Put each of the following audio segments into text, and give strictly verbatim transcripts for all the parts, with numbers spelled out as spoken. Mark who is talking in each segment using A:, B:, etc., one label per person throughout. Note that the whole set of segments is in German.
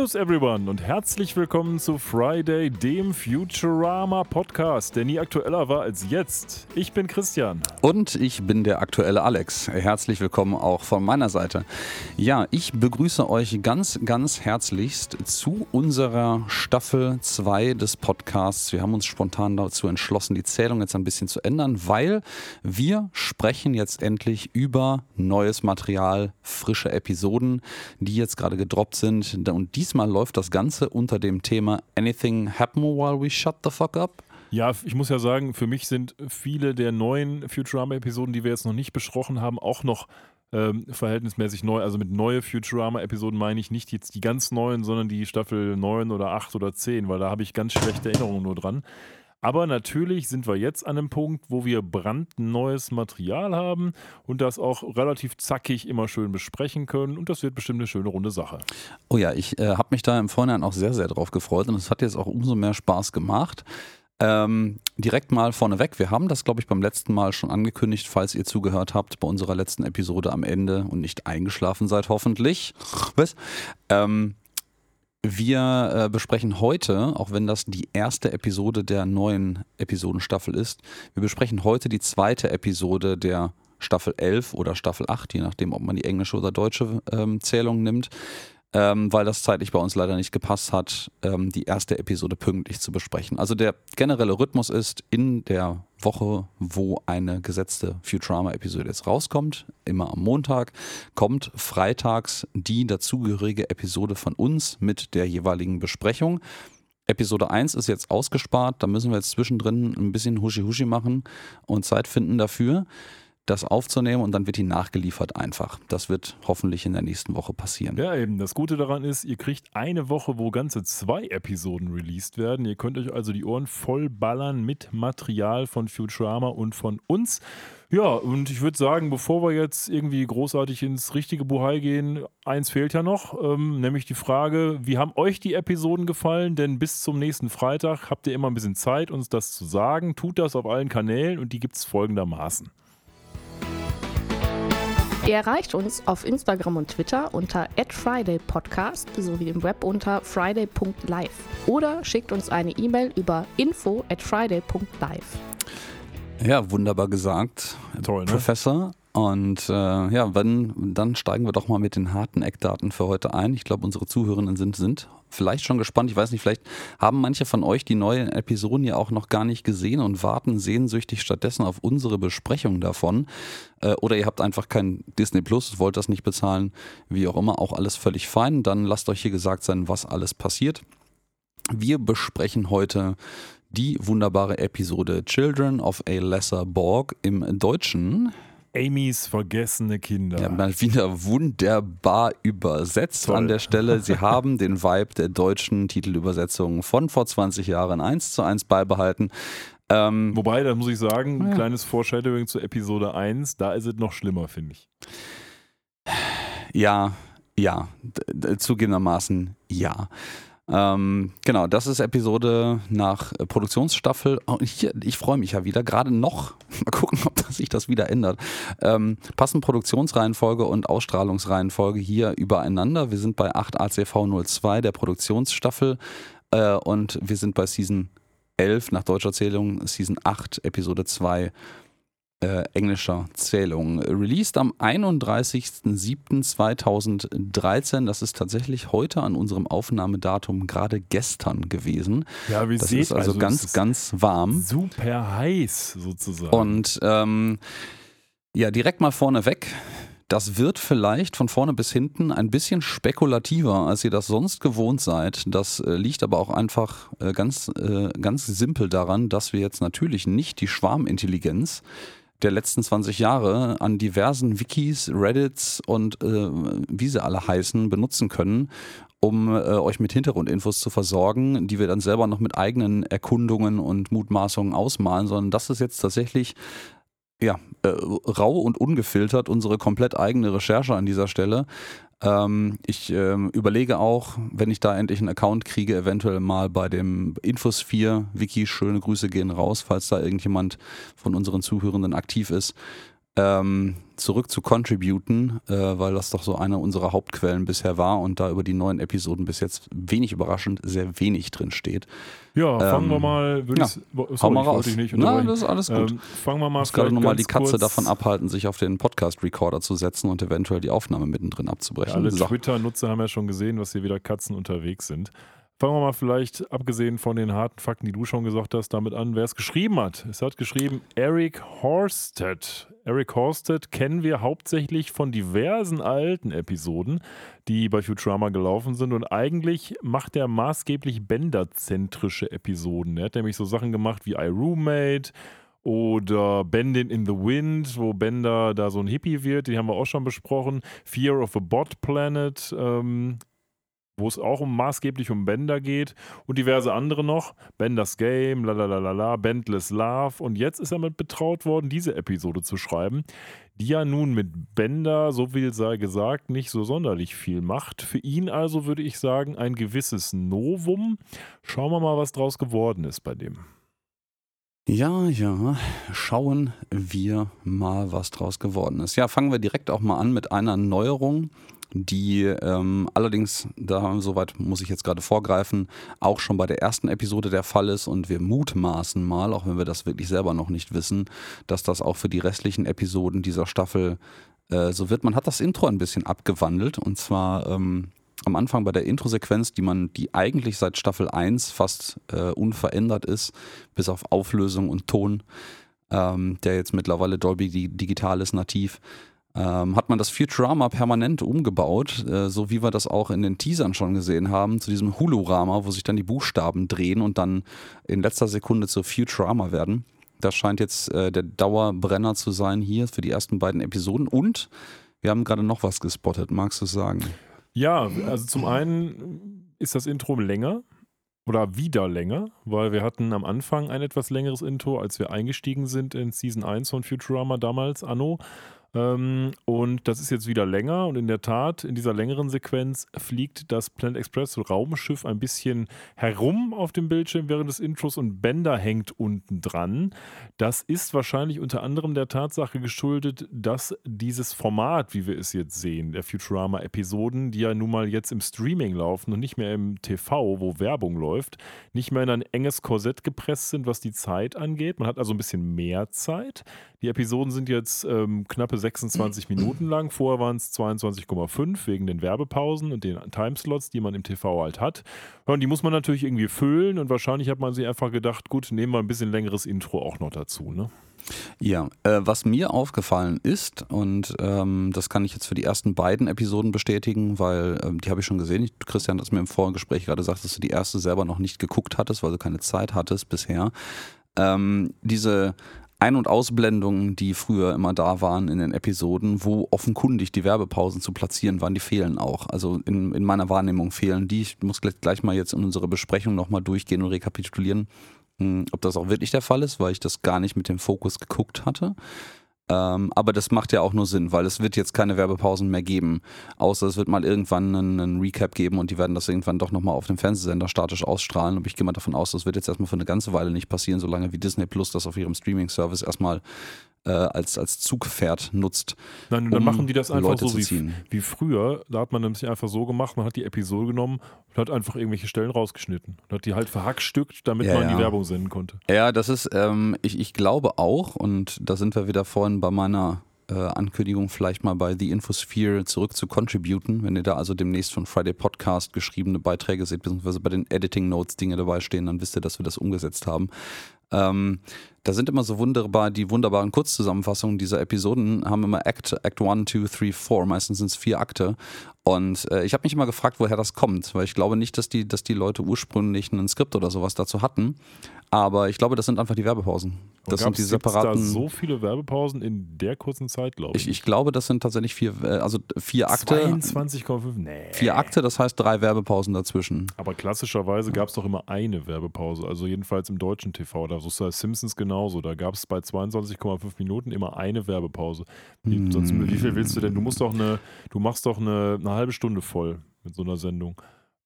A: Servus everyone und herzlich willkommen zu Friday, dem Futurama-Podcast, der nie aktueller war als jetzt. Ich bin Christian.
B: Und ich bin der aktuelle Alex. Herzlich willkommen auch von meiner Seite. Ja, ich begrüße euch ganz, ganz herzlichst zu unserer Staffel zwei des Podcasts. Wir haben uns spontan dazu entschlossen, die Zählung jetzt ein bisschen zu ändern, weil wir sprechen jetzt endlich über neues Material, frische Episoden, die jetzt gerade gedroppt sind. Und diesmal läuft das Ganze unter dem Thema Anything Happen While We Shut the Fuck Up?
A: Ja, ich muss ja sagen, für mich sind viele der neuen Futurama-Episoden, die wir jetzt noch nicht besprochen haben, auch noch ähm, verhältnismäßig neu. Also mit neue Futurama-Episoden meine ich nicht jetzt die ganz neuen, sondern die Staffel neun oder acht oder zehn, weil da habe ich ganz schlechte Erinnerungen nur dran. Aber natürlich sind wir jetzt an einem Punkt, wo wir brandneues Material haben und das auch relativ zackig immer schön besprechen können. Und das wird bestimmt eine schöne runde Sache.
B: Oh ja, ich äh, habe mich da im Vorhinein auch sehr, sehr drauf gefreut und es hat jetzt auch umso mehr Spaß gemacht. Ähm, direkt mal vorneweg, wir haben das, glaube ich, beim letzten Mal schon angekündigt, falls ihr zugehört habt, bei unserer letzten Episode am Ende und nicht eingeschlafen seid, hoffentlich. Was? Ähm, Wir äh, besprechen heute, auch wenn das die erste Episode der neuen Episodenstaffel ist, wir besprechen heute die zweite Episode der Staffel elf oder Staffel acht, je nachdem, ob man die englische oder deutsche ähm, Zählung nimmt, ähm, weil das zeitlich bei uns leider nicht gepasst hat, ähm, die erste Episode pünktlich zu besprechen. Also der generelle Rhythmus ist, in der Woche, wo eine gesetzte Futurama-Episode jetzt rauskommt, immer am Montag, kommt freitags die dazugehörige Episode von uns mit der jeweiligen Besprechung. Episode eins ist jetzt ausgespart, da müssen wir jetzt zwischendrin ein bisschen Huschi-Huschi machen und Zeit finden dafür, das aufzunehmen und dann wird die nachgeliefert einfach. Das wird hoffentlich in der nächsten Woche passieren.
A: Ja, eben. Das Gute daran ist, ihr kriegt eine Woche, wo ganze zwei Episoden released werden. Ihr könnt euch also die Ohren voll ballern mit Material von Futurama und von uns. Ja, und ich würde sagen, bevor wir jetzt irgendwie großartig ins richtige Buhai gehen, eins fehlt ja noch, ähm, nämlich die Frage, wie haben euch die Episoden gefallen? Denn bis zum nächsten Freitag habt ihr immer ein bisschen Zeit, uns das zu sagen. Tut das auf allen Kanälen und die gibt es folgendermaßen.
C: Ihr erreicht uns auf Instagram und Twitter unter at friday podcast sowie im Web unter friday punkt live oder schickt uns eine E-Mail über info at friday punkt live.
B: Ja, wunderbar gesagt,
A: Toll, ne?
B: Professor. Und äh, ja, wenn, dann steigen wir doch mal mit den harten Eckdaten für heute ein. Ich glaube, unsere Zuhörenden sind, sind vielleicht schon gespannt. Ich weiß nicht, vielleicht haben manche von euch die neuen Episoden ja auch noch gar nicht gesehen und warten sehnsüchtig stattdessen auf unsere Besprechung davon. Äh, oder ihr habt einfach kein Disney Plus, wollt das nicht bezahlen, wie auch immer, auch alles völlig fein. Dann lasst euch hier gesagt sein, was alles passiert. Wir besprechen heute die wunderbare Episode Children of a Lesser Borg im Deutschen.
A: Amys vergessene Kinder.
B: Ja, mal wieder wunderbar übersetzt. Toll. An der Stelle. Sie haben den Vibe der deutschen Titelübersetzung von vor zwanzig Jahren eins zu eins beibehalten. Ähm,
A: Wobei, da muss ich sagen, ein
B: ja.
A: kleines Foreshadowing zu Episode eins, da ist es noch schlimmer, finde ich.
B: Ja, ja, d- zugegebenermaßen ja. Ähm, genau, das ist Episode nach äh, Produktionsstaffel. Oh, hier, ich freue mich ja wieder, gerade noch. Mal gucken, ob das sich das wieder ändert. Ähm, passen Produktionsreihenfolge und Ausstrahlungsreihenfolge hier übereinander. Wir sind bei acht A C V null zwei, der Produktionsstaffel. Äh, und wir sind bei Season elf, nach deutscher Zählung, Season acht, Episode zwei. Äh, englischer Zählung. Released am einunddreißigsten siebten zweitausenddreizehn. Das ist tatsächlich heute an unserem Aufnahmedatum gerade gestern gewesen.
A: Ja, wie
B: das
A: seht,
B: ist also,
A: also
B: ganz,
A: ist
B: ganz warm.
A: Super heiß sozusagen.
B: Und ähm, ja, direkt mal vorneweg. Das wird vielleicht von vorne bis hinten ein bisschen spekulativer, als ihr das sonst gewohnt seid. Das äh, liegt aber auch einfach äh, ganz, äh, ganz simpel daran, dass wir jetzt natürlich nicht die Schwarmintelligenz der letzten zwanzig Jahre an diversen Wikis, Reddits und äh, wie sie alle heißen, benutzen können, um äh, euch mit Hintergrundinfos zu versorgen, die wir dann selber noch mit eigenen Erkundungen und Mutmaßungen ausmalen, sondern das ist jetzt tatsächlich ja, äh, rau und ungefiltert unsere komplett eigene Recherche an dieser Stelle. Ähm, ich äh, überlege auch, wenn ich da endlich einen Account kriege, eventuell mal bei dem Infosphere-Wiki, schöne Grüße gehen raus, falls da irgendjemand von unseren Zuhörenden aktiv ist, ähm, zurück zu contributen, äh, weil das doch so eine unserer Hauptquellen bisher war und da über die neuen Episoden bis jetzt wenig überraschend sehr wenig drin steht.
A: Ja, fangen
B: Ähm,
A: wir mal, würde
B: ja,
A: ich, sorry,
B: hau mal
A: ich wollte
B: raus.
A: dich nicht
B: Na,
A: unterbrechen.
B: das ist alles gut.
A: Ähm, fangen wir mal
B: Ich muss gerade
A: vielleicht
B: nochmal die
A: ganz
B: Katze
A: kurz,
B: davon abhalten, sich auf den Podcast-Recorder zu setzen und eventuell die Aufnahme mittendrin
A: Ja,
B: abzubrechen.
A: alle
B: So.
A: Twitter-Nutzer haben ja schon gesehen, was hier wieder Katzen unterwegs sind. Fangen wir mal vielleicht, abgesehen von den harten Fakten, die du schon gesagt hast, damit an, wer es geschrieben hat. Es hat geschrieben Eric Horsted. Eric Horsted kennen wir hauptsächlich von diversen alten Episoden, die bei Futurama gelaufen sind. Und eigentlich macht er maßgeblich Bender-zentrische Episoden. Er hat nämlich so Sachen gemacht wie I, Roommate oder Bending in the Wind, wo Bender da so ein Hippie wird. Die haben wir auch schon besprochen. Fear of a Bot Planet, ähm, wo es auch um maßgeblich um Bender geht und diverse andere noch. Benders Game, lalalala, Bendless Love. Und jetzt ist er mit betraut worden, diese Episode zu schreiben, die ja nun mit Bender, so viel sei gesagt, nicht so sonderlich viel macht. Für ihn also würde ich sagen, ein gewisses Novum. Schauen wir mal, was draus geworden ist bei dem.
B: Ja, ja, schauen wir mal, was draus geworden ist. Ja, fangen wir direkt auch mal an mit einer Neuerung, die ähm, allerdings, da soweit muss ich jetzt gerade vorgreifen, auch schon bei der ersten Episode der Fall ist und wir mutmaßen mal, auch wenn wir das wirklich selber noch nicht wissen, dass das auch für die restlichen Episoden dieser Staffel äh, so wird. Man hat das Intro ein bisschen abgewandelt und zwar ähm, am Anfang bei der Introsequenz, die man, die eigentlich seit Staffel eins fast äh, unverändert ist, bis auf Auflösung und Ton, ähm, der jetzt mittlerweile Dolby digital ist, nativ, ähm, hat man das Futurama permanent umgebaut, äh, so wie wir das auch in den Teasern schon gesehen haben, zu diesem Hulurama, wo sich dann die Buchstaben drehen und dann in letzter Sekunde zu Futurama werden. Das scheint jetzt äh, der Dauerbrenner zu sein hier für die ersten beiden Episoden und wir haben gerade noch was gespottet, magst du es sagen?
A: Ja, also zum einen ist das Intro länger oder wieder länger, weil wir hatten am Anfang ein etwas längeres Intro, als wir eingestiegen sind in Season eins von Futurama damals, anno. Ähm, und das ist jetzt wieder länger und in der Tat, in dieser längeren Sequenz fliegt das Planet Express Raumschiff ein bisschen herum auf dem Bildschirm während des Intros und Bender hängt unten dran. Das ist wahrscheinlich unter anderem der Tatsache geschuldet, dass dieses Format, wie wir es jetzt sehen, der Futurama-Episoden, die ja nun mal jetzt im Streaming laufen und nicht mehr im T V, wo Werbung läuft, nicht mehr in ein enges Korsett gepresst sind, was die Zeit angeht. Man hat also ein bisschen mehr Zeit. Die Episoden sind jetzt ähm, knappe sechsundzwanzig Minuten lang. Vorher waren es zweiundzwanzig Komma fünf wegen den Werbepausen und den Timeslots, die man im T V halt hat. Ja, und die muss man natürlich irgendwie füllen und wahrscheinlich hat man sich einfach gedacht, gut, nehmen wir ein bisschen längeres Intro auch noch dazu, ne?
B: Ja, äh, was mir aufgefallen ist, und ähm, das kann ich jetzt für die ersten beiden Episoden bestätigen, weil ähm, die habe ich schon gesehen. Ich, Christian hat es mir im Vorgespräch gerade gesagt, dass du die erste selber noch nicht geguckt hattest, weil du keine Zeit hattest bisher. Ähm, diese Ein- und Ausblendungen, die früher immer da waren in den Episoden, wo offenkundig die Werbepausen zu platzieren waren, die fehlen auch. Also in, in meiner Wahrnehmung fehlen die. Ich muss gleich, gleich mal jetzt in unsere Besprechung nochmal durchgehen und rekapitulieren, ob das auch wirklich der Fall ist, weil ich das gar nicht mit dem Fokus geguckt hatte. Ähm, aber das macht ja auch nur Sinn, weil es wird jetzt keine Werbepausen mehr geben, außer es wird mal irgendwann einen, einen Recap geben und die werden das irgendwann doch nochmal auf dem Fernsehsender statisch ausstrahlen. Und ich gehe mal davon aus, das wird jetzt erstmal für eine ganze Weile nicht passieren, solange wie Disney Plus das auf ihrem Streaming-Service erstmal äh, als, als Zugpferd nutzt.
A: Nein, und dann
B: um
A: machen die das einfach
B: Leute
A: so
B: zu
A: wie,
B: ziehen.
A: wie früher. Da hat man nämlich einfach so gemacht, man hat die Episode genommen und hat einfach irgendwelche Stellen rausgeschnitten. Und hat die halt verhackstückt, damit
B: Ja,
A: man
B: ja.
A: die Werbung senden konnte.
B: Ja, das ist, ähm, ich, ich glaube auch, und da sind wir wieder vorhin bei meiner äh, Ankündigung, vielleicht mal bei The Infosphere zurück zu contributen, wenn ihr da also demnächst von Friday Podcast geschriebene Beiträge seht, beziehungsweise bei den Editing Notes Dinge dabei stehen, dann wisst ihr, dass wir das umgesetzt haben. Ähm, da sind immer so wunderbar, die wunderbaren Kurzzusammenfassungen dieser Episoden haben immer Act, Act eins, zwei, drei, vier, meistens sind es vier Akte. Und äh, ich habe mich immer gefragt, woher das kommt, weil ich glaube nicht, dass die, dass die Leute ursprünglich ein Skript oder sowas dazu hatten, aber ich glaube, das sind einfach die Werbepausen. Das sind die separaten.
A: Gibt's da so viele Werbepausen in der kurzen Zeit, glaube ich.
B: Ich, ich glaube, das sind tatsächlich vier, äh, also vier Akte.
A: zweiundzwanzig Komma fünf? Nee.
B: Vier Akte, das heißt drei Werbepausen dazwischen.
A: Aber klassischerweise gab es doch immer eine Werbepause, also jedenfalls im deutschen T V. Da ist bei Simpsons genauso. Da gab es bei zweiundzwanzig Komma fünf Minuten immer eine Werbepause. Die,
B: Hm.
A: sonst, wie viel willst du denn? Du musst doch eine, du machst doch eine, eine halbe Stunde voll mit so einer Sendung.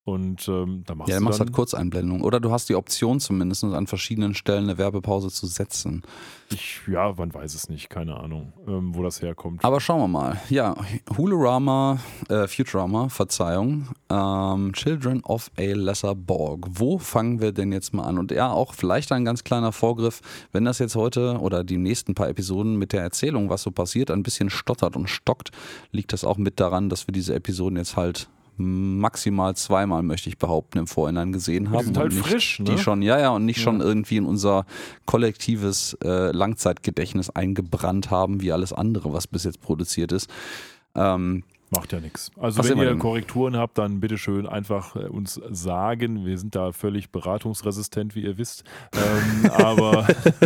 A: Und ähm, da machst
B: Ja,
A: du
B: du machst
A: dann,
B: halt Kurzeinblendung. Oder du hast die Option zumindest, an verschiedenen Stellen eine Werbepause zu setzen.
A: ich, ja, man weiß es nicht, keine Ahnung, ähm, wo das herkommt.
B: Aber schauen wir mal. Ja, Hulurama, äh, Futurama, Verzeihung, ähm, Children of a Lesser Borg. Wo fangen wir denn jetzt mal an? Und ja, auch vielleicht ein ganz kleiner Vorgriff, wenn das jetzt heute oder die nächsten paar Episoden mit der Erzählung, was so passiert, ein bisschen stottert und stockt, liegt das auch mit daran, dass wir diese Episoden jetzt halt maximal zweimal, möchte ich behaupten, im Vorhinein gesehen haben.
A: Die sind halt
B: und nicht,
A: frisch, ne?
B: Die schon, ja, ja, und nicht
A: Ja.
B: schon irgendwie in unser kollektives äh, Langzeitgedächtnis eingebrannt haben, wie alles andere, was bis jetzt produziert ist. Ähm,
A: Macht ja nichts. Also
B: Was
A: wenn
B: immer
A: ihr
B: denn?
A: Korrekturen habt, dann bitteschön einfach äh, uns sagen. Wir sind da völlig beratungsresistent, wie ihr wisst. Ähm, aber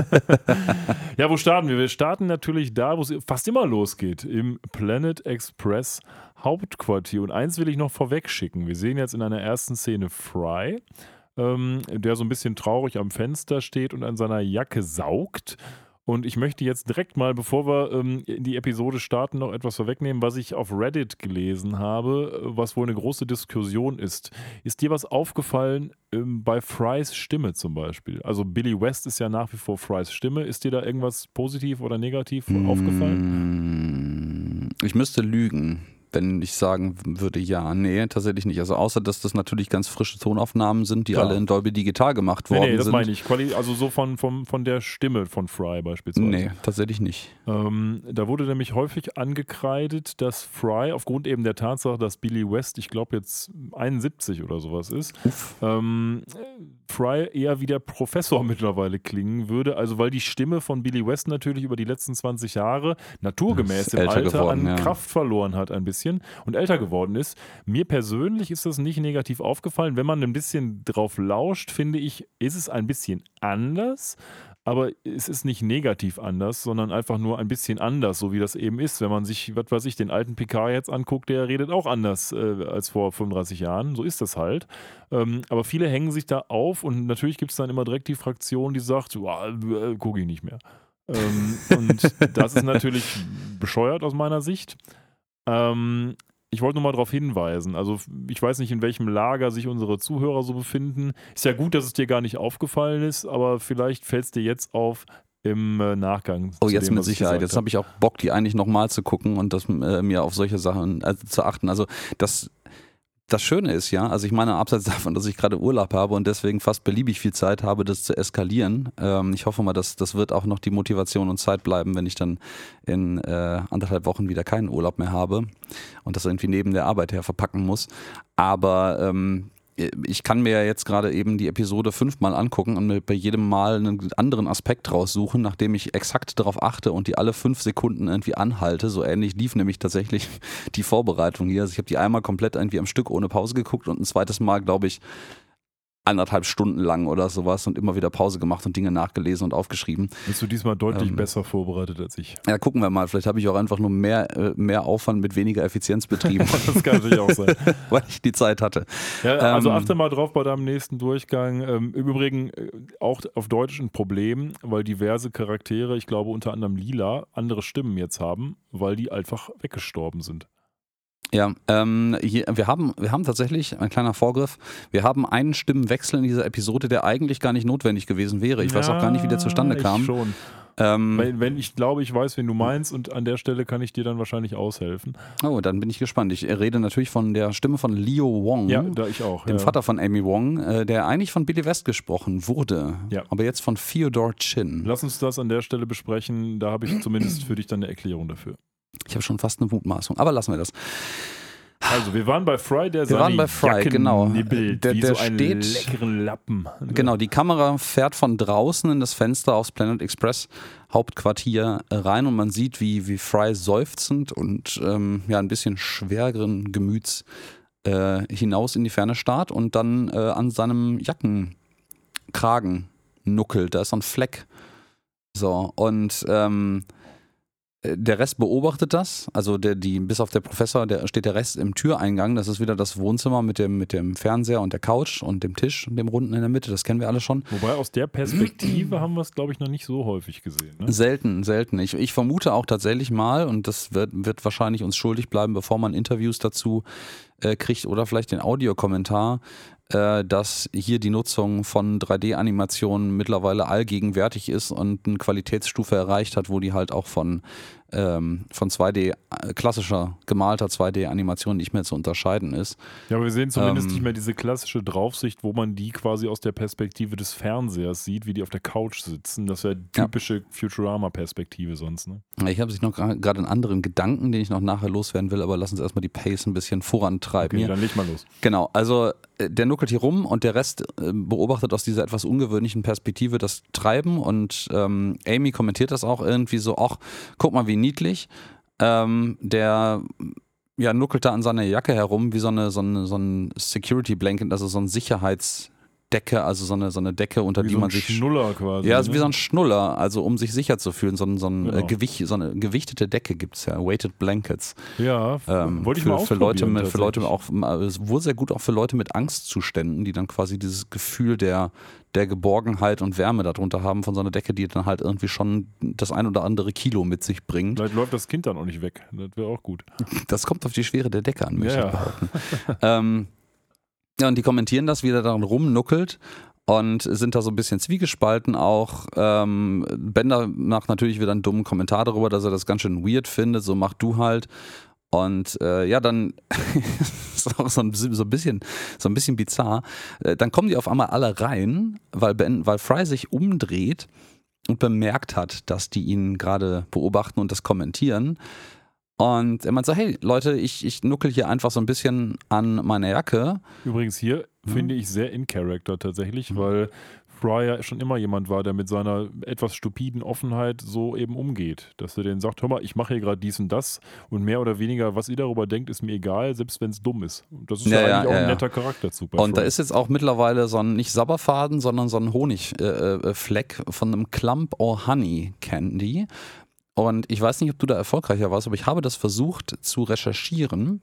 A: ja, wo starten wir? Wir starten natürlich da, wo es fast immer losgeht, im Planet Express Hauptquartier. Und eins will ich noch vorweg schicken. Wir sehen jetzt in einer ersten Szene Fry, ähm, der so ein bisschen traurig am Fenster steht und an seiner Jacke saugt. Und ich möchte jetzt direkt mal, bevor wir ähm, in die Episode starten, noch etwas vorwegnehmen, was ich auf Reddit gelesen habe, was wohl eine große Diskussion ist. Ist dir was aufgefallen ähm, bei Frys Stimme zum Beispiel? Also Billy West ist ja nach wie vor Frys Stimme. Ist dir da irgendwas positiv oder negativ aufgefallen?
B: Ich müsste lügen, wenn ich sagen würde, ja, nee, tatsächlich nicht. Also außer, dass das natürlich ganz frische Tonaufnahmen sind, die
A: Klar.
B: alle in Dolby Digital gemacht worden
A: Nee, nee, das
B: sind.
A: meine ich. Quali- Also so von, von, von der Stimme von Fry beispielsweise.
B: Nee, tatsächlich nicht.
A: Ähm, da wurde nämlich häufig angekreidet, dass Fry aufgrund eben der Tatsache, dass Billy West, ich glaube jetzt einundsiebzig oder sowas ist, ähm, Fry eher wie der Professor mittlerweile klingen würde. Also weil die Stimme von Billy West natürlich über die letzten zwanzig Jahre naturgemäß
B: Ist
A: im
B: älter
A: Alter
B: geworden,
A: an
B: ja.
A: Kraft verloren hat ein bisschen und älter geworden ist. Mir persönlich ist das nicht negativ aufgefallen. Wenn man ein bisschen drauf lauscht, finde ich, ist es ein bisschen anders. Aber es ist nicht negativ anders, sondern einfach nur ein bisschen anders, so wie das eben ist. Wenn man sich, was weiß ich, den alten Picard jetzt anguckt, der redet auch anders äh, als vor fünfunddreißig Jahren. So ist das halt. Ähm, aber viele hängen sich da auf und natürlich gibt es dann immer direkt die Fraktion, die sagt, äh, gucke ich nicht mehr. Ähm, und das ist natürlich bescheuert aus meiner Sicht. Ähm, Ich wollte nur mal darauf hinweisen, also ich weiß nicht, in welchem Lager sich unsere Zuhörer so befinden. Ist ja gut, dass es dir gar nicht aufgefallen ist, aber vielleicht fällt es dir jetzt auf im äh, Nachgang.
B: Oh,
A: zu
B: jetzt
A: dem,
B: mit
A: was ich
B: Sicherheit.
A: gesagt
B: Jetzt habe ich auch Bock, die eigentlich nochmal zu gucken und das, äh, mir auf solche Sachen äh, zu achten. Also das, das Schöne ist ja, also ich meine, abseits davon, dass ich gerade Urlaub habe und deswegen fast beliebig viel Zeit habe, das zu eskalieren. Ähm, ich hoffe mal, dass das wird auch noch die Motivation und Zeit bleiben, wenn ich dann in äh, anderthalb Wochen wieder keinen Urlaub mehr habe und das irgendwie neben der Arbeit her verpacken muss. Aber ähm, ich kann mir ja jetzt gerade eben die Episode fünfmal angucken und mir bei jedem Mal einen anderen Aspekt raussuchen, nachdem ich exakt darauf achte und die alle fünf Sekunden irgendwie anhalte. So ähnlich lief nämlich tatsächlich die Vorbereitung hier. Also ich habe die einmal komplett irgendwie am Stück ohne Pause geguckt und ein zweites Mal, glaube ich, anderthalb Stunden lang oder sowas und immer wieder Pause gemacht und Dinge nachgelesen und aufgeschrieben.
A: Bist du diesmal deutlich
B: Ähm,
A: besser vorbereitet als ich?
B: Ja, gucken wir mal. Vielleicht habe ich auch einfach nur mehr, äh, mehr Aufwand mit weniger Effizienz betrieben,
A: Das kann natürlich auch sein.
B: weil ich die Zeit hatte.
A: Ja, also
B: Ähm,
A: achte mal drauf bei deinem nächsten Durchgang. Ähm, Im Übrigen äh, auch auf Deutsch ein Problem, weil diverse Charaktere, ich glaube unter anderem Lila, andere Stimmen jetzt haben, weil die einfach weggestorben sind.
B: Ja, ähm, hier, wir haben, wir haben tatsächlich, ein kleiner Vorgriff, wir haben einen Stimmenwechsel in dieser Episode, der eigentlich gar nicht notwendig gewesen wäre. Ich weiß auch gar nicht, wie der zustande kam.
A: Ich schon.
B: Ähm,
A: Wenn, wenn ich glaube, ich weiß, wen du meinst und an der Stelle kann ich dir dann wahrscheinlich aushelfen.
B: oh, dann bin ich gespannt. Ich rede natürlich von der Stimme von Leo Wong,
A: Ja, da ich auch.
B: dem
A: ja.
B: Vater von Amy Wong, äh, der eigentlich von Billy West gesprochen wurde,
A: Ja.
B: aber jetzt von Theodore Chin.
A: Lass uns das an der Stelle besprechen. Da habe ich zumindest für dich dann eine Erklärung dafür.
B: Ich habe schon fast eine Mutmaßung, aber lassen wir das.
A: Also, wir waren bei Fry, der
B: Wir
A: seine
B: waren bei Fry,
A: Jacke
B: genau.
A: nibbelt,
B: Der-
A: wie
B: der
A: so einen
B: steht-
A: leckeren Lappen.
B: Genau, die Kamera fährt von draußen in das Fenster aufs Planet Express Hauptquartier rein und man sieht, wie, wie Fry seufzend und ähm, ja, ein bisschen schwereren Gemüts äh, hinaus in die Ferne starrt und dann äh, an seinem Jackenkragen nuckelt. Da ist so ein Fleck. So, und ähm, Der Rest beobachtet das, also der, die, bis auf der Professor, der steht der Rest im Türeingang. Das ist wieder das Wohnzimmer mit dem, mit dem Fernseher und der Couch und dem Tisch und dem Runden in der Mitte. Das kennen wir alle schon.
A: Wobei aus der Perspektive haben wir es, glaube ich, noch nicht so häufig gesehen. Ne?
B: Selten, selten. Ich, ich vermute auch tatsächlich mal, und das wird, wird wahrscheinlich uns schuldig bleiben, bevor man Interviews dazu äh, kriegt oder vielleicht den Audiokommentar, äh, dass hier die Nutzung von drei D-Animationen mittlerweile allgegenwärtig ist und eine Qualitätsstufe erreicht hat, wo die halt auch von ähm, von zwei D, klassischer, gemalter zwei D-Animation nicht mehr zu unterscheiden ist.
A: Ja, aber wir sehen zumindest
B: ähm,
A: nicht mehr diese klassische Draufsicht, wo man die quasi aus der Perspektive des Fernsehers sieht, wie die auf der Couch sitzen. Das wäre typische ja. Futurama-Perspektive sonst. Ne?
B: Ich habe sich noch gerade einen anderen Gedanken, den ich noch nachher loswerden will, aber lass uns erstmal die Pace ein bisschen vorantreiben.
A: Okay,
B: hier.
A: Dann leg mal los.
B: Genau, also der nuckelt hier rum und der Rest äh, beobachtet aus dieser etwas ungewöhnlichen Perspektive das Treiben und ähm, Amy kommentiert das auch irgendwie so, ach, guck mal, wie niedlich. Ähm, der ja, nuckelt da an seiner Jacke herum wie so eine, so eine, so ein Security Blanket, also so ein Sicherheitsdecke, also so eine, so eine Decke, unter
A: wie
B: die
A: so
B: man
A: ein
B: sich...
A: Schnuller quasi.
B: Ja,
A: ne?
B: wie so ein Schnuller, also um sich sicher zu fühlen, so, ein, so, ein,
A: genau.
B: äh, Gewicht, so eine gewichtete Decke gibt es ja, Weighted Blankets.
A: Ja,
B: ähm,
A: wollte ich
B: für,
A: mal
B: für Leute
A: ausprobieren,
B: mit, für Leute auch, wohl sehr gut auch für Leute mit Angstzuständen, die dann quasi dieses Gefühl der, der Geborgenheit und Wärme darunter haben von so einer Decke, die dann halt irgendwie schon das ein oder andere Kilo mit sich bringt.
A: Vielleicht läuft das Kind dann auch nicht weg, das wäre auch gut.
B: Das kommt auf die Schwere der Decke an, möchte
A: ja.
B: ich behaupten. ähm, ja, und die kommentieren das, wie der daran rumnuckelt. Und sind da so ein bisschen zwiegespalten auch. Ähm, Bender macht natürlich wieder einen dummen Kommentar darüber, dass er das ganz schön weird findet. So mach du halt. Und äh, ja, dann ist auch so ein, so ein bisschen, so ein bisschen bizarr. Äh, dann kommen die auf einmal alle rein, weil, ben, weil Fry sich umdreht und bemerkt hat, dass die ihn gerade beobachten und das kommentieren. Und er meint so, hey Leute, ich, ich nuckel hier einfach so ein bisschen an meiner Jacke.
A: Übrigens hier mhm. finde ich sehr in Character tatsächlich, mhm. weil Fry ja schon immer jemand war, der mit seiner etwas stupiden Offenheit so eben umgeht. Dass er denen sagt, hör mal, ich mache hier gerade dies und das und mehr oder weniger, was ihr darüber denkt, ist mir egal, selbst wenn es dumm ist. Und das ist ja, ja eigentlich ja, auch ein ja. netter Charakterzug bei
B: Und
A: Fry.
B: Da ist jetzt auch mittlerweile so ein, nicht Sabberfaden, sondern so ein Honigfleck äh, von einem Clump or Honey Candy. Und ich weiß nicht, ob du da erfolgreicher warst, aber ich habe das versucht zu recherchieren.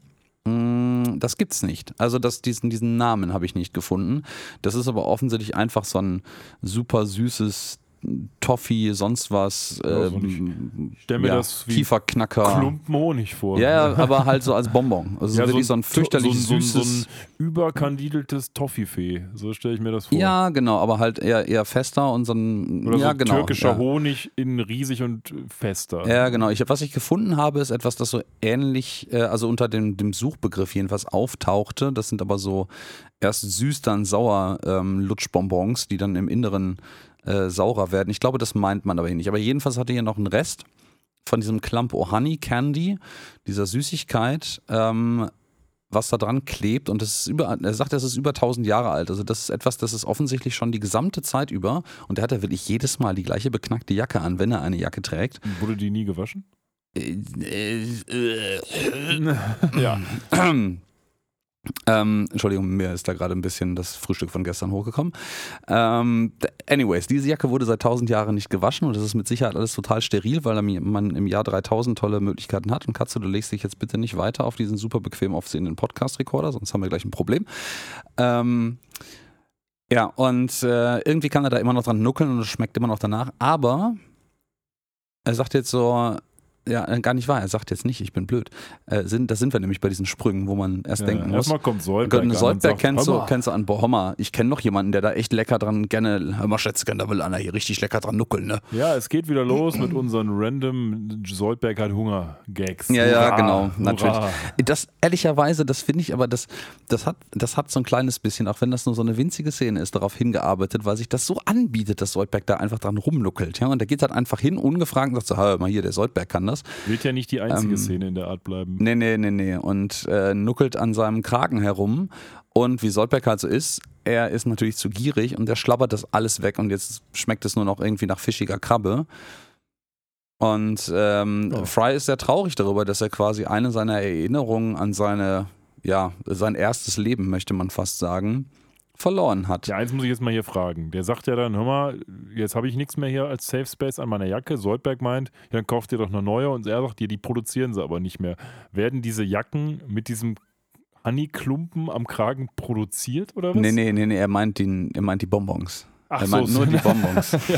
B: Das gibt's nicht. Also das, diesen, diesen Namen habe ich nicht gefunden. Das ist aber offensichtlich einfach so ein super süßes Toffee, sonst was,
A: ja,
B: ähm,
A: ich stell mir
B: ja,
A: das wie
B: Kieferknacker.
A: Klumpen Honig vor.
B: Ja, aber halt so als Bonbon. Also
A: ja,
B: wirklich
A: so
B: so ein
A: ein,
B: fürchterlich
A: so ein,
B: süßes...
A: So ein, so ein überkandideltes Toffifee, so stelle ich mir das vor.
B: Ja, genau, aber halt eher, eher fester und so ein...
A: Oder
B: ja,
A: so
B: genau,
A: türkischer
B: ja.
A: Honig in riesig und fester.
B: Ja, genau. Ich, was ich gefunden habe, ist etwas, das so ähnlich, äh, also unter dem, dem Suchbegriff jedenfalls auftauchte. Das sind aber so erst süß, dann sauer ähm, Lutschbonbons, die dann im Inneren Äh, saurer werden. Ich glaube, das meint man aber hier nicht. Aber jedenfalls hatte hier noch einen Rest von diesem Clump o' Honey Candy, dieser Süßigkeit, ähm, was da dran klebt. Und das ist über, er sagt, das ist über tausend Jahre alt. Also das ist etwas, das ist offensichtlich schon die gesamte Zeit über. Und er hat ja wirklich jedes Mal die gleiche beknackte Jacke an, wenn er eine Jacke trägt.
A: Wurde die nie gewaschen?
B: Äh, äh, äh,
A: ja.
B: Ähm, Entschuldigung, mir ist da gerade ein bisschen das Frühstück von gestern hochgekommen. Ähm, anyways, diese Jacke wurde seit tausend Jahren nicht gewaschen und das ist mit Sicherheit alles total steril, weil man im Jahr dreitausend tolle Möglichkeiten hat. Und Katze, du legst dich jetzt bitte nicht weiter auf diesen super bequem aufsehenden Podcast-Recorder, sonst haben wir gleich ein Problem. Ähm, ja, und äh, irgendwie kann er da immer noch dran nuckeln und es schmeckt immer noch danach. Aber er sagt jetzt so... Ja, gar nicht wahr. Er sagt jetzt nicht, ich bin blöd. Äh, sind, da sind wir nämlich bei diesen Sprüngen, wo man erst
A: ja,
B: denken muss.
A: Erstmal kommt Soldberg an.
B: Soldberg kennst du, kennst du an, boah, Hommer, ich kenne noch jemanden, der da echt lecker dran, gerne, hör mal Schätzchen, da will Anna hier richtig lecker dran nuckeln, ne?
A: Ja, es geht wieder los mit unseren random Soldberg hat Hunger-Gags.
B: Ja, ja,
A: hurra,
B: genau,
A: hurra.
B: natürlich. Das, ehrlicherweise, das finde ich aber, das, das, hat, das hat so ein kleines bisschen, auch wenn das nur so eine winzige Szene ist, darauf hingearbeitet, weil sich das so anbietet, dass Soldberg da einfach dran rumnuckelt. Ja? Und der geht halt einfach hin, ungefragt und sagt so, hör mal hier, der Soldberg kann das.
A: Wird ja nicht die einzige ähm, Szene in der Art bleiben.
B: Nee, nee, nee, nee. Und äh, nuckelt an seinem Kragen herum. Und wie Soldberg halt so ist, er ist natürlich zu gierig und er schlabbert das alles weg und jetzt schmeckt es nur noch irgendwie nach fischiger Krabbe. Und ähm, oh. Fry ist sehr traurig darüber, dass er quasi eine seiner Erinnerungen an seine, ja, sein erstes Leben, möchte man fast sagen, verloren hat.
A: Ja, eins muss ich jetzt mal hier fragen. Der sagt ja dann, hör mal, jetzt habe ich nichts mehr hier als Safe Space an meiner Jacke. Soldberg meint, ja, dann kauft ihr doch eine neue. Und er sagt dir, die produzieren sie aber nicht mehr. Werden diese Jacken mit diesem Honeyklumpen am Kragen produziert oder was?
B: Nee, nee, nee, nee, er meint, den, er meint die Bonbons.
A: Ach
B: er
A: so,
B: meint nur die Bonbons.
A: ja,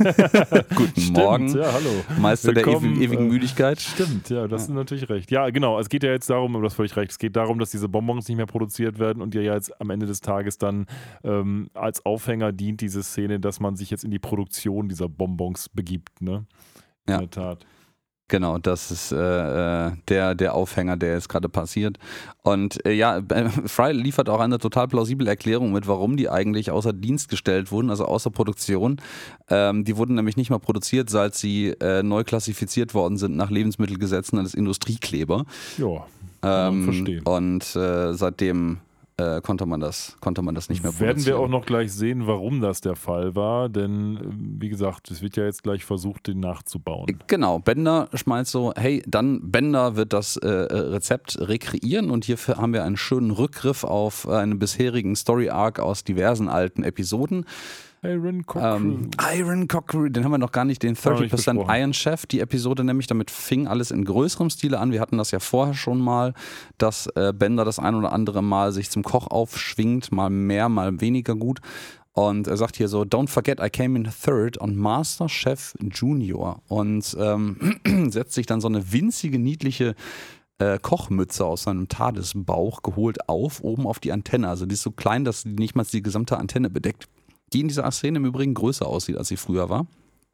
B: Guten
A: stimmt,
B: Morgen,
A: ja, hallo.
B: Meister
A: Willkommen,
B: der ewigen
A: äh,
B: Müdigkeit.
A: Stimmt, ja, das ist natürlich recht. Ja, genau, es geht ja jetzt darum, du hast völlig recht, es geht darum, dass diese Bonbons nicht mehr produziert werden und dir ja jetzt am Ende des Tages dann ähm, als Aufhänger dient diese Szene, dass man sich jetzt in die Produktion dieser Bonbons begibt, ne? In
B: Ja.
A: der Tat.
B: Genau, das ist äh, der, der Aufhänger, der jetzt gerade passiert. Und äh, ja, Fry liefert auch eine total plausible Erklärung mit, warum die eigentlich außer Dienst gestellt wurden, also außer Produktion. Ähm, die wurden nämlich nicht mal produziert, seit sie äh, neu klassifiziert worden sind nach Lebensmittelgesetzen als Industriekleber.
A: Ja, kann man
B: Ähm,
A: verstehen.
B: und äh, seitdem äh, konnte man das, konnte man das nicht mehr produzieren.
A: Werden wir auch noch gleich sehen, warum das der Fall war, denn ähm, wie gesagt, es wird ja jetzt gleich versucht, den nachzubauen.
B: Genau, Bender schmeißt so, hey, dann Bender wird das äh, Rezept rekreieren und hierfür haben wir einen schönen Rückgriff auf einen bisherigen Story-Arc aus diversen alten Episoden.
A: Aaron Cochrane.
B: Ähm, Iron Cochrane, den haben wir noch gar nicht, den
A: Haben wir
B: thirty
A: nicht
B: percent
A: besprochen.
B: Iron Chef, die Episode nämlich, damit fing alles in größerem Stile an. Wir hatten das ja vorher schon mal, dass äh, Bender das ein oder andere Mal sich zum Koch aufschwingt, mal mehr, mal weniger gut. Und er sagt hier so, don't forget, I came in third on Master Chef Junior. Und ähm, setzt sich dann so eine winzige, niedliche äh, Kochmütze aus seinem TARDIS-Bauch geholt auf, oben auf die Antenne. Also die ist so klein, dass die nicht mal die gesamte Antenne bedeckt. Die in dieser Szene im Übrigen größer aussieht, als sie früher war.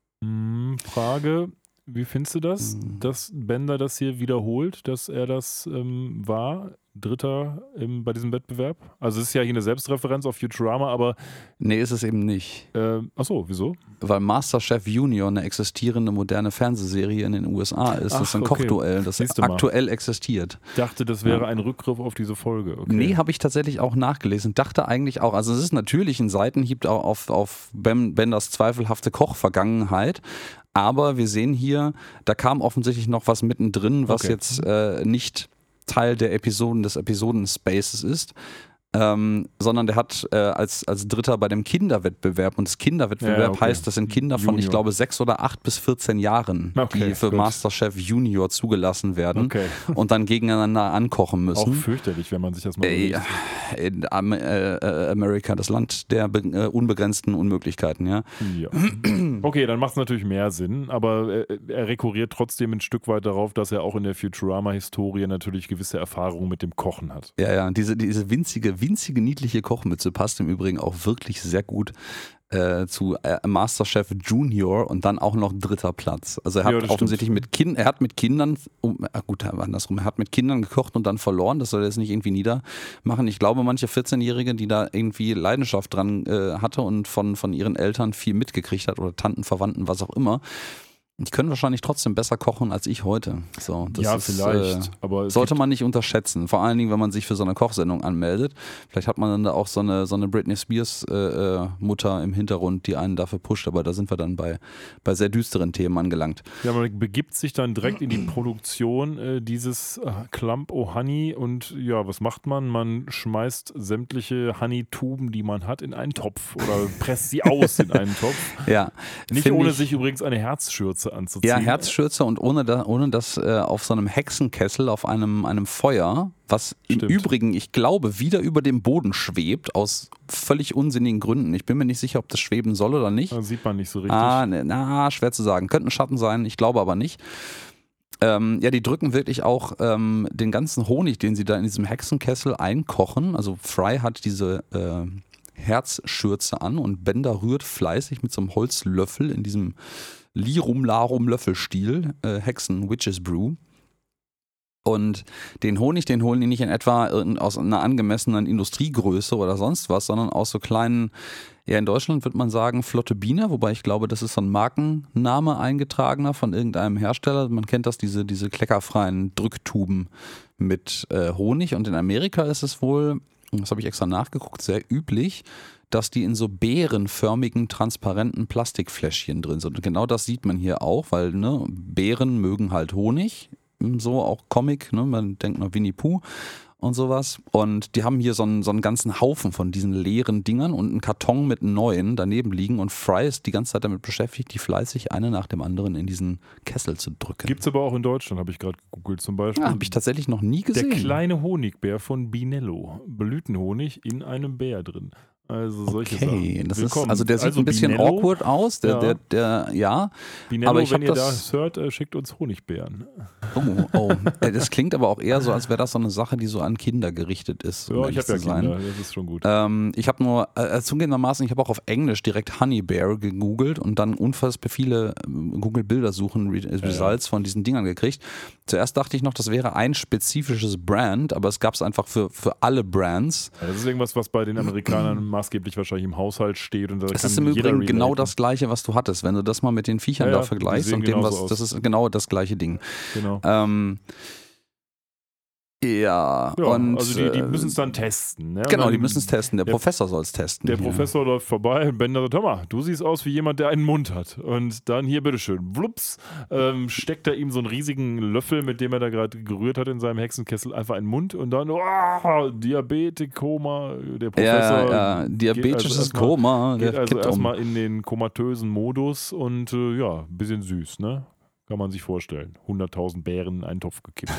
A: Hm, Frage, wie findest du das,
B: Hm.
A: dass Bender das hier wiederholt, dass er das ähm, war, Dritter im, bei diesem Wettbewerb? Also es ist ja hier eine Selbstreferenz auf Futurama, aber
B: Nee, ist es eben nicht.
A: äh, achso, wieso?
B: Weil Masterchef Junior eine existierende moderne Fernsehserie in den U S A ist.
A: Ach,
B: Das ist ein
A: okay.
B: Kochduell, das
A: Siehst du mal.
B: aktuell existiert.
A: Ich dachte, das wäre
B: Ja.
A: ein Rückgriff auf diese Folge. Okay.
B: Nee, habe ich tatsächlich auch nachgelesen. Dachte eigentlich auch, also es ist natürlich ein Seitenhieb auch auf, auf Ben- Benders zweifelhafte Kochvergangenheit. Aber wir sehen hier, da kam offensichtlich noch was mittendrin, was
A: Okay.
B: jetzt äh, nicht Teil der Episoden des Episoden-Spaces ist. Ähm, sondern der hat äh, als, als Dritter bei dem Kinderwettbewerb, und das Kinderwettbewerb
A: Ja, okay.
B: heißt, das sind Kinder von, ich
A: Junior.
B: glaube, sechs oder acht bis vierzehn Jahren,
A: Okay,
B: die für
A: gut.
B: Masterchef Junior zugelassen werden
A: Okay.
B: und dann gegeneinander ankochen müssen.
A: Auch fürchterlich, wenn man sich das mal
B: Äh,
A: überlegt.
B: in Am äh, äh, Amerika, das Land der be äh, unbegrenzten Unmöglichkeiten, ja.
A: Ja. Okay, dann macht es natürlich mehr Sinn, aber er, er rekurriert trotzdem ein Stück weit darauf, dass er auch in der Futurama-Historie natürlich gewisse Erfahrungen mit dem Kochen hat.
B: Ja, ja, diese, diese winzige, winzige, niedliche Kochmütze passt im Übrigen auch wirklich sehr gut äh, zu äh, Masterchef Junior und dann auch noch dritter Platz. Also er hat
A: Ja, das
B: offensichtlich
A: stimmt.
B: mit Kindern, er hat mit Kindern, um, äh, gut, andersrum, er hat mit Kindern gekocht und dann verloren, das soll er jetzt nicht irgendwie niedermachen. Ich glaube, manche vierzehnjährige, die da irgendwie Leidenschaft dran äh, hatte und von, von ihren Eltern viel mitgekriegt hat oder Tanten, Verwandten, was auch immer, die können wahrscheinlich trotzdem besser kochen als ich heute. So, das
A: ja,
B: ist,
A: vielleicht,
B: Äh,
A: aber es
B: sollte
A: gibt,
B: man nicht unterschätzen. Vor allen Dingen, wenn man sich für so eine Kochsendung anmeldet. Vielleicht hat man dann da auch so eine, so eine Britney Spears äh, äh, Mutter im Hintergrund, die einen dafür pusht. Aber da sind wir dann bei, bei sehr düsteren Themen angelangt.
A: ja, man begibt sich dann direkt in die Produktion äh, dieses äh, Clump O Honey und ja, was macht man? Man schmeißt sämtliche Honey-Tuben, die man hat, in einen Topf oder presst sie aus in einen Topf.
B: Ja,
A: Nicht
B: find
A: ohne
B: ich,
A: sich übrigens eine Herzschürze anzuziehen.
B: Ja, Herzschürze und ohne, da, ohne das äh, auf so einem Hexenkessel, auf einem, einem Feuer, was im
A: Stimmt.
B: Übrigen, ich glaube, wieder über dem Boden schwebt, aus völlig unsinnigen Gründen. Ich bin mir nicht sicher, ob das schweben soll oder nicht.
A: Das sieht man nicht so richtig.
B: Ah, ne, na, schwer zu sagen. Könnte ein Schatten sein, ich glaube aber nicht. Ähm, ja, die drücken wirklich auch ähm, den ganzen Honig, den sie da in diesem Hexenkessel einkochen. Also Fry hat diese äh, Herzschürze an und Bender rührt fleißig mit so einem Holzlöffel in diesem Lirum Larum Löffelstil, äh, Hexen Witches Brew. Und den Honig, den holen die nicht in etwa aus einer angemessenen Industriegröße oder sonst was, sondern aus so kleinen, ja in Deutschland würde man sagen Flotte Biene, wobei ich glaube, das ist so ein Markenname eingetragener von irgendeinem Hersteller. Man kennt das, diese, diese kleckerfreien Drücktuben mit äh, Honig. Und in Amerika ist es wohl, das habe ich extra nachgeguckt, sehr üblich, dass die in so beerenförmigen, transparenten Plastikfläschchen drin sind. Und genau das sieht man hier auch, weil ne, Beeren mögen halt Honig. So auch Comic, ne? Man denkt noch Winnie Pooh. und sowas. Und die haben hier so einen, so einen ganzen Haufen von diesen leeren Dingern und einen Karton mit neuen daneben liegen. Und Fry ist die ganze Zeit damit beschäftigt, die fleißig eine nach dem anderen in diesen Kessel zu drücken.
A: Gibt es aber auch in Deutschland, habe ich gerade gegoogelt zum Beispiel.
B: Ja, habe ich tatsächlich noch nie gesehen.
A: Der kleine Honigbär von Binello. Blütenhonig in einem Bär drin. Also solche
B: okay,
A: Sachen.
B: das ist, also der sieht
A: also
B: ein bisschen
A: Binello,
B: awkward aus, der,
A: ja.
B: der, der, ja.
A: Binello,
B: aber ich
A: wenn ihr
B: das,
A: das hört, äh, schickt uns Honigbären.
B: Oh, oh. Das klingt aber auch eher so, als wäre das so eine Sache, die so an Kinder gerichtet ist. Um
A: ja, ich habe ja
B: sein.
A: Kinder, das ist schon gut.
B: Ähm, ich habe nur, äh, zugegebenermaßen, ich habe auch auf Englisch direkt Honey Bear gegoogelt und dann unfassbar viele Google-Bildersuchen, Results ja, ja. von diesen Dingern gekriegt. Zuerst dachte ich noch, das wäre ein spezifisches Brand, aber es gab es einfach für, für alle Brands.
A: Ja, das ist irgendwas, was bei den Amerikanern maßgeblich wahrscheinlich im Haushalt steht. Und da
B: das
A: kann
B: ist im
A: jeder
B: Übrigen genau
A: relaten.
B: das Gleiche, was du hattest. Wenn du das mal mit den Viechern
A: ja,
B: da
A: ja,
B: vergleichst und dem, was, das ist genau das gleiche Ding.
A: Genau.
B: Ähm, Ja,
A: ja,
B: und
A: also die, die müssen es dann testen. Ne?
B: Genau,
A: dann,
B: die müssen es testen. Der, der Professor soll es testen.
A: Der
B: hier.
A: Professor läuft vorbei und Bender sagt, hör mal, du siehst aus wie jemand, der einen Mund hat. Und dann hier, bitteschön, wlups, ähm, steckt er ihm so einen riesigen Löffel, mit dem er da gerade gerührt hat in seinem Hexenkessel, einfach in den Mund und dann, oh, Diabetik-Koma. Der Professor
B: ja, ja, diabetisches
A: geht also
B: Koma.
A: Geht
B: der
A: also erstmal
B: um.
A: in den komatösen Modus und äh, ja, ein bisschen süß, ne? Kann man sich vorstellen. hunderttausend Bären in einen Topf gekippt.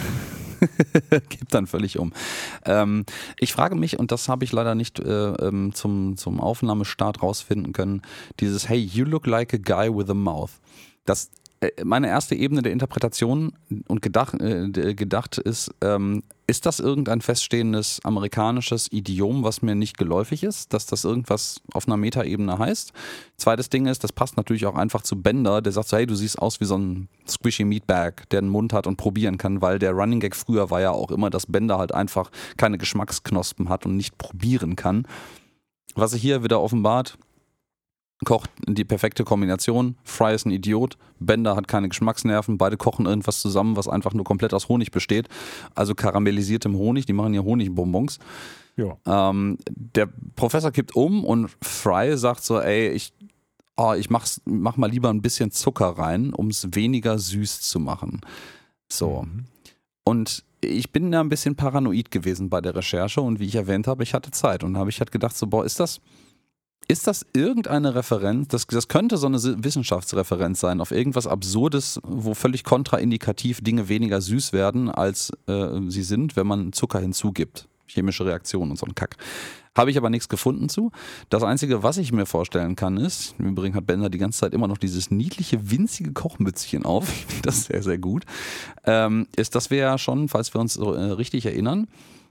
B: Kippt dann völlig um. Ähm, ich frage mich, und das habe ich leider nicht äh, ähm, zum, zum Aufnahmestart rausfinden können, dieses Hey, you look like a guy with a mouth. Das, äh, meine erste Ebene der Interpretation und gedacht, äh, gedacht ist, ähm, ist das irgendein feststehendes amerikanisches Idiom, was mir nicht geläufig ist, dass das irgendwas auf einer Metaebene heißt? Zweites Ding ist, das passt natürlich auch einfach zu Bender, der sagt so, hey, du siehst aus wie so ein squishy Meatbag, der einen Mund hat und probieren kann, weil der Running Gag früher war ja auch immer, dass Bender halt einfach keine Geschmacksknospen hat und nicht probieren kann. Was sich hier wieder offenbart, kocht die perfekte Kombination. Fry ist ein Idiot, Bender hat keine Geschmacksnerven, beide kochen irgendwas zusammen, was einfach nur komplett aus Honig besteht. Also karamellisiertem Honig, die machen hier Honigbonbons.
A: Ja.
B: Ähm, der Professor kippt um und Fry sagt so, ey, ich, oh, ich mach's, mach mal lieber ein bisschen Zucker rein, um es weniger süß zu machen. So. Mhm. Und ich bin da ein bisschen paranoid gewesen bei der Recherche und wie ich erwähnt habe, ich hatte Zeit und habe ich halt gedacht so, boah, ist das... Ist das irgendeine Referenz, das, das könnte so eine Wissenschaftsreferenz sein, auf irgendwas Absurdes, wo völlig kontraindikativ Dinge weniger süß werden, als äh, sie sind, wenn man Zucker hinzugibt. Chemische Reaktionen und so ein Kack. Habe ich aber nichts gefunden zu. Das Einzige, was ich mir vorstellen kann, ist, im Übrigen hat Bender die ganze Zeit immer noch dieses niedliche, winzige Kochmützchen auf, ich finde das sehr, sehr gut, ähm, ist, dass wir ja schon, falls wir uns äh, richtig erinnern,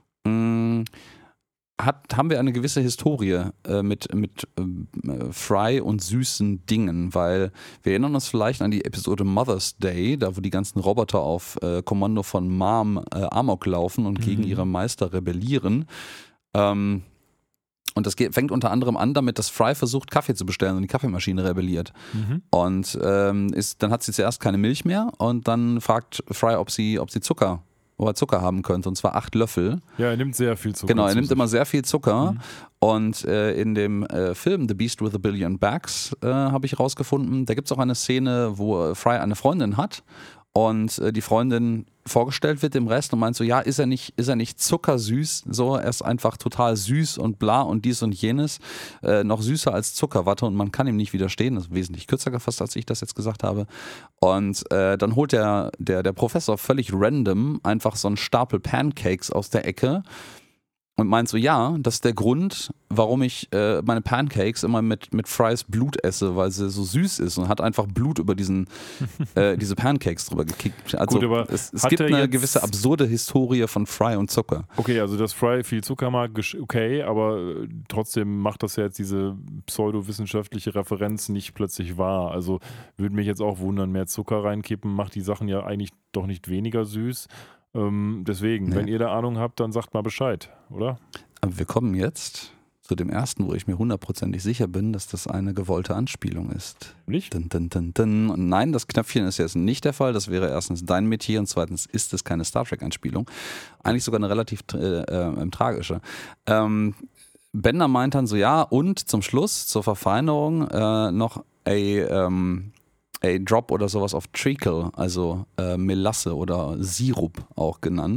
B: mh, Hat, haben wir eine gewisse Historie äh, mit, mit äh, Fry und süßen Dingen, weil wir erinnern uns vielleicht an die Episode Mother's Day, da wo die ganzen Roboter auf äh, Kommando von Mom äh, Amok laufen und mhm. gegen ihre Meister rebellieren. Ähm, und das geht, fängt unter anderem an damit, dass Fry versucht, Kaffee zu bestellen und die Kaffeemaschine rebelliert. Mhm. Und ähm, ist, dann hat sie zuerst keine Milch mehr und dann fragt Fry, ob sie, ob sie Zucker wo er Zucker haben könnte, und zwar acht Löffel.
A: Ja, er nimmt sehr viel Zucker.
B: Genau, er nimmt immer sehr viel Zucker. Mhm. Und äh, in dem äh, Film The Beast with a Billion Backs äh, habe ich rausgefunden, da gibt es auch eine Szene, wo Fry eine Freundin hat und äh, die Freundin vorgestellt wird dem Rest und meint so, ja, ist er nicht, ist er nicht zuckersüß, so, er ist einfach total süß und bla und dies und jenes, äh, noch süßer als Zuckerwatte und man kann ihm nicht widerstehen, das ist wesentlich kürzer gefasst, als ich das jetzt gesagt habe. Und äh, dann holt der, der, der Professor völlig random einfach so einen Stapel Pancakes aus der Ecke und meint so, ja, das ist der Grund, warum ich äh, meine Pancakes immer mit, mit Frys Blut esse, weil sie so süß ist und hat einfach Blut über diesen, äh, diese Pancakes drüber gekickt. Also
A: Gut, aber
B: es, es gibt eine
A: jetzt...
B: gewisse absurde Historie von Fry und Zucker.
A: Okay, also dass Fry viel Zucker mag, okay, aber trotzdem macht das ja jetzt diese pseudowissenschaftliche Referenz nicht plötzlich wahr. Also würde mich jetzt auch wundern, mehr Zucker reinkippen macht die Sachen ja eigentlich doch nicht weniger süß. Ähm, deswegen, nee. Wenn ihr da Ahnung habt, dann sagt mal Bescheid, oder?
B: Aber wir kommen jetzt zu dem ersten, wo ich mir hundertprozentig sicher bin, dass das eine gewollte Anspielung ist.
A: Nicht?
B: Dun, dun, dun, dun. Und nein, das Knöpfchen ist jetzt nicht der Fall. Das wäre erstens dein Metier und zweitens ist es keine Star Trek-Anspielung. Eigentlich sogar eine relativ äh, äh, tragische. Ähm, Bender meint dann so, ja, und zum Schluss, zur Verfeinerung, äh, noch a... Ähm, A Drop oder sowas auf Treacle, also äh, Melasse oder Sirup auch genannt.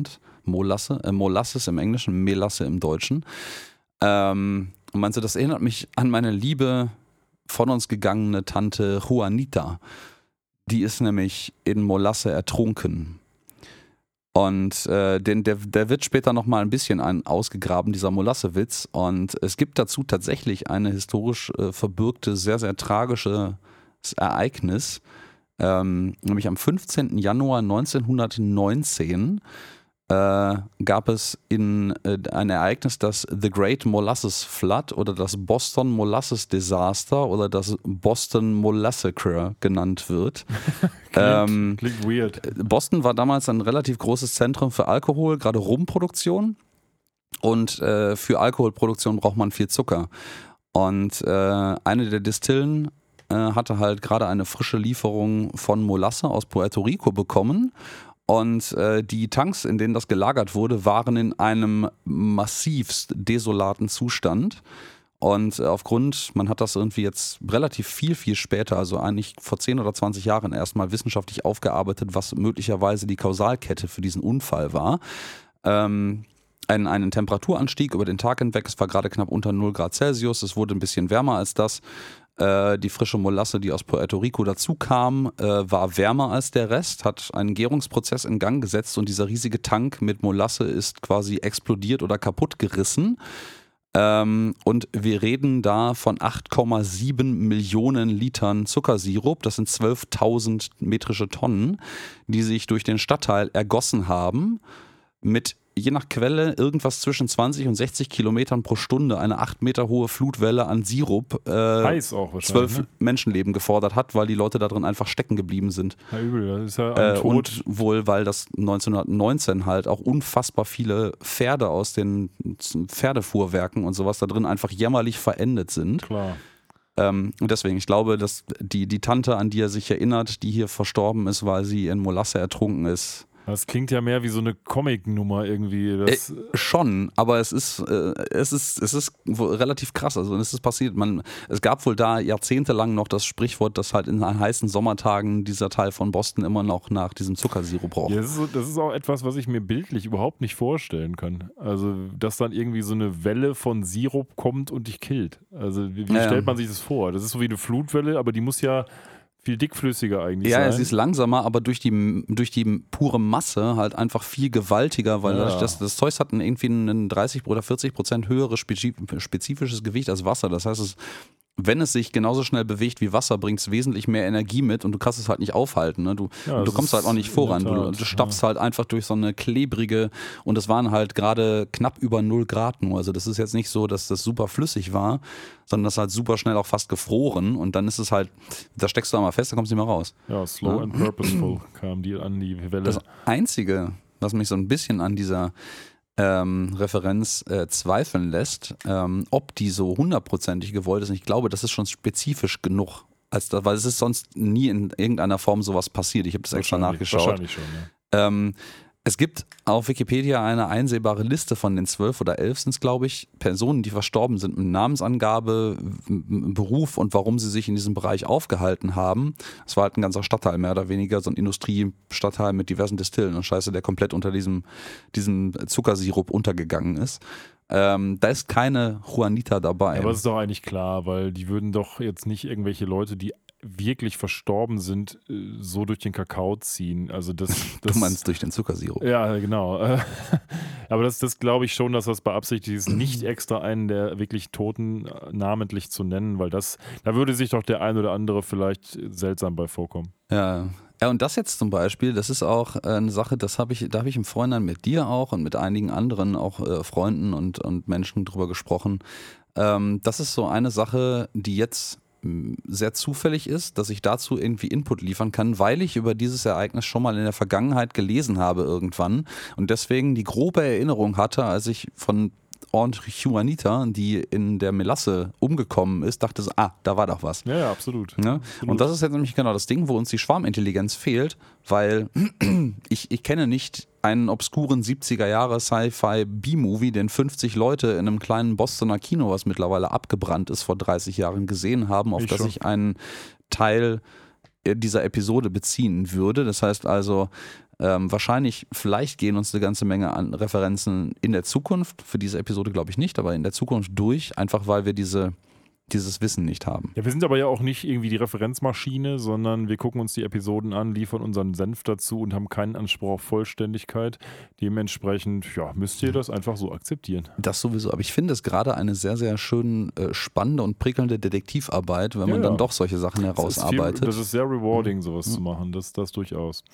B: Molasse, äh, Molasses im Englischen, Melasse im Deutschen. Ähm, und meinst du, das erinnert mich an meine liebe, von uns gegangene Tante Juanita. Die ist nämlich in Molasse ertrunken. Und äh, den, der, der wird später nochmal ein bisschen ein, ausgegraben, dieser Molasse-Witz. Und es gibt dazu tatsächlich eine historisch äh, verbürgte, sehr, sehr tragisches Ereignis. Ähm, nämlich am fünfzehnten Januar neunzehnhundertneunzehn äh, gab es in, äh, ein Ereignis, das The Great Molasses Flood oder das Boston Molasses Disaster oder das Boston Molassacre genannt wird.
A: klingt,
B: ähm,
A: klingt weird.
B: Boston war damals ein relativ großes Zentrum für Alkohol, gerade Rumproduktion. Und äh, für Alkoholproduktion braucht man viel Zucker. Und äh, eine der Distillen äh, hatte halt gerade eine frische Lieferung von Molasse aus Puerto Rico bekommen. Und äh, die Tanks, in denen das gelagert wurde, waren in einem massivst desolaten Zustand. Und äh, aufgrund, man hat das irgendwie jetzt relativ viel, viel später, also eigentlich vor zehn oder zwanzig Jahren erstmal wissenschaftlich aufgearbeitet, was möglicherweise die Kausalkette für diesen Unfall war. Ähm, einen, einen Temperaturanstieg über den Tag hinweg, es war gerade knapp unter null Grad Celsius, es wurde ein bisschen wärmer als das. Die frische Molasse, die aus Puerto Rico dazu kam, war wärmer als der Rest, hat einen Gärungsprozess in Gang gesetzt und dieser riesige Tank mit Molasse ist quasi explodiert oder kaputt gerissen. Und wir reden da von acht Komma sieben Millionen Litern Zuckersirup, das sind zwölftausend metrische Tonnen, die sich durch den Stadtteil ergossen haben, mit je nach Quelle irgendwas zwischen zwanzig und sechzig Kilometern pro Stunde, eine acht Meter hohe Flutwelle an Sirup, äh,
A: Heiß auch wahrscheinlich,
B: zwölf
A: ne?
B: Menschenleben gefordert hat, weil die Leute da drin einfach stecken geblieben sind.
A: Ja, übel, das ist ja ein
B: Äh,
A: Tod.
B: und wohl, weil das neunzehnhundertneunzehn halt auch unfassbar viele Pferde aus den Pferdefuhrwerken und sowas da drin einfach jämmerlich verendet sind.
A: Klar.
B: Ähm, und deswegen, ich glaube, dass die, die Tante, an die er sich erinnert, die hier verstorben ist, weil sie in Molasse ertrunken ist.
A: Das klingt ja mehr wie so eine Comic-Nummer irgendwie. Das
B: Äh, schon, aber es ist, äh, es ist, es ist relativ krass. Also es ist passiert. Man, es gab wohl da jahrzehntelang noch das Sprichwort, dass halt in heißen Sommertagen dieser Teil von Boston immer noch nach diesem Zuckersirup roch.
A: Ja, das, ist so, das ist auch etwas, was ich mir bildlich überhaupt nicht vorstellen kann. Also, dass dann irgendwie so eine Welle von Sirup kommt und dich killt. Also, wie, wie
B: Ja,
A: stellt
B: ja.
A: man sich das vor? Das ist so wie eine Flutwelle, aber die muss ja viel dickflüssiger eigentlich
B: Ja,
A: sein.
B: es ist langsamer, aber durch die, durch die pure Masse halt einfach viel gewaltiger, weil
A: Ja.
B: dadurch, das, das Zeug hat ein, irgendwie ein dreißig oder vierzig Prozent höheres spezifisches Gewicht als Wasser. Das heißt, es, wenn es sich genauso schnell bewegt wie Wasser, bringt es wesentlich mehr Energie mit und du kannst es halt nicht aufhalten. Ne? Du,
A: Ja,
B: du
A: das
B: kommst halt auch nicht
A: ist
B: voran.
A: in der
B: Du,
A: Tat,
B: du stapfst halt einfach durch so eine klebrige, und es waren halt gerade knapp über null Grad nur. Also das ist jetzt nicht so, dass das super flüssig war, sondern das ist halt super schnell auch fast gefroren und dann ist es halt, da steckst du da mal fest, da kommst du nicht mehr raus.
A: Ja, slow
B: Ja.
A: and purposeful kam die an die Welle.
B: Das Einzige, was mich so ein bisschen an dieser ähm, Referenz äh, zweifeln lässt, ähm, ob die so hundertprozentig gewollt ist. Und ich glaube, das ist schon spezifisch genug, als da, weil es ist sonst nie in irgendeiner Form sowas passiert. Ich habe das extra
A: Wahrscheinlich-
B: nachgeschaut.
A: Wahrscheinlich schon, ja.
B: Ähm, es gibt auf Wikipedia eine einsehbare Liste von den zwölf oder elf sind es, glaube ich, Personen, die verstorben sind mit Namensangabe, M- Beruf und warum sie sich in diesem Bereich aufgehalten haben. Es war halt ein ganzer Stadtteil, mehr oder weniger, so ein Industriestadtteil mit diversen Distillen und Scheiße, der komplett unter diesem, diesem Zuckersirup untergegangen ist. Ähm, da ist keine Juanita dabei.
A: Aber es ist doch eigentlich klar, weil die würden doch jetzt nicht irgendwelche Leute, die wirklich verstorben sind, äh, so durch den Kakao ziehen. Also das, das
B: du meinst durch den Zuckersirup.
A: Ja, genau. Aber das, das glaube ich schon, dass das beabsichtigt ist, nicht extra einen der wirklich Toten äh, namentlich zu nennen, weil das, da würde sich doch der ein oder andere vielleicht seltsam bei vorkommen.
B: Ja. Ja, und das jetzt zum Beispiel, das ist auch äh, eine Sache, das habe ich, da habe ich im Vorhinein mit dir auch und mit einigen anderen auch äh, Freunden und, und Menschen drüber gesprochen. Ähm, das ist so eine Sache, die jetzt mh, sehr zufällig ist, dass ich dazu irgendwie Input liefern kann, weil ich über dieses Ereignis schon mal in der Vergangenheit gelesen habe irgendwann und deswegen die grobe Erinnerung hatte, als ich von Aunt Juanita, die in der Melasse umgekommen ist, dachte so, ah, da war doch was.
A: Ja, ja, absolut.
B: Ne?
A: absolut.
B: Und das ist jetzt nämlich genau das Ding, wo uns die Schwarmintelligenz fehlt, weil ich, ich kenne nicht einen obskuren siebziger-Jahre-Sci-Fi-B-Movie, den fünfzig Leute in einem kleinen Bostoner Kino, was mittlerweile abgebrannt ist, vor dreißig Jahren gesehen haben, auf
A: Ich
B: das
A: schon.
B: ich einen Teil dieser Episode beziehen würde. Das heißt also, ähm, wahrscheinlich, vielleicht gehen uns eine ganze Menge an Referenzen in der Zukunft, für diese Episode glaube ich nicht, aber in der Zukunft durch, einfach weil wir diese, dieses Wissen nicht haben.
A: Ja, wir sind aber ja auch nicht irgendwie die Referenzmaschine, sondern wir gucken uns die Episoden an, liefern unseren Senf dazu und haben keinen Anspruch auf Vollständigkeit. Dementsprechend, ja, müsst ihr das einfach so akzeptieren.
B: Das sowieso, aber ich finde es gerade eine sehr, sehr schön äh, spannende und prickelnde Detektivarbeit, wenn man
A: Ja,
B: dann
A: ja.
B: doch solche Sachen herausarbeitet.
A: Das ist, viel, das ist sehr rewarding, sowas
B: Mhm.
A: zu machen, das, das durchaus.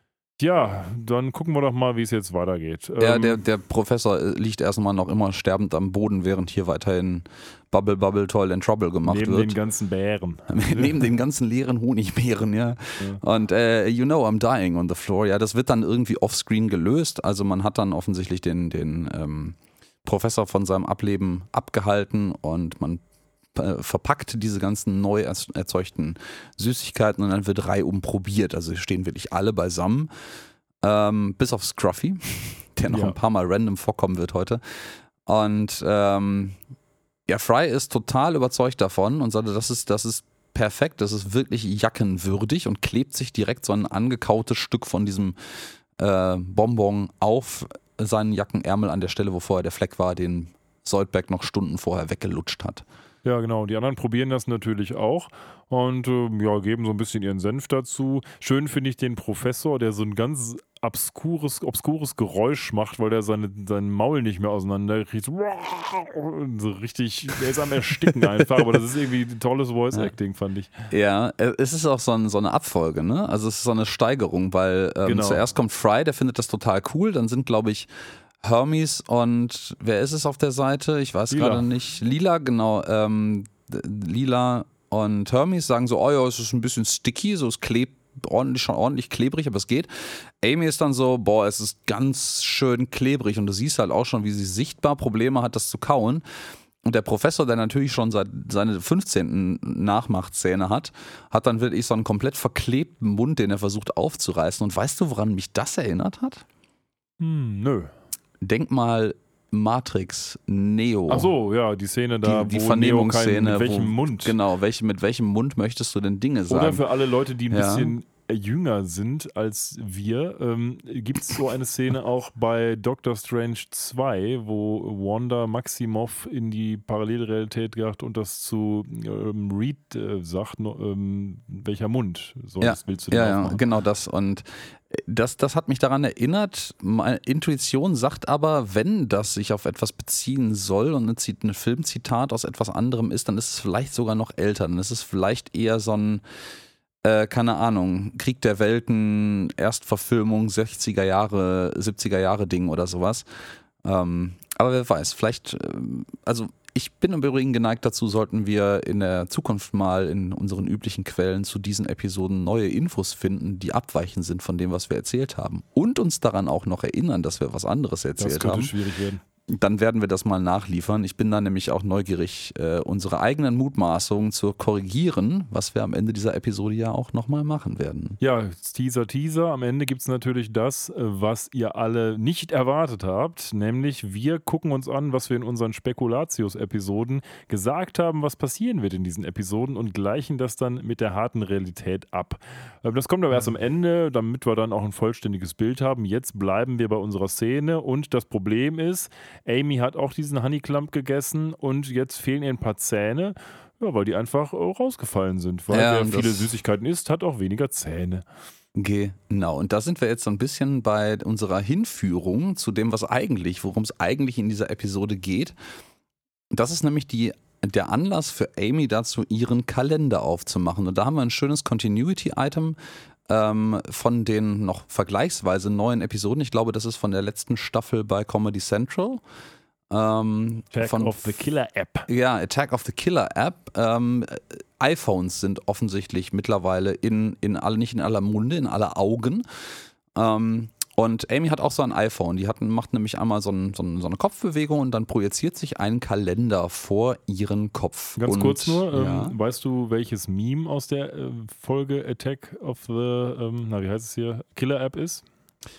A: Ja, dann gucken wir doch mal, wie es jetzt weitergeht.
B: Ja,
A: Ähm,
B: der, der Professor liegt erstmal noch immer sterbend am Boden, während hier weiterhin Bubble, Bubble, Toil and Trouble gemacht
A: neben
B: wird.
A: den ganzen Bären.
B: Neben den ganzen leeren Honigbeeren, ja.
A: Ja.
B: Und äh, you know I'm dying on the floor. Ja, das wird dann irgendwie offscreen gelöst. Also man hat dann offensichtlich den, den ähm, Professor von seinem Ableben abgehalten und man äh, verpackt diese ganzen neu erzeugten Süßigkeiten und dann wird reihum probiert. Also stehen wirklich alle beisammen. Ähm, bis auf Scruffy, der noch
A: Ja.
B: ein paar Mal random vorkommen wird heute. Und ähm, ja, Fry ist total überzeugt davon und sagte, das ist, das ist perfekt, das ist wirklich jackenwürdig und klebt sich direkt so ein angekautes Stück von diesem äh, Bonbon auf seinen Jackenärmel an der Stelle, wo vorher der Fleck war, den Zoidberg noch Stunden vorher weggelutscht hat.
A: Ja, genau. Die anderen probieren das natürlich auch und äh, ja, geben so ein bisschen ihren Senf dazu. Schön finde ich den Professor, der so ein ganz obskures, obskures Geräusch macht, weil der seine, seinen Maul nicht mehr auseinanderkriegt. So, so richtig, der ist am Ersticken einfach, aber das ist irgendwie ein tolles Voice-Acting, fand ich.
B: Ja, es ist auch so, ein, so eine Abfolge, ne? Also es ist so eine Steigerung, weil ähm,
A: Genau.
B: zuerst kommt Fry, der findet das total cool, dann sind, glaube ich, Hermes und wer ist es auf der Seite? Ich weiß
A: Lila.
B: gerade nicht. Lila, genau. Ähm, Lila und Hermes sagen so, oh ja, es ist ein bisschen sticky, so es klebt ordentlich, schon ordentlich klebrig, aber es geht. Amy ist dann so, boah, es ist ganz schön klebrig und du siehst halt auch schon, wie sie sichtbar Probleme hat, das zu kauen. Und der Professor, der natürlich schon seit seine fünfzehnten Nachmachzähne hat, hat dann wirklich so einen komplett verklebten Mund, den er versucht aufzureißen. Und weißt du, woran mich das erinnert hat?
A: Hm, nö.
B: Denk mal Matrix, Neo.
A: Ach so, ja, die Szene da,
B: die, die
A: wo
B: Vernehmungsszene.
A: Neo kein, mit welchem
B: wo,
A: Mund.
B: Genau, welche, mit welchem Mund möchtest du denn Dinge sagen?
A: Oder für alle Leute, die ein
B: Ja.
A: bisschen jünger sind als wir, ähm, gibt es so eine Szene auch bei Doctor Strange zwei, wo Wanda Maximoff in die Parallelrealität gedacht und das zu ähm, Reed äh, sagt, no, ähm, welcher Mund soll
B: ja,
A: das willst du denn
B: ja, ja,
A: aufmachen?
B: genau das. Und das, das hat mich daran erinnert. Meine Intuition sagt aber, wenn das sich auf etwas beziehen soll und ein Filmzitat aus etwas anderem ist, dann ist es vielleicht sogar noch älter. Dann ist es vielleicht eher so ein Äh, keine Ahnung, Krieg der Welten, Erstverfilmung, sechziger Jahre, siebziger Jahre Ding oder sowas. Ähm, aber wer weiß, vielleicht, äh, also ich bin im Übrigen geneigt dazu, sollten wir in der Zukunft mal in unseren üblichen Quellen zu diesen Episoden neue Infos finden, die abweichend sind von dem, was wir erzählt haben. Und uns daran auch noch erinnern, dass wir was anderes erzählt
A: Das könnte
B: haben.
A: schwierig werden.
B: Dann werden wir das mal nachliefern. Ich bin da nämlich auch neugierig, äh, unsere eigenen Mutmaßungen zu korrigieren, was wir am Ende dieser Episode ja auch nochmal machen werden.
A: Ja, Teaser, Teaser. Am Ende gibt es natürlich das, äh, was ihr alle nicht erwartet habt, nämlich wir gucken uns an, was wir in unseren Spekulatius-Episoden gesagt haben, was passieren wird in diesen Episoden und gleichen das dann mit der harten Realität ab. Ähm, Das kommt aber erst am Ende, damit wir dann auch ein vollständiges Bild haben. Jetzt bleiben wir bei unserer Szene und das Problem ist, Amy hat auch diesen Honeyclump gegessen und jetzt fehlen ihr ein paar Zähne, ja, weil die einfach äh, rausgefallen sind. Weil
B: Ja,
A: wer
B: und
A: viele
B: das-
A: Süßigkeiten isst, hat auch weniger Zähne.
B: Genau, und da sind wir jetzt so ein bisschen bei unserer Hinführung zu dem, was eigentlich, worum es eigentlich in dieser Episode geht. Das ist nämlich die, der Anlass für Amy dazu, ihren Kalender aufzumachen. Und da haben wir ein schönes Continuity-Item ähm, von den noch vergleichsweise neuen Episoden. Ich glaube, das ist von der letzten Staffel bei Comedy Central. Ähm,
A: Attack
B: von,
A: of the Killer App.
B: Ja, Attack of the Killer App. Ähm, iPhones sind offensichtlich mittlerweile in, in alle, nicht in aller Munde, in aller Augen. Ähm, und Amy hat auch so ein iPhone. Die hat, macht nämlich einmal so, ein, so, ein, so eine Kopfbewegung und dann projiziert sich ein Kalender vor ihren Kopf.
A: Ganz
B: und,
A: kurz nur, ähm,
B: ja.
A: weißt du, welches Meme aus der äh, Folge Attack of the, ähm, na wie heißt es hier, Killer App ist?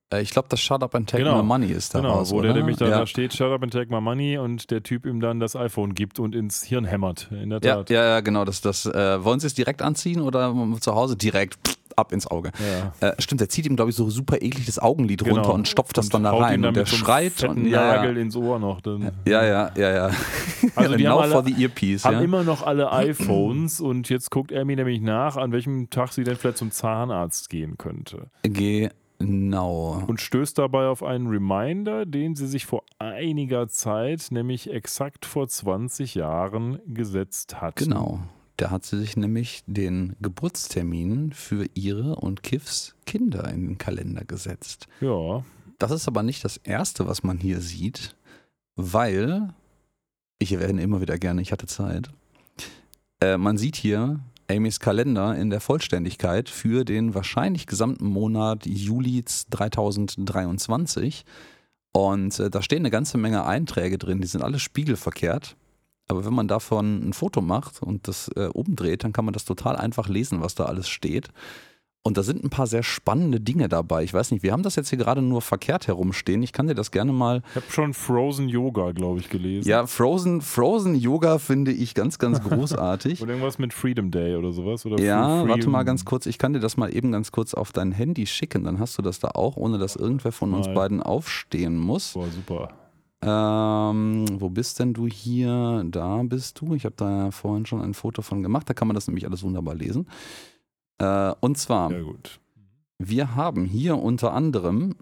B: Äh, ich glaube, das Shut Up and Take
A: Genau.
B: My Money ist
A: Genau,
B: daraus,
A: wo
B: oder?
A: der nämlich dann
B: ja.
A: da steht, Shut up and take my money und der Typ ihm dann das iPhone gibt und ins Hirn hämmert, in der
B: Ja,
A: Tat.
B: ja, ja, genau. Das, das, äh, wollen Sie es direkt anziehen oder zu Hause direkt pff, ab ins Auge?
A: Ja.
B: Äh, stimmt, der zieht ihm, glaube ich, so super eklig das Augenlid
A: Genau.
B: runter und stopft das
A: Und
B: dann da
A: haut ihm
B: rein.
A: dann
B: Und der
A: mit so einem
B: schreit.
A: fetten
B: Und, ja,
A: Nagel
B: ja.
A: ins Ohr noch. Dann,
B: ja, ja, ja, ja.
A: Also die
B: Now
A: haben alle-
B: for the earpiece.
A: Haben
B: ja.
A: immer noch alle iPhones und jetzt guckt Amy nämlich nach, an welchem Tag sie denn vielleicht zum Zahnarzt gehen könnte.
B: Genau.
A: Und stößt dabei auf einen Reminder, den sie sich vor einiger Zeit, nämlich exakt vor zwanzig Jahren, gesetzt hat.
B: Genau. Da hat sie sich nämlich den Geburtstermin für ihre und Kivs Kinder in den Kalender gesetzt.
A: Ja.
B: Das ist aber nicht das Erste, was man hier sieht, weil, ich erwähne immer wieder gerne, ich hatte Zeit, äh, man sieht hier Amys Kalender in der Vollständigkeit für den wahrscheinlich gesamten Monat Juli zweitausenddreiundzwanzig und äh, da stehen eine ganze Menge Einträge drin, die sind alle spiegelverkehrt. Aber wenn man davon ein Foto macht und das äh, umdreht, dann kann man das total einfach lesen, was da alles steht. Und da sind ein paar sehr spannende Dinge dabei. Ich weiß nicht, wir haben das jetzt hier gerade nur verkehrt herumstehen. Ich kann dir das gerne mal...
A: Ich habe schon Frozen Yoga, glaube ich, gelesen.
B: Ja, Frozen, Frozen Yoga finde ich ganz, ganz großartig.
A: Oder irgendwas mit Freedom Day oder sowas. Oder
B: Ja,
A: Free-
B: warte mal ganz kurz. Ich kann dir das mal eben ganz kurz auf dein Handy schicken. Dann hast du das da auch, ohne dass irgendwer von uns
A: Mal.
B: beiden aufstehen muss.
A: Boah, super.
B: Ähm, wo bist denn du hier? Da bist du. Ich habe da vorhin schon ein Foto von gemacht. Da kann man das nämlich alles wunderbar lesen. Äh, und zwar,
A: Ja, gut.
B: wir haben hier unter anderem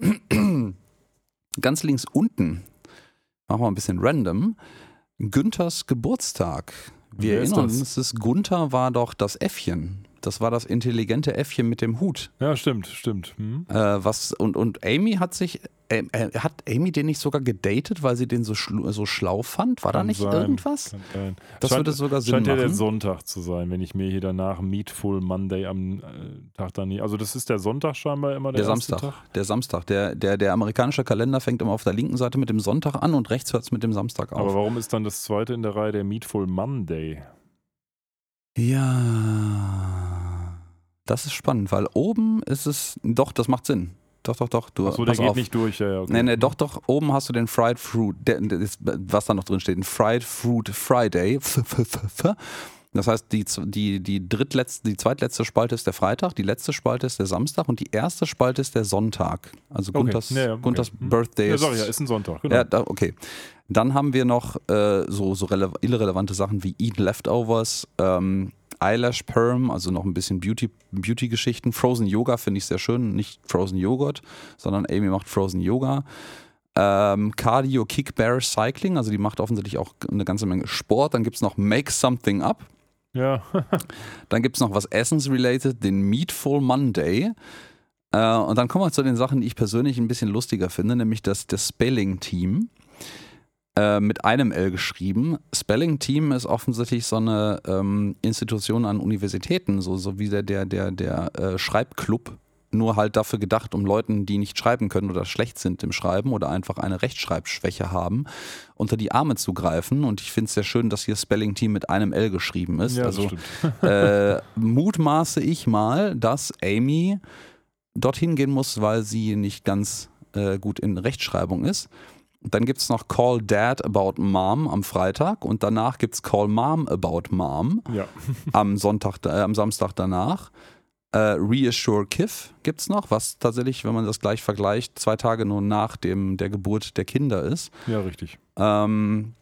B: ganz links unten, machen wir ein bisschen random, Günthers Geburtstag. Wir
A: Wer ist
B: erinnern
A: das?
B: uns, das Gunther war doch das Äffchen. Das war das intelligente Äffchen mit dem Hut.
A: Ja, stimmt, stimmt. Hm?
B: Äh, was, und, und Amy hat sich, äh, äh, hat Amy den nicht sogar gedatet, weil sie den so, schlu- so schlau fand? War da
A: Kann
B: nicht
A: sein,
B: irgendwas?
A: kann sein.
B: Das
A: Scheint-
B: würde sogar Sinn
A: Scheint ja der
B: machen.
A: Sonntag zu sein, wenn ich mir hier danach Meatful Monday am äh, Tag dann nicht. Also das ist der Sonntag scheinbar immer der,
B: Der
A: erste
B: Samstag.
A: Tag.
B: Der Samstag. Der, der, der amerikanische Kalender fängt immer auf der linken Seite mit dem Sonntag an und rechts hört es mit dem Samstag auf.
A: Aber warum ist dann das zweite in der Reihe der Meatful Monday?
B: Ja, das ist spannend, weil oben ist es, doch, das macht Sinn. Doch, doch, doch. Du,
A: Achso, der
B: pass
A: geht
B: auf.
A: nicht durch. Ja, ja, okay.
B: Nee, nee, doch, doch, oben hast du den Fried Fruit, der, der ist, was da noch drin steht, ein Fried Fruit Friday. Das heißt, die, die, die, drittletzte, die zweitletzte Spalte ist der Freitag, die letzte Spalte ist der Samstag und die erste Spalte ist der Sonntag. Also
A: Okay.
B: Gunthers,
A: Ja, ja, okay.
B: Gunthers
A: Hm.
B: Birthday
A: Ja,
B: ist...
A: sag ich ja, ist ein Sonntag, genau.
B: Ja, da, okay. Dann haben wir noch äh, so, so rele- irrelevante Sachen wie Eat Leftovers, ähm, Eyelash Perm, also noch ein bisschen Beauty, Beauty-Geschichten. Frozen Yoga finde ich sehr schön, nicht Frozen Joghurt, sondern Amy macht Frozen Yoga. Ähm, Cardio Kick Bear Cycling, also die macht offensichtlich auch eine ganze Menge Sport. Dann gibt es noch Make Something Up.
A: Ja.
B: Dann gibt es noch was Essence-related, den Meatful Monday. Äh, und dann kommen wir zu den Sachen, die ich persönlich ein bisschen lustiger finde, nämlich das, das Spelling-Team. Äh, mit einem L geschrieben. Spelling-Team ist offensichtlich so eine ähm, Institution an Universitäten, so, so wie der, der, der, der äh, Schreibclub, nur halt dafür gedacht, um Leuten, die nicht schreiben können oder schlecht sind im Schreiben oder einfach eine Rechtschreibschwäche haben, unter die Arme zu greifen. Und ich finde es sehr schön, dass hier Spelling Team mit einem L geschrieben ist.
A: Ja, das
B: also
A: stimmt.
B: äh, mutmaße ich mal, dass Amy dorthin gehen muss, weil sie nicht ganz äh, gut in Rechtschreibung ist. Dann gibt es noch Call Dad About Mom am Freitag und danach gibt es Call Mom About Mom
A: Ja.
B: am Sonntag, äh, am Samstag danach. Äh, Reassure Kiff gibt es noch, was tatsächlich, wenn man das gleich vergleicht, zwei Tage nur nach dem, der Geburt der Kinder ist.
A: Ja, richtig.
B: Ähm,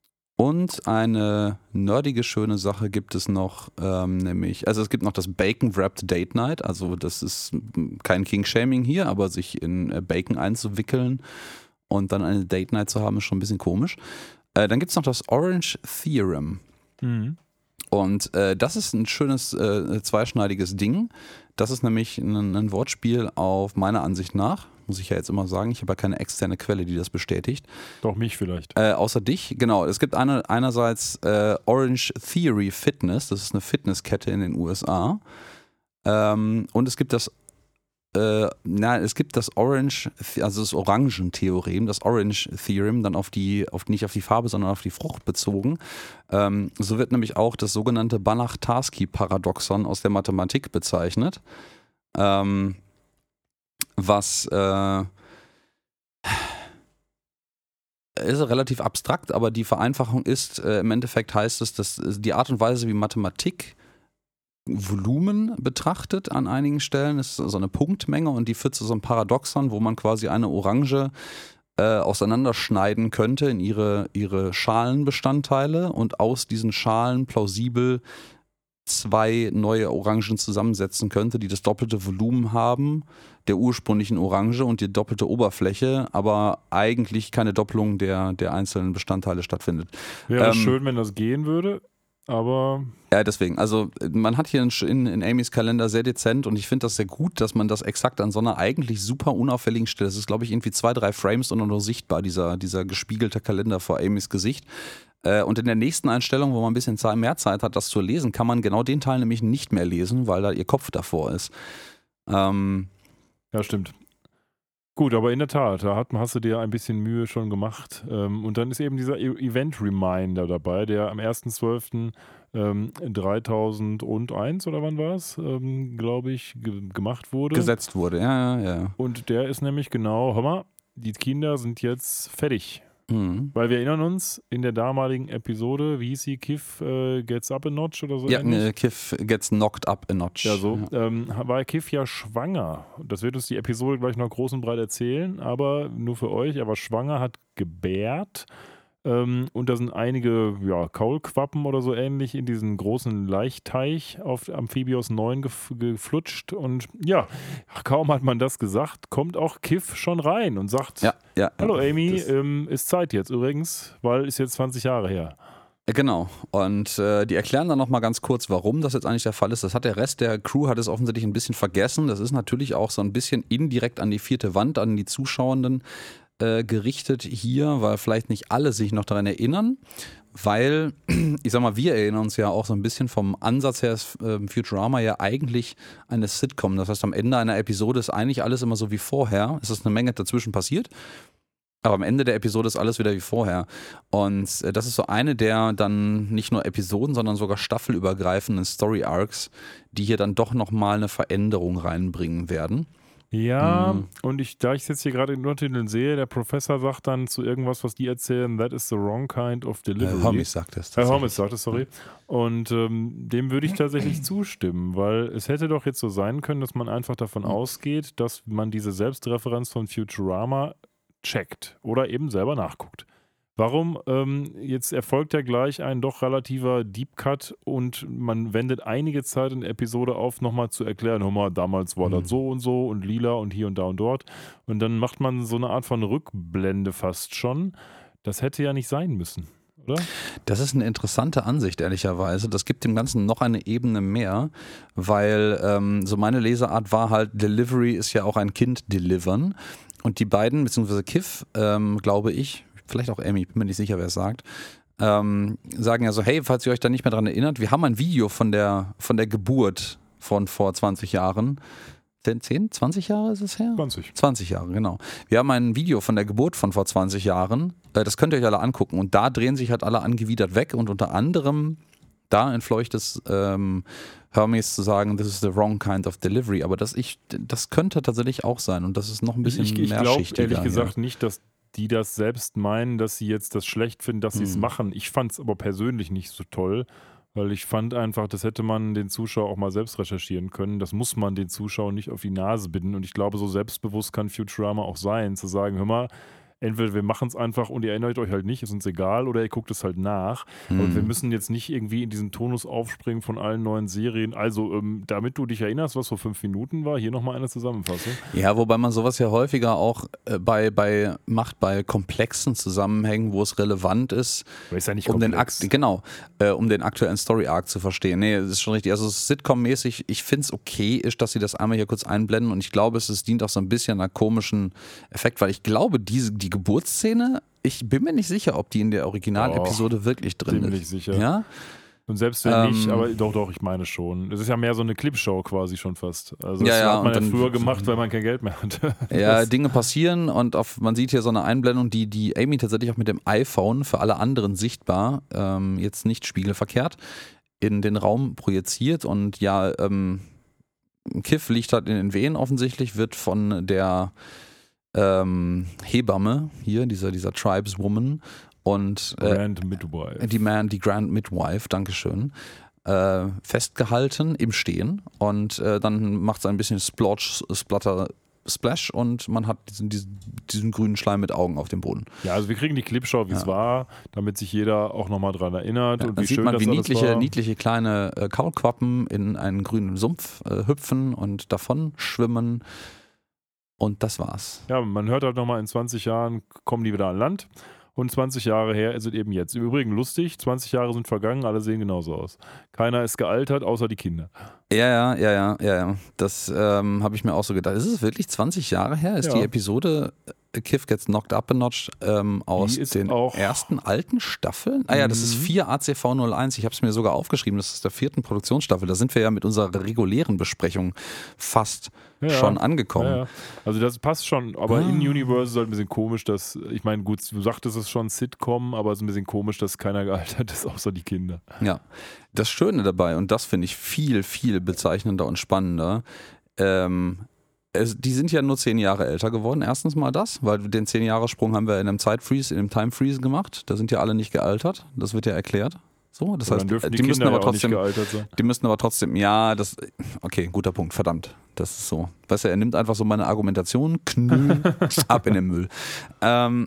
B: und eine nerdige, schöne Sache gibt es noch, ähm, nämlich, also es gibt noch das Bacon Wrapped Date Night, also das ist kein King-Shaming hier, aber sich in äh, Bacon einzuwickeln und dann eine Date Night zu haben, ist schon ein bisschen komisch. Äh, dann gibt es noch das Orange Theorem.
A: Mhm.
B: Und äh, das ist ein schönes äh, zweischneidiges Ding. Das ist nämlich ein, ein Wortspiel auf meiner Ansicht nach, muss ich ja jetzt immer sagen. Ich habe ja keine externe Quelle, die das bestätigt.
A: Doch mich vielleicht.
B: Äh, außer dich, genau. Es gibt eine, einerseits äh, Orange Theory Fitness, das ist eine Fitnesskette in den U S A. Ähm, und es gibt das Äh, na, es gibt das Orange, also das Orangentheorem, das Orange Theorem, dann auf die, auf, nicht auf die Farbe, sondern auf die Frucht bezogen. Ähm, so wird nämlich auch das sogenannte Banach-Tarski-Paradoxon aus der Mathematik bezeichnet. Ähm, was äh, ist relativ abstrakt, aber die Vereinfachung ist, äh, im Endeffekt heißt es, dass die Art und Weise, wie Mathematik Volumen betrachtet an einigen Stellen, ist so eine Punktmenge und die führt zu so einem Paradoxon, wo man quasi eine Orange äh, auseinanderschneiden könnte in ihre, ihre Schalenbestandteile und aus diesen Schalen plausibel zwei neue Orangen zusammensetzen könnte, die das doppelte Volumen haben der ursprünglichen Orange und die doppelte Oberfläche, aber eigentlich keine Doppelung der, der einzelnen Bestandteile stattfindet.
A: Wäre
B: ähm,
A: schön, wenn das gehen würde, aber...
B: Ja, deswegen. Also man hat hier in, in, in Amys Kalender sehr dezent und ich finde das sehr gut, dass man das exakt an so einer eigentlich super unauffälligen Stelle, das ist glaube ich irgendwie zwei, drei Frames und nur sichtbar, dieser, dieser gespiegelte Kalender vor Amys Gesicht. Und in der nächsten Einstellung, wo man ein bisschen mehr Zeit hat, das zu lesen, kann man genau den Teil nämlich nicht mehr lesen, weil da ihr Kopf davor ist. Ähm,
A: ja, stimmt. Gut, aber in der Tat, da hat, hast du dir ein bisschen Mühe schon gemacht. Und dann ist eben dieser Event-Reminder dabei, der am ersten zwölften dreitausendeins oder wann war es, ähm, glaube ich, ge- gemacht wurde.
B: Gesetzt wurde, ja, ja, ja.
A: Und der ist nämlich genau, hör mal, die Kinder sind jetzt fertig.
B: Mhm.
A: Weil wir erinnern uns, in der damaligen Episode, wie hieß sie, Kiff äh, gets up a notch oder so?
B: Ja,
A: ähnlich?
B: ne, Kiff gets knocked up a notch.
A: Ja, so.
B: Ja.
A: Ähm, war Kiff ja schwanger. Das wird uns die Episode gleich noch groß und breit erzählen, aber nur für euch. Er war schwanger, hat gebärt. Ähm, und da sind einige ja, Kaulquappen oder so ähnlich in diesen großen Leichtteich auf Amphibios neun gef- geflutscht. Und ja, kaum hat man das gesagt, kommt auch Kiff schon rein und sagt:
B: Ja, ja,
A: Hallo
B: ja.
A: Amy,
B: Das-
A: ähm, ist Zeit jetzt übrigens, weil ist jetzt zwanzig Jahre her.
B: Genau. Und äh, die erklären dann nochmal ganz kurz, warum das jetzt eigentlich der Fall ist. Das hat der Rest der Crew hat es offensichtlich ein bisschen vergessen. Das ist natürlich auch so ein bisschen indirekt an die vierte Wand, an die Zuschauenden äh, gerichtet hier, weil vielleicht nicht alle sich noch daran erinnern. Weil, ich sag mal, wir erinnern uns ja auch so ein bisschen vom Ansatz her, ist äh, Futurama ja eigentlich eine Sitcom. Das heißt, am Ende einer Episode ist eigentlich alles immer so wie vorher. Es ist eine Menge dazwischen passiert. Aber am Ende der Episode ist alles wieder wie vorher. Und äh, das ist so eine der dann nicht nur Episoden, sondern sogar staffelübergreifenden Story-Arcs, die hier dann doch nochmal eine Veränderung reinbringen werden.
A: Ja,
B: Mhm.
A: und ich, da ich es jetzt hier gerade in den Untertiteln sehe, der Professor sagt dann zu irgendwas, was die erzählen, that is the wrong kind of delivery.
B: Äh, Homie sagt das.
A: Herr Holmes sagt es, sorry. Und ähm, dem würde ich tatsächlich zustimmen, weil es hätte doch jetzt so sein können, dass man einfach davon ausgeht, dass man diese Selbstreferenz von Futurama checkt oder eben selber nachguckt. Warum? Ähm, jetzt erfolgt ja gleich ein doch relativer Deep Cut und man wendet einige Zeit in der Episode auf, nochmal zu erklären, hör mal, damals war
B: Mhm.
A: das so und so und lila und hier und da und dort. Und dann macht man so eine Art von Rückblende fast schon. Das hätte ja nicht sein müssen, oder?
B: Das ist eine interessante Ansicht, ehrlicherweise. Das gibt dem Ganzen noch eine Ebene mehr, weil ähm, so meine Leseart war halt, Delivery ist ja auch ein Kind delivern. Und die beiden, beziehungsweise Kiff, ähm, glaube ich, vielleicht auch Amy, bin mir nicht sicher, wer es sagt, ähm, sagen ja so, hey, falls ihr euch da nicht mehr dran erinnert, wir haben ein Video von der, von der Geburt von vor zwanzig Jahren. zehn, zwanzig Jahre ist es her?
A: zwanzig.
B: zwanzig Jahre, genau. Wir haben ein Video von der Geburt von vor zwanzig Jahren. Äh, das könnt ihr euch alle angucken. Und da drehen sich halt alle angewidert weg. Und unter anderem, da entfleucht es ähm, Hermes zu sagen, this is the wrong kind of delivery. Aber das, ich, das könnte tatsächlich auch sein. Und das ist noch ein bisschen
A: Ich, ich glaube
B: mehrschichtiger.
A: ehrlich gesagt
B: ja.
A: nicht, dass die das selbst meinen, dass sie jetzt das schlecht finden, dass sie es
B: Hm.
A: machen. Ich fand es aber persönlich nicht so toll, weil ich fand einfach, das hätte man den Zuschauer auch mal selbst recherchieren können. Das muss man den Zuschauer nicht auf die Nase binden. Und ich glaube, so selbstbewusst kann Futurama auch sein, zu sagen, hör mal, entweder wir machen es einfach und ihr erinnert euch halt nicht, ist uns egal, oder ihr guckt es halt nach.
B: Hm.
A: Und wir müssen jetzt nicht irgendwie in diesen Tonus aufspringen von allen neuen Serien. Also, ähm, damit du dich erinnerst, was vor fünf Minuten war, hier nochmal eine Zusammenfassung.
B: Ja, wobei man sowas ja häufiger auch äh, bei, bei macht bei komplexen Zusammenhängen, wo es relevant ist,
A: Aber ist ja nicht
B: um den
A: komplex.
B: Akt, genau, äh, um den aktuellen Story-Arc zu verstehen. Nee, das ist schon richtig. Also Sitcom-mäßig, ich finde es okay, ist, dass sie das einmal hier kurz einblenden und ich glaube, es, es dient auch so ein bisschen einer komischen Effekt, weil ich glaube, diese, die Geburtsszene, ich bin mir nicht sicher, ob die in der Originalepisode wirklich drin
A: ziemlich
B: ist.
A: sicher.
B: Ja?
A: Und selbst wenn
B: Ähm,
A: nicht, aber doch, doch, ich meine schon. Es ist ja mehr so eine Clipshow quasi schon fast. Also
B: Ja,
A: das
B: ja,
A: hat man
B: und
A: ja
B: dann-
A: früher gemacht, weil man kein Geld mehr hatte.
B: Ja,
A: Das-
B: Dinge passieren und auf, man sieht hier so eine Einblendung, die, die Amy tatsächlich auch mit dem iPhone für alle anderen sichtbar, ähm, jetzt nicht spiegelverkehrt, in den Raum projiziert und ja, ähm, Kiff liegt halt in den Wehen offensichtlich, wird von der ähm, Hebamme hier, dieser, dieser Tribeswoman und äh,
A: Grand Midwife.
B: die Man, die Grand Midwife, Dankeschön, äh, festgehalten im Stehen und äh, dann macht es ein bisschen Splotch, Splatter, Splash und man hat diesen, diesen, diesen grünen Schleim mit Augen auf dem Boden.
A: Ja, also wir kriegen die Clipshow, wie es
B: Ja.
A: war, damit sich jeder auch nochmal dran erinnert.
B: Ja,
A: und
B: dann
A: wie
B: sieht
A: schön
B: man,
A: das
B: wie
A: alles
B: niedliche,
A: war.
B: niedliche kleine äh, Kaulquappen in einen grünen Sumpf äh, hüpfen und davon schwimmen und das war's.
A: Ja, man hört halt nochmal, in zwanzig Jahren kommen die wieder an Land. Und zwanzig Jahre her ist es eben jetzt. Im Übrigen lustig, zwanzig Jahre sind vergangen, alle sehen genauso aus. Keiner ist gealtert, außer die Kinder.
B: Ja, ja, ja, ja, ja, ja. Das ähm, habe ich mir auch so gedacht. Ist es wirklich zwanzig Jahre her? Ist
A: Ja.
B: die Episode A Kiff Gets Knocked Up a Notch ähm, aus
A: Die ist
B: den
A: auch-
B: ersten alten Staffeln? Ah ja, das ist
A: Mhm.
B: vier A C V null eins. Ich habe es mir sogar aufgeschrieben. Das ist der vierten Produktionsstaffel. Da sind wir ja mit unserer regulären Besprechung fast
A: Ja,
B: schon
A: ja.
B: angekommen.
A: Ja, ja. Also das passt schon, aber
B: Ah.
A: in Universe ist es halt ein bisschen komisch, dass, ich meine, gut, du sagtest es schon, Sitcom, aber es ist ein bisschen komisch, dass keiner gealtert ist, außer die Kinder.
B: Ja, das Schöne dabei, und das finde ich viel, viel bezeichnender und spannender, ähm, es, die sind ja nur zehn Jahre älter geworden. Erstens mal das, weil den zehn-Jahres-Sprung haben wir in einem Zeitfreeze, in einem Time-Freeze gemacht. Da sind ja alle nicht gealtert. Das wird ja erklärt. So, das
A: Und
B: heißt,
A: dann dürfen die,
B: die müssen
A: Kinder
B: aber
A: ja auch nicht
B: trotzdem,
A: gealtert sein.
B: die müssen aber trotzdem, ja, das, okay, guter Punkt, verdammt. Das ist so. Weißt du, er nimmt einfach so meine Argumentation, knüll, ab in den Müll. Ähm,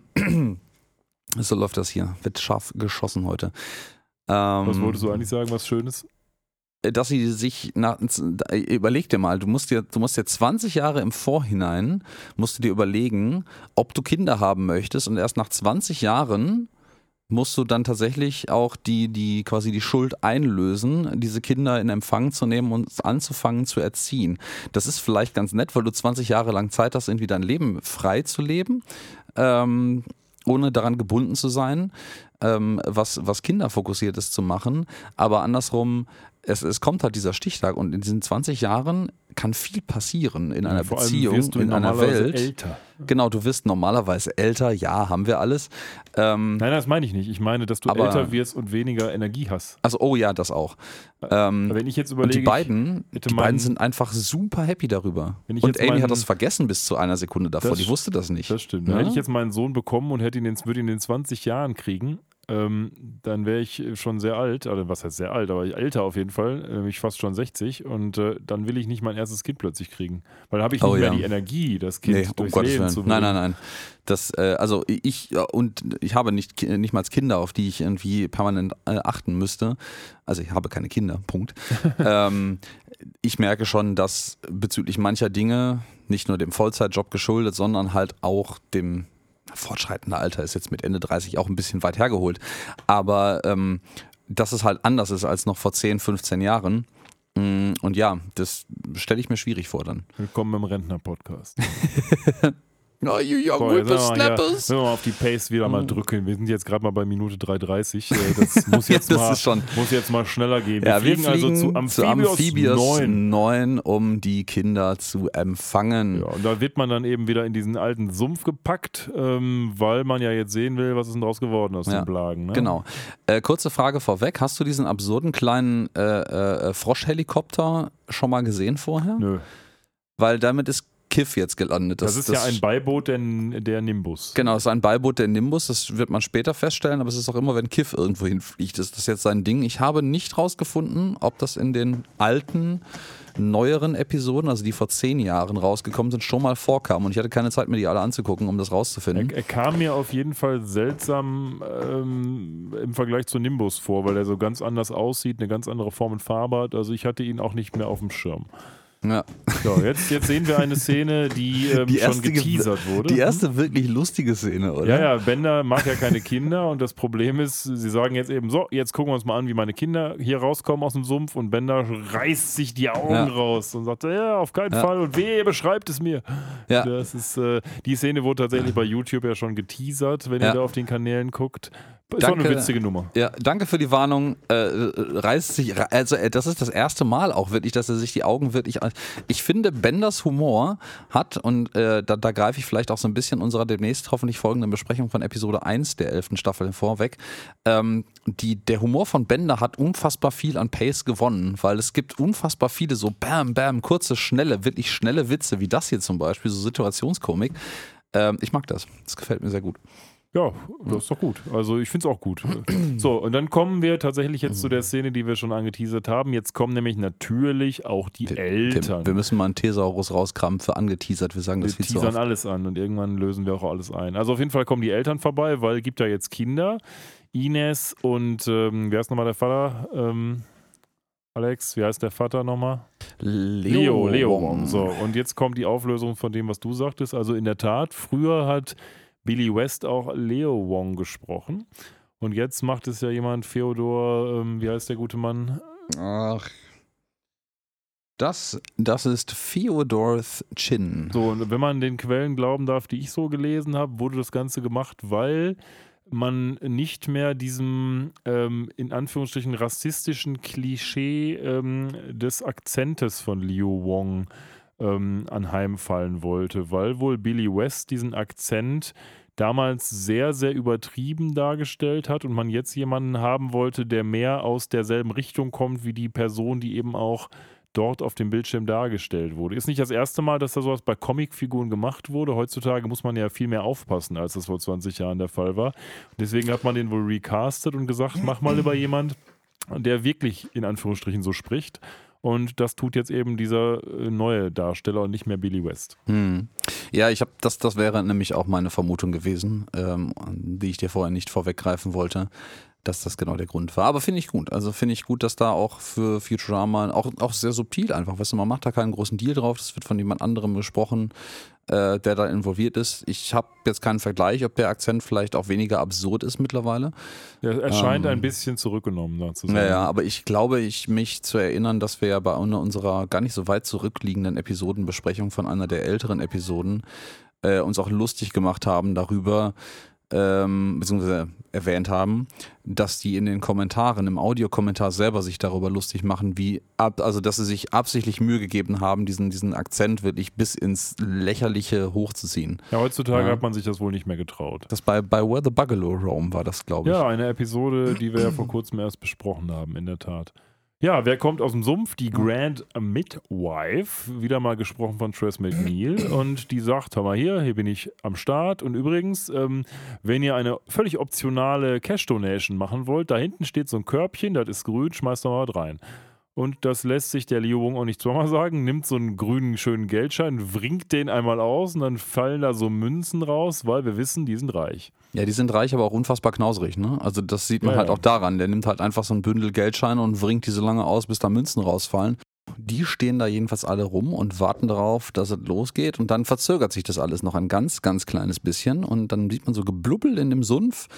B: so läuft das hier. Wird scharf geschossen heute. Ähm,
A: Was wolltest du eigentlich sagen, was Schönes?
B: dass sie sich nach, überleg dir mal, du musst dir, du musst dir zwanzig Jahre im Vorhinein, musst du dir überlegen, ob du Kinder haben möchtest und erst nach zwanzig Jahren musst du dann tatsächlich auch die, die quasi die Schuld einlösen, diese Kinder in Empfang zu nehmen und anzufangen zu erziehen. Das ist vielleicht ganz nett, weil du zwanzig Jahre lang Zeit hast, irgendwie dein Leben frei zu leben, ähm, ohne daran gebunden zu sein, ähm, was, was kinderfokussiertes zu machen. Aber andersrum, es, es kommt halt dieser Stichtag und in diesen zwanzig Jahren kann viel passieren in einer
A: Vor allem
B: Beziehung,
A: wirst du
B: in einer
A: normalerweise
B: Welt.
A: älter.
B: Genau, du wirst normalerweise älter, ja, haben wir alles. Ähm,
A: Nein, das meine ich nicht. Ich meine, dass du
B: Aber-
A: älter wirst und weniger Energie hast.
B: also, oh ja, das auch. Ähm,
A: Wenn ich jetzt
B: und
A: überlege,
B: die beiden,
A: hätte
B: die
A: meinen-
B: beiden sind einfach super happy darüber.
A: Wenn ich
B: Und
A: jetzt
B: Amy
A: meinen-
B: hat das vergessen bis zu einer Sekunde davor.
A: Das
B: Die wusste das nicht.
A: das stimmt.
B: Ja?
A: Hätte ich jetzt meinen Sohn bekommen und hätte ihn in, würde ihn in zwanzig Jahren kriegen, ähm, dann wäre ich schon sehr alt, oder was heißt sehr alt, aber älter auf jeden Fall, nämlich fast schon sechzig und äh, dann will ich nicht mein erstes Kind plötzlich kriegen, weil dann habe ich nicht
B: Oh,
A: mehr
B: ja.
A: die Energie, das Kind
B: Nee, um
A: durchs
B: Gottes
A: Leben
B: Willen.
A: zu
B: Nein,
A: bringen.
B: nein, nein. Das, äh, also ich ja, und ich habe nicht, nicht mal Kinder, auf die ich irgendwie permanent äh, achten müsste. Also ich habe keine Kinder, Punkt. ähm, ich merke schon, dass bezüglich mancher Dinge nicht nur dem Vollzeitjob geschuldet, sondern halt auch dem fortschreitende Alter ist jetzt mit Ende dreißig auch ein bisschen weit hergeholt. Aber ähm, dass es halt anders ist als noch vor zehn, fünfzehn Jahren. Mm, Und ja, das stelle ich mir schwierig vor dann.
A: Willkommen im Rentner-Podcast.
B: Oh, you young
A: So, jetzt müssen wir, mal hier,
B: whippersnappers.
A: müssen wir mal auf die Pace wieder mal
B: Mhm.
A: drücken. Wir sind jetzt gerade mal bei Minute drei dreißig. Äh, Das muss jetzt,
B: Das
A: mal,
B: ist schon-
A: muss jetzt mal schneller gehen.
B: Ja, wir fliegen
A: also zu Amphibios,
B: Amphibios
A: neun.
B: neun, um die Kinder zu empfangen.
A: Ja, und da wird man dann eben wieder in diesen alten Sumpf gepackt, ähm, weil man ja jetzt sehen will, was ist denn draus geworden aus
B: Ja,
A: den Blagen. Ne?
B: Genau. Äh, kurze Frage vorweg. Hast du diesen absurden kleinen äh, äh, Froschhelikopter schon mal gesehen vorher?
A: Nö.
B: Weil damit ist Kiff jetzt gelandet.
A: Das, ist ja ein Beiboot der, der Nimbus.
B: Genau, das ist ein Beiboot der Nimbus, das wird man später feststellen, aber es ist auch immer, wenn Kiff irgendwo hinfliegt, ist das jetzt sein Ding. Ich habe nicht rausgefunden, ob das in den alten, neueren Episoden, also die vor zehn Jahren rausgekommen sind, schon mal vorkam und ich hatte keine Zeit, mir die alle anzugucken, um das rauszufinden.
A: Er, er kam mir auf jeden Fall seltsam ähm, im Vergleich zu Nimbus vor, weil er so ganz anders aussieht, eine ganz andere Form und Farbe hat. Also ich hatte ihn auch nicht mehr auf dem Schirm.
B: Ja.
A: So, jetzt, jetzt sehen wir eine Szene, die, ähm,
B: Die
A: schon
B: erste
A: geteasert wurde.
B: Die erste wirklich lustige Szene, oder?
A: Ja, ja, Bender mag ja keine Kinder und das Problem ist, sie sagen jetzt eben so, jetzt gucken wir uns mal an, wie meine Kinder hier rauskommen aus dem Sumpf und Bender reißt sich die Augen
B: Ja.
A: raus und sagt, ja, auf keinen
B: Ja.
A: Fall und wehe, beschreibt es mir.
B: Ja.
A: Das ist, äh, die Szene wurde tatsächlich bei YouTube ja schon geteasert, wenn
B: Ja.
A: ihr da auf den Kanälen guckt. Ist auch eine
B: Danke.
A: witzige Nummer.
B: Ja, danke für die Warnung. Äh, reißt sich, also äh, das ist das erste Mal auch wirklich, dass er sich die Augen wirklich Ich finde, Benders Humor hat, und äh, da, da greife ich vielleicht auch so ein bisschen unserer demnächst hoffentlich folgenden Besprechung von Episode eins der elften Staffel vorweg, ähm, die, der Humor von Bender hat unfassbar viel an Pace gewonnen, weil es gibt unfassbar viele so bam, bam, kurze, schnelle, wirklich schnelle Witze, wie das hier zum Beispiel, so Situationskomik. Ähm, ich mag das. Das gefällt mir sehr gut.
A: Ja, das ist doch gut. Also ich finde es auch gut. So, und dann kommen wir tatsächlich jetzt zu der Szene, die wir schon angeteasert haben. Jetzt kommen nämlich natürlich auch die
B: wir,
A: Eltern.
B: Wir, wir müssen mal einen Thesaurus rauskramen für angeteasert. Wir sagen
A: wir
B: das viel zu
A: teasern
B: oft.
A: alles an und irgendwann lösen wir auch alles ein. Also auf jeden Fall kommen die Eltern vorbei, weil es gibt ja jetzt Kinder. Ines und, ähm, wer ist nochmal der Vater? Ähm, Alex, wie heißt der Vater nochmal?
B: Leo.
A: Leo, Leo Wong. So, und jetzt kommt die Auflösung von dem, was du sagtest. Also in der Tat, früher hat Billy West auch Leo Wong gesprochen. Und jetzt macht es ja jemand, Theodor, ähm, wie heißt der gute Mann?
B: Ach. Das, das ist Theodor Chin.
A: So, und wenn man den Quellen glauben darf, die ich so gelesen habe, wurde das Ganze gemacht, weil man nicht mehr diesem ähm, in Anführungsstrichen rassistischen Klischee ähm, des Akzentes von Leo Wong ähm, anheimfallen wollte, weil wohl Billy West diesen Akzent damals sehr, sehr übertrieben dargestellt hat und man jetzt jemanden haben wollte, der mehr aus derselben Richtung kommt wie die Person, die eben auch dort auf dem Bildschirm dargestellt wurde. Ist nicht das erste Mal, dass da sowas bei Comicfiguren gemacht wurde. Heutzutage muss man ja viel mehr aufpassen, als das vor zwanzig Jahren der Fall war. Deswegen hat man den wohl recastet und gesagt, mach mal lieber jemand, der wirklich in Anführungsstrichen so spricht. Und das tut jetzt eben dieser neue Darsteller und nicht mehr Billy West.
B: Hm. Ja, ich habe das, das wäre nämlich auch meine Vermutung gewesen, ähm, die ich dir vorher nicht vorweggreifen wollte, dass das genau der Grund war. Aber finde ich gut. Also finde ich gut, dass da auch für Futurama auch, auch sehr subtil einfach, weißt du, man macht da keinen großen Deal drauf, das wird von jemand anderem besprochen, äh, der da involviert ist. Ich habe jetzt keinen Vergleich, ob der Akzent vielleicht auch weniger absurd ist mittlerweile.
A: Ja, er scheint
B: ähm,
A: ein bisschen zurückgenommen zu sein.
B: Naja, aber ich glaube, ich mich zu erinnern, dass wir ja bei einer unserer gar nicht so weit zurückliegenden Episodenbesprechung von einer der älteren Episoden äh, uns auch lustig gemacht haben darüber, ähm, beziehungsweise erwähnt haben, dass die in den Kommentaren, im Audiokommentar selber sich darüber lustig machen, wie ab, also dass sie sich absichtlich Mühe gegeben haben, diesen, diesen Akzent wirklich bis ins Lächerliche hochzuziehen.
A: Ja, heutzutage
B: ja.
A: hat man sich das wohl nicht mehr getraut.
B: Das bei, bei Where the Bugalo Roam war das, glaube ich.
A: Ja, eine Episode, die wir ja vor kurzem erst besprochen haben, in der Tat. Ja, wer kommt aus dem Sumpf? Die Grand Midwife, wieder mal gesprochen von Tress MacNeille, und die sagt, hör mal hier, hier bin ich am Start, und übrigens, ähm, wenn ihr eine völlig optionale Cash-Donation machen wollt, da hinten steht so ein Körbchen, das ist grün, schmeißt da mal was rein. Und das lässt sich der Leo Wong auch nicht zweimal sagen, nimmt so einen grünen, schönen Geldschein, wringt den einmal aus und dann fallen da so Münzen raus, weil wir wissen, die sind reich.
B: Ja, die sind reich, aber auch unfassbar knauserig, ne? Also das sieht man
A: ja,
B: halt
A: ja.
B: auch daran. Der nimmt halt einfach so ein Bündel Geldscheine und wringt die so lange aus, bis da Münzen rausfallen. Die stehen da jedenfalls alle rum und warten darauf, dass es losgeht, und dann verzögert sich das alles noch ein ganz, ganz kleines bisschen und dann sieht man so Geblubbel in dem Sumpf.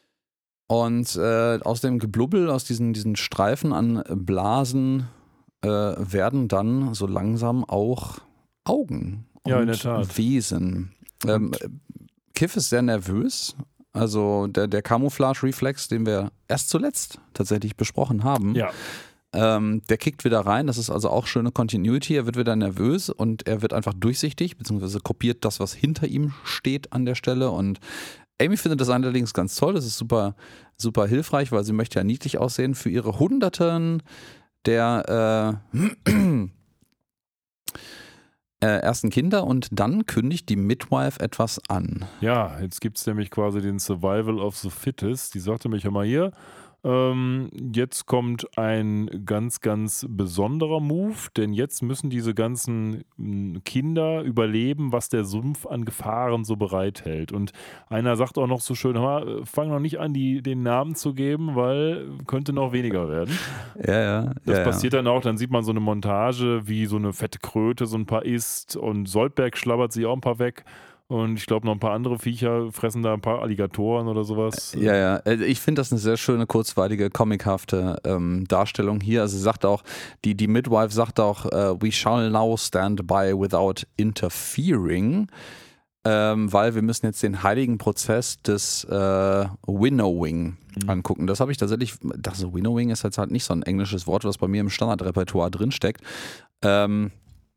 B: Und äh, aus dem Geblubbel, aus diesen, diesen Streifen an Blasen äh, werden dann so langsam auch Augen und
A: Ja, in der Tat.
B: Wesen. Ähm, Kiff ist sehr nervös. Also der, der Camouflage-Reflex, den wir erst zuletzt tatsächlich besprochen haben,
A: Ja.
B: ähm, der kickt wieder rein. Das ist also auch schöne Continuity. Er wird wieder nervös und er wird einfach durchsichtig, beziehungsweise kopiert das, was hinter ihm steht an der Stelle. Und Amy findet das allerdings ganz toll. Das ist super, super hilfreich, weil sie möchte ja niedlich aussehen für ihre Hunderten der äh, äh, ersten Kinder. Und dann kündigt die Midwife etwas an.
A: Ja, jetzt gibt es nämlich quasi den Survival of the Fittest. Die sagte mich, hör mal hier, ähm, jetzt kommt ein ganz, ganz besonderer Move, denn jetzt müssen diese ganzen m, Kinder überleben, was der Sumpf an Gefahren so bereithält. Und einer sagt auch noch so schön, hör mal, fang noch nicht an, die, den Namen zu geben, weil könnte noch weniger werden.
B: Ja, ja.
A: Das
B: ja,
A: passiert dann auch, dann sieht man so eine Montage, wie so eine fette Kröte so ein paar isst, und Soldberg schlabbert sie auch ein paar weg. Und ich glaube, noch ein paar andere Viecher fressen da ein paar Alligatoren oder sowas.
B: Ja, ja. Also ich finde das eine sehr schöne, kurzweilige, comichafte ähm, Darstellung hier. Also sie sagt auch, die, die Midwife sagt auch, uh, we shall now stand by without interfering, ähm, weil wir müssen jetzt den heiligen Prozess des äh, Winnowing mhm. angucken. Das habe ich tatsächlich, das Winnowing ist jetzt halt nicht so ein englisches Wort, was bei mir im Standardrepertoire drinsteckt. Ähm,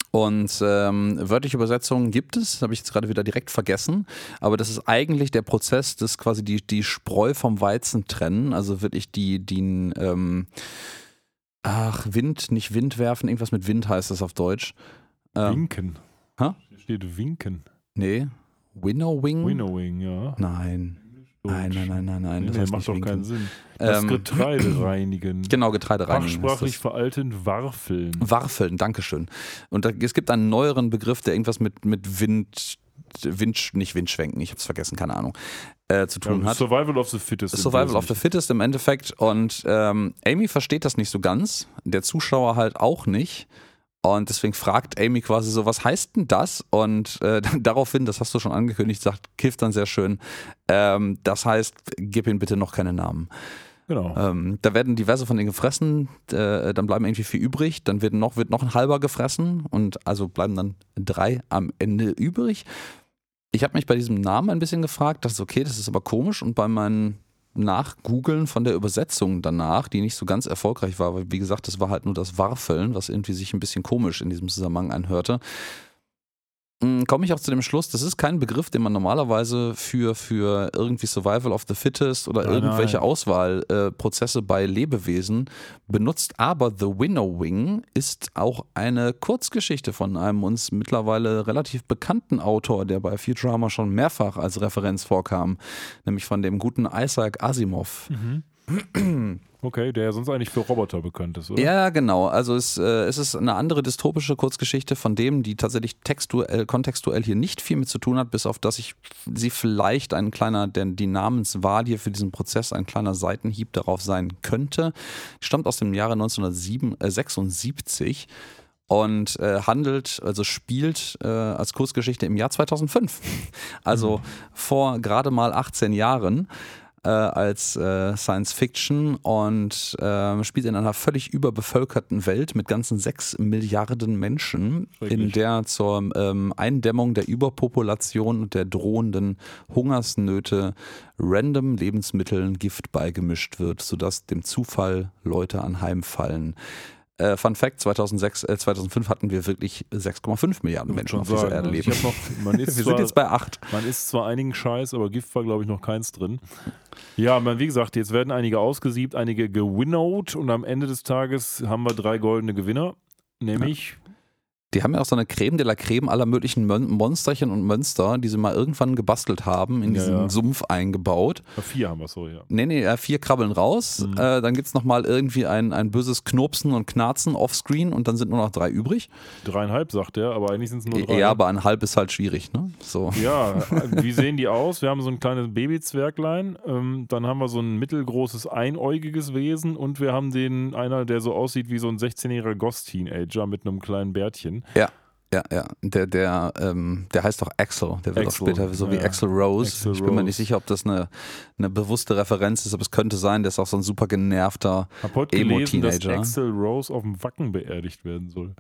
B: Und ähm, wörtliche Übersetzungen gibt es, habe ich jetzt gerade wieder direkt vergessen, aber das ist eigentlich der Prozess, das quasi die, die Spreu vom Weizen trennen, also wirklich die, die ähm, ach, Wind, nicht Wind werfen, irgendwas mit Wind heißt das auf Deutsch.
A: Ähm, winken.
B: Hä?
A: Hier steht winken.
B: Nee, Winnowing?
A: Winnowing, ja.
B: Nein. Nein, nein, nein, nein, nein.
A: Nee,
B: das
A: nee,
B: heißt
A: macht
B: nicht
A: doch
B: winken.
A: keinen Sinn. Das
B: Ähm,
A: Getreide reinigen.
B: Genau, Getreide reinigen.
A: Fachsprachlich veraltet warfeln.
B: Warfeln, dankeschön. Und da, es gibt einen neueren Begriff, der irgendwas mit, mit Wind, Wind, nicht Windschwenken, ich hab's vergessen, keine Ahnung, äh, zu tun
A: Ja,
B: hat.
A: Survival of the Fittest.
B: Survival of the Fittest im Endeffekt. Und ähm, Amy versteht das nicht so ganz, der Zuschauer halt auch nicht. Und deswegen fragt Amy quasi so, was heißt denn das? Und äh, daraufhin, das hast du schon angekündigt, sagt Kiff dann sehr schön, ähm, das heißt, gib ihm bitte noch keine Namen.
A: Genau.
B: Ähm, da werden diverse von denen gefressen, äh, dann bleiben irgendwie vier übrig, dann wird noch, wird noch ein halber gefressen und also bleiben dann drei am Ende übrig. Ich habe mich bei diesem Namen ein bisschen gefragt, das ist okay, das ist aber komisch, und bei meinen Nachgoogeln von der Übersetzung danach, die nicht so ganz erfolgreich war, weil wie gesagt, das war halt nur das Warfeln, was irgendwie sich ein bisschen komisch in diesem Zusammenhang anhörte, komme ich auch zu dem Schluss, das ist kein Begriff, den man normalerweise für, für irgendwie Survival of the Fittest oder
A: Nein,
B: irgendwelche
A: nein.
B: Auswahlprozesse äh, bei Lebewesen benutzt, aber The Winnowing ist auch eine Kurzgeschichte von einem uns mittlerweile relativ bekannten Autor, der bei Futurama schon mehrfach als Referenz vorkam, nämlich von dem guten Isaac Asimov.
A: Mhm. Okay, der ja sonst eigentlich für Roboter bekannt ist, oder?
B: Ja, genau. Also es, äh, es ist eine andere dystopische Kurzgeschichte von dem, die tatsächlich textuell, kontextuell hier nicht viel mit zu tun hat, bis auf dass ich sie vielleicht ein kleiner, denn die Namenswahl hier für diesen Prozess ein kleiner Seitenhieb darauf sein könnte. Die stammt aus dem Jahre neunzehnhundertsechsundsiebzig und äh, handelt, also spielt äh, als Kurzgeschichte im Jahr zweitausendfünf. Also mhm. vor gerade mal achtzehn Jahren. Äh, als äh, Science Fiction und äh, spielt in einer völlig überbevölkerten Welt mit ganzen sechs Milliarden Menschen, in der zur ähm, Eindämmung der Überpopulation und der drohenden Hungersnöte random Lebensmitteln Gift beigemischt wird, sodass dem Zufall Leute anheimfallen. Äh, Fun Fact, zweitausendsechs, äh, zweitausendfünf hatten wir wirklich sechs Komma fünf Milliarden Menschen auf dieser
A: sagen,
B: Erde
A: also
B: leben.
A: ich hab noch, man ist
B: wir
A: zwar,
B: sind jetzt bei acht.
A: Man isst zwar einigen Scheiß, aber Gift war, glaube ich, noch keins drin. Ja, man, wie gesagt, jetzt werden einige ausgesiebt, einige gewinnowt und am Ende des Tages haben wir drei goldene Gewinner, nämlich...
B: Die haben ja auch so eine Creme de la Creme aller möglichen Mon- Monsterchen und Monster, die sie mal irgendwann gebastelt haben, in
A: Ja,
B: diesen
A: ja.
B: Sumpf eingebaut.
A: Ja, vier haben wir so, ja.
B: Nee, nee, äh, vier krabbeln raus.
A: Mhm.
B: Äh, dann gibt es nochmal irgendwie ein, ein böses Knurpsen und Knarzen offscreen und dann sind nur noch drei übrig.
A: Dreieinhalb, sagt er, aber eigentlich sind es nur drei.
B: Ja, aber ein halb ist halt schwierig, ne? So.
A: Ja, wie sehen die aus? Wir haben so ein kleines Babyzwerglein, ähm, dann haben wir so ein mittelgroßes einäugiges Wesen und wir haben den einer, der so aussieht wie so ein sechzehnjähriger Ghost-Teenager mit einem kleinen Bärtchen.
B: Ja. Ja, ja, der, der, ähm, der heißt doch Axel, der wird
A: Axel,
B: auch später so wie
A: ja.
B: Axl Rose.
A: Axl
B: ich bin mir
A: Rose.
B: nicht sicher, ob das eine, eine bewusste Referenz ist, aber es könnte sein, der ist auch so ein super genervter
A: Hab heute gelesen, dass
B: Emo-Teenager.
A: Axl Rose auf dem Wacken beerdigt werden soll.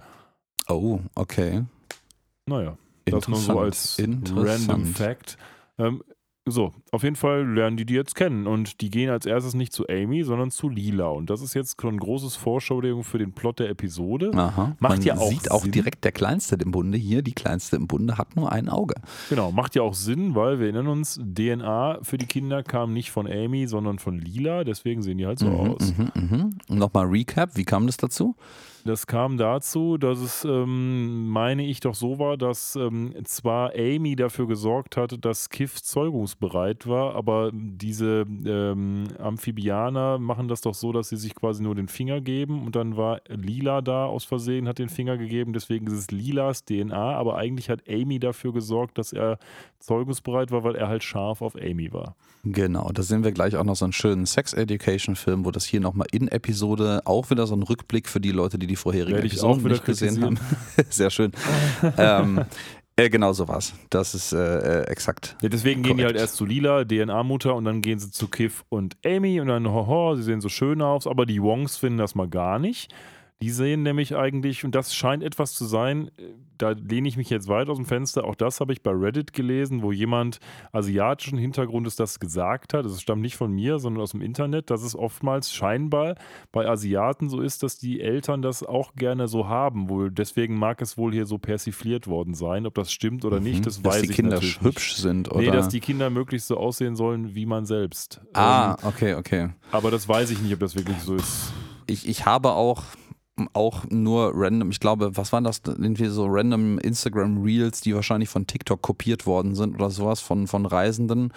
B: Oh, okay.
A: Naja, das nur so als
B: Interessant.
A: random Fact. Ähm, so, auf jeden Fall lernen die die jetzt kennen und die gehen als erstes nicht zu Amy, sondern zu Lila und das ist jetzt schon ein großes Vorschauung für den Plot der Episode.
B: Aha.
A: Macht
B: Man
A: ja auch
B: sieht auch
A: Sinn.
B: direkt der Kleinste im Bunde hier, die Kleinste im Bunde hat nur ein Auge.
A: Genau, macht ja auch Sinn, weil wir erinnern uns, D N A für die Kinder kam nicht von Amy, sondern von Lila, deswegen sehen die halt so
B: Mhm,
A: aus.
B: mhm, mhm. Und nochmal Recap, wie kam das dazu?
A: Das kam dazu, dass es, ähm, meine ich, doch so war, dass ähm, zwar Amy dafür gesorgt hatte, dass Kiff zeugungsbereit war, aber diese ähm, Amphibianer machen das doch so, dass sie sich quasi nur den Finger geben und dann war Lila da aus Versehen, hat den Finger gegeben, deswegen ist es Lilas D N A, aber eigentlich hat Amy dafür gesorgt, dass er zeugungsbereit war, weil er halt scharf auf Amy war.
B: Genau, da sehen wir gleich auch noch so einen schönen Sex-Education-Film, wo das hier nochmal in Episode, auch wieder so ein Rückblick für die Leute, die die vorherigen
A: Werde ich
B: Episoden
A: auch wieder
B: nicht gesehen
A: kritisieren.
B: haben. Sehr schön. ähm, äh, genau so war's. Das ist äh, äh, exakt.
A: Ja, deswegen gehen die halt
B: korrekt.
A: erst zu Lila, D N A-Mutter, und dann gehen sie zu Kiff und Amy und dann, hoho, sie sehen so schön aus, aber die Wongs finden das mal gar nicht. Die sehen nämlich eigentlich, und das scheint etwas zu sein, da lehne ich mich jetzt weit aus dem Fenster, auch das habe ich bei Reddit gelesen, wo jemand asiatischen Hintergrundes das gesagt hat, das stammt nicht von mir, sondern aus dem Internet, dass es oftmals scheinbar bei Asiaten so ist, dass die Eltern das auch gerne so haben, wohl deswegen mag es wohl hier so persifliert worden sein, ob das stimmt oder nicht, das
B: dass
A: weiß
B: die
A: ich
B: Kinder
A: natürlich
B: hübsch
A: nicht.
B: sind, oder?
A: Nee, dass die Kinder möglichst so aussehen sollen wie man selbst.
B: Ah,
A: Ähm,
B: okay, okay.
A: aber das weiß ich nicht, ob das wirklich so ist.
B: Ich, ich habe auch auch nur random, ich glaube, was waren das, irgendwie so random Instagram Reels, die wahrscheinlich von TikTok kopiert worden sind oder sowas von, von Reisenden,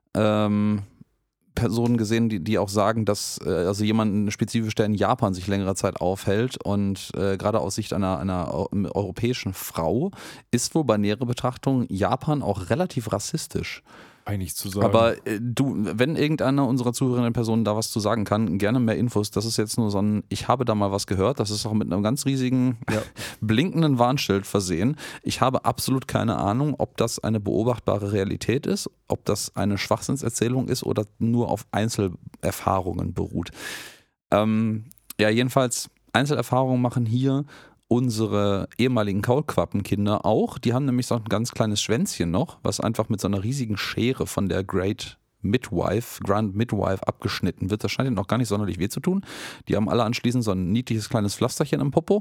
B: ähm, Personen gesehen, die, die auch sagen, dass äh, also jemand spezifisch, der in Japan sich längere Zeit aufhält und äh, gerade aus Sicht einer, einer eu- europäischen Frau ist wohl bei näherer Betrachtung Japan auch relativ rassistisch.
A: Eigentlich zu sagen.
B: Aber äh, du, wenn irgendeiner unserer zuhörenden Personen da was zu sagen kann, gerne mehr Infos. Das ist jetzt nur so ein, ich habe da mal was gehört. Das ist auch mit einem ganz riesigen,
A: Ja.
B: blinkenden Warnschild versehen. Ich habe absolut keine Ahnung, ob das eine beobachtbare Realität ist, ob das eine Schwachsinnserzählung ist oder nur auf Einzelerfahrungen beruht. Ähm, ja, jedenfalls, Einzelerfahrungen machen hier unsere ehemaligen Kaulquappenkinder auch. Die haben nämlich so ein ganz kleines Schwänzchen noch, was einfach mit so einer riesigen Schere von der Great Midwife, Grand Midwife abgeschnitten wird. Das scheint ihnen auch gar nicht sonderlich weh zu tun. Die haben alle anschließend so ein niedliches kleines Pflasterchen im Popo.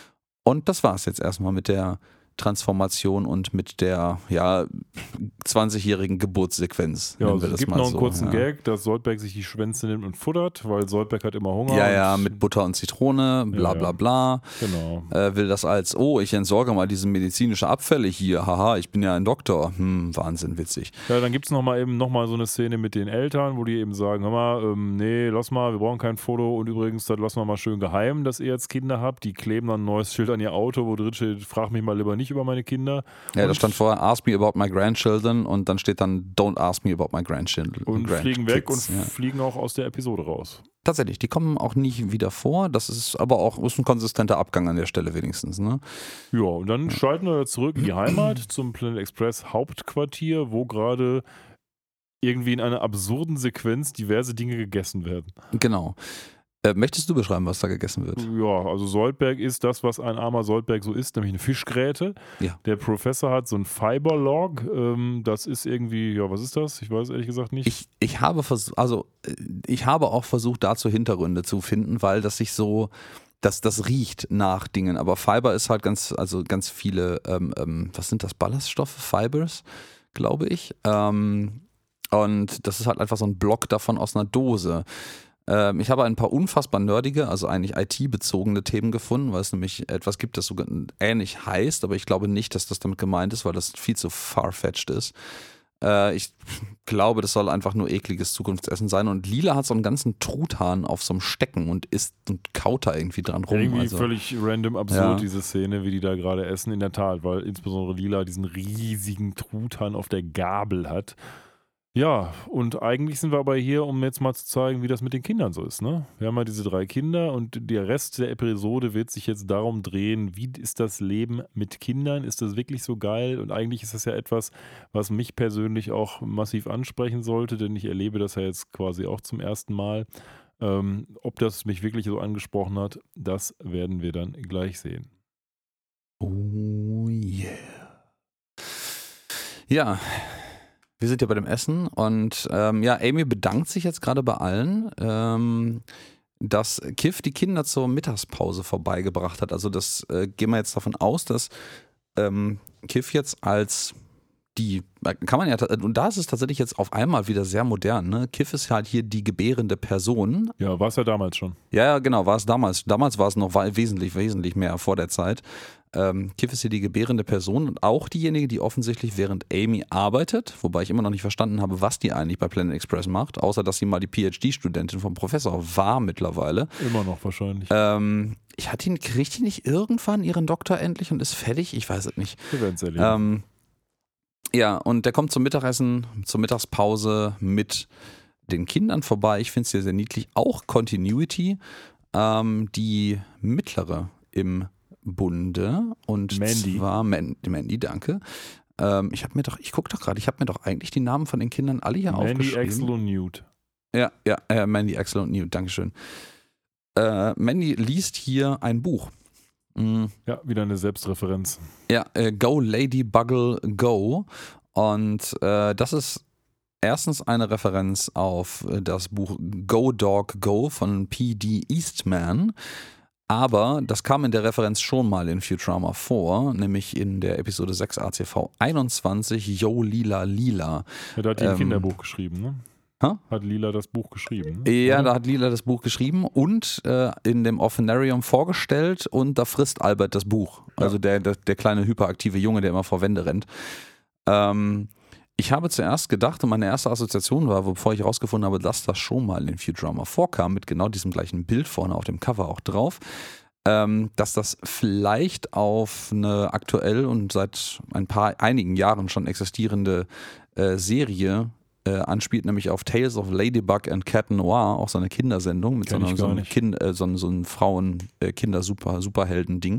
B: Und das war es jetzt erstmal mit der Transformation und mit der ja zwanzigjährigen Geburtssequenz.
A: Ja,
B: nennen
A: also
B: wir
A: es
B: das
A: gibt
B: mal
A: noch einen
B: so,
A: kurzen
B: ja.
A: Gag, dass Soldberg sich die Schwänze nimmt und futtert, weil Soldberg hat immer Hunger.
B: Ja, ja,
A: und-
B: mit Butter und Zitrone, bla
A: Ja,
B: bla
A: ja.
B: bla.
A: Genau.
B: Äh, will das als, oh, ich entsorge mal diese medizinische Abfälle hier, haha, ich bin ja ein Doktor. Hm, Wahnsinn, witzig.
A: Ja, dann gibt es nochmal eben nochmal so eine Szene mit den Eltern, wo die eben sagen, hör mal, ähm, nee, lass mal, wir brauchen kein Foto und übrigens, das lassen wir mal schön geheim, dass ihr jetzt Kinder habt. Die kleben dann ein neues Schild an ihr Auto, wo drin steht, frag mich mal lieber nicht über meine Kinder.
B: Ja, da
A: Und-
B: stand vorher, ask me about my grandchildren und dann steht dann, don't ask me about my grandchildren.
A: Und fliegen weg und
B: ja.
A: fliegen auch aus der Episode raus.
B: Tatsächlich, die kommen auch nicht wieder vor, das ist aber auch ist ein konsistenter Abgang an der Stelle wenigstens, ne?
A: Ja, und dann schalten wir zurück in die Heimat zum Planet Express Hauptquartier, wo gerade irgendwie in einer absurden Sequenz diverse Dinge gegessen werden.
B: Genau. Äh, möchtest du beschreiben, was da gegessen wird?
A: Ja, also Soldberg ist das, was ein armer Soldberg so ist, nämlich eine Fischgräte.
B: Ja.
A: Der Professor hat so ein Fiberlog. Ähm, das ist irgendwie, ja, was ist das? Ich weiß ehrlich gesagt nicht.
B: Ich, ich habe versucht, also äh, ich habe auch versucht, dazu Hintergründe zu finden, weil das sich so, das, das riecht nach Dingen. Aber Fiber ist halt ganz, also ganz viele, ähm, ähm, was sind das, Ballaststoffe? Fibers, glaube ich. Ähm, und das ist halt einfach so ein Block davon aus einer Dose. Ähm, ich habe ein paar unfassbar nerdige, also eigentlich I T-bezogene Themen gefunden, weil es nämlich etwas gibt, das so ähnlich heißt, aber ich glaube nicht, dass das damit gemeint ist, weil das viel zu farfetched ist. Äh, ich glaube, das soll einfach nur ekliges Zukunftsessen sein. Und Lila hat so einen ganzen Truthahn auf so einem Stecken und isst und kaut da irgendwie dran rum.
A: Irgendwie
B: Also,
A: völlig random absurd,
B: Ja.
A: diese Szene, wie die da gerade essen, in der Tat, weil insbesondere Lila diesen riesigen Truthahn auf der Gabel hat. Ja, und eigentlich sind wir aber hier, um jetzt mal zu zeigen, wie das mit den Kindern so ist, ne? Wir haben ja diese drei Kinder und der Rest der Episode wird sich jetzt darum drehen, wie ist das Leben mit Kindern? Ist das wirklich so geil? Und eigentlich ist das ja etwas, was mich persönlich auch massiv ansprechen sollte, denn ich erlebe das ja jetzt quasi auch zum ersten Mal. Ähm, ob das mich wirklich so angesprochen hat, das werden wir dann gleich sehen.
B: oh yeah. Ja, wir sind ja bei dem Essen und ähm, ja, Amy bedankt sich jetzt gerade bei allen, ähm, dass Kiff die Kinder zur Mittagspause vorbeigebracht hat. Also das äh, gehen wir jetzt davon aus, dass ähm, Kiff jetzt als die, kann man ja, und da ist es tatsächlich jetzt auf einmal wieder sehr modern, ne? Kiff ist halt hier die gebärende Person.
A: Ja, war es ja damals schon.
B: Ja, ja, genau, war es damals. Damals war es noch wesentlich, wesentlich mehr vor der Zeit. Ähm, Kiff ist hier die gebärende Person und auch diejenige, die offensichtlich während Amy arbeitet, wobei ich immer noch nicht verstanden habe, was die eigentlich bei Planet Express macht, außer dass sie mal die P H D-Studentin vom Professor war mittlerweile.
A: Immer noch wahrscheinlich.
B: Ähm, ich hatte ihn, kriegt die nicht irgendwann ihren Doktor endlich und ist fertig? Ich weiß es nicht.
A: Wir werden es erleben.
B: Ähm, ja, und der kommt zum Mittagessen, zur Mittagspause mit den Kindern vorbei. Ich finde es sehr, sehr niedlich. Auch Continuity, ähm, die mittlere im Bunde. Und
A: Mandy.
B: zwar Man- Mandy, danke. Ähm, ich habe mir doch, ich gucke doch gerade, ich habe mir doch eigentlich die Namen von den Kindern alle hier
A: Mandy,
B: aufgeschrieben.
A: Axel und Newt.
B: Ja, ja, äh, Mandy, Axel und Newt, Dankeschön. äh, Mandy liest hier ein Buch. Mhm.
A: Ja, wieder eine Selbstreferenz.
B: Ja, äh, Go Lady Buggle Go. Und äh, das ist erstens eine Referenz auf das Buch Go Dog Go von P D Eastman. Aber das kam in der Referenz schon mal in Futurama vor, nämlich in der Episode sechs A C V einundzwanzig, Yo Lila Lila.
A: Ja, da hat die ein
B: Ähm,
A: Kinderbuch geschrieben, ne?
B: Ha?
A: Hat Lila das Buch geschrieben, ne?
B: Ja,
A: Oder?
B: da hat Lila das Buch geschrieben und äh, in dem Orphanarium vorgestellt und da frisst Albert das Buch. Also
A: Ja.
B: der, der, der kleine hyperaktive Junge, der immer vor Wände rennt. Ähm, ich habe zuerst gedacht und meine erste Assoziation war, bevor ich herausgefunden habe, dass das schon mal in Futurama vorkam, mit genau diesem gleichen Bild vorne auf dem Cover auch drauf, ähm, dass das vielleicht auf eine aktuell und seit ein paar, einigen Jahren schon existierende äh, Serie äh, anspielt, nämlich auf Tales of Ladybug and Cat Noir, auch so eine Kindersendung mit so,
A: Kenn ich
B: einer, so
A: gar
B: einem
A: nicht.
B: kind, äh, so, so einem Frauen-Kinder-Superhelden-Ding.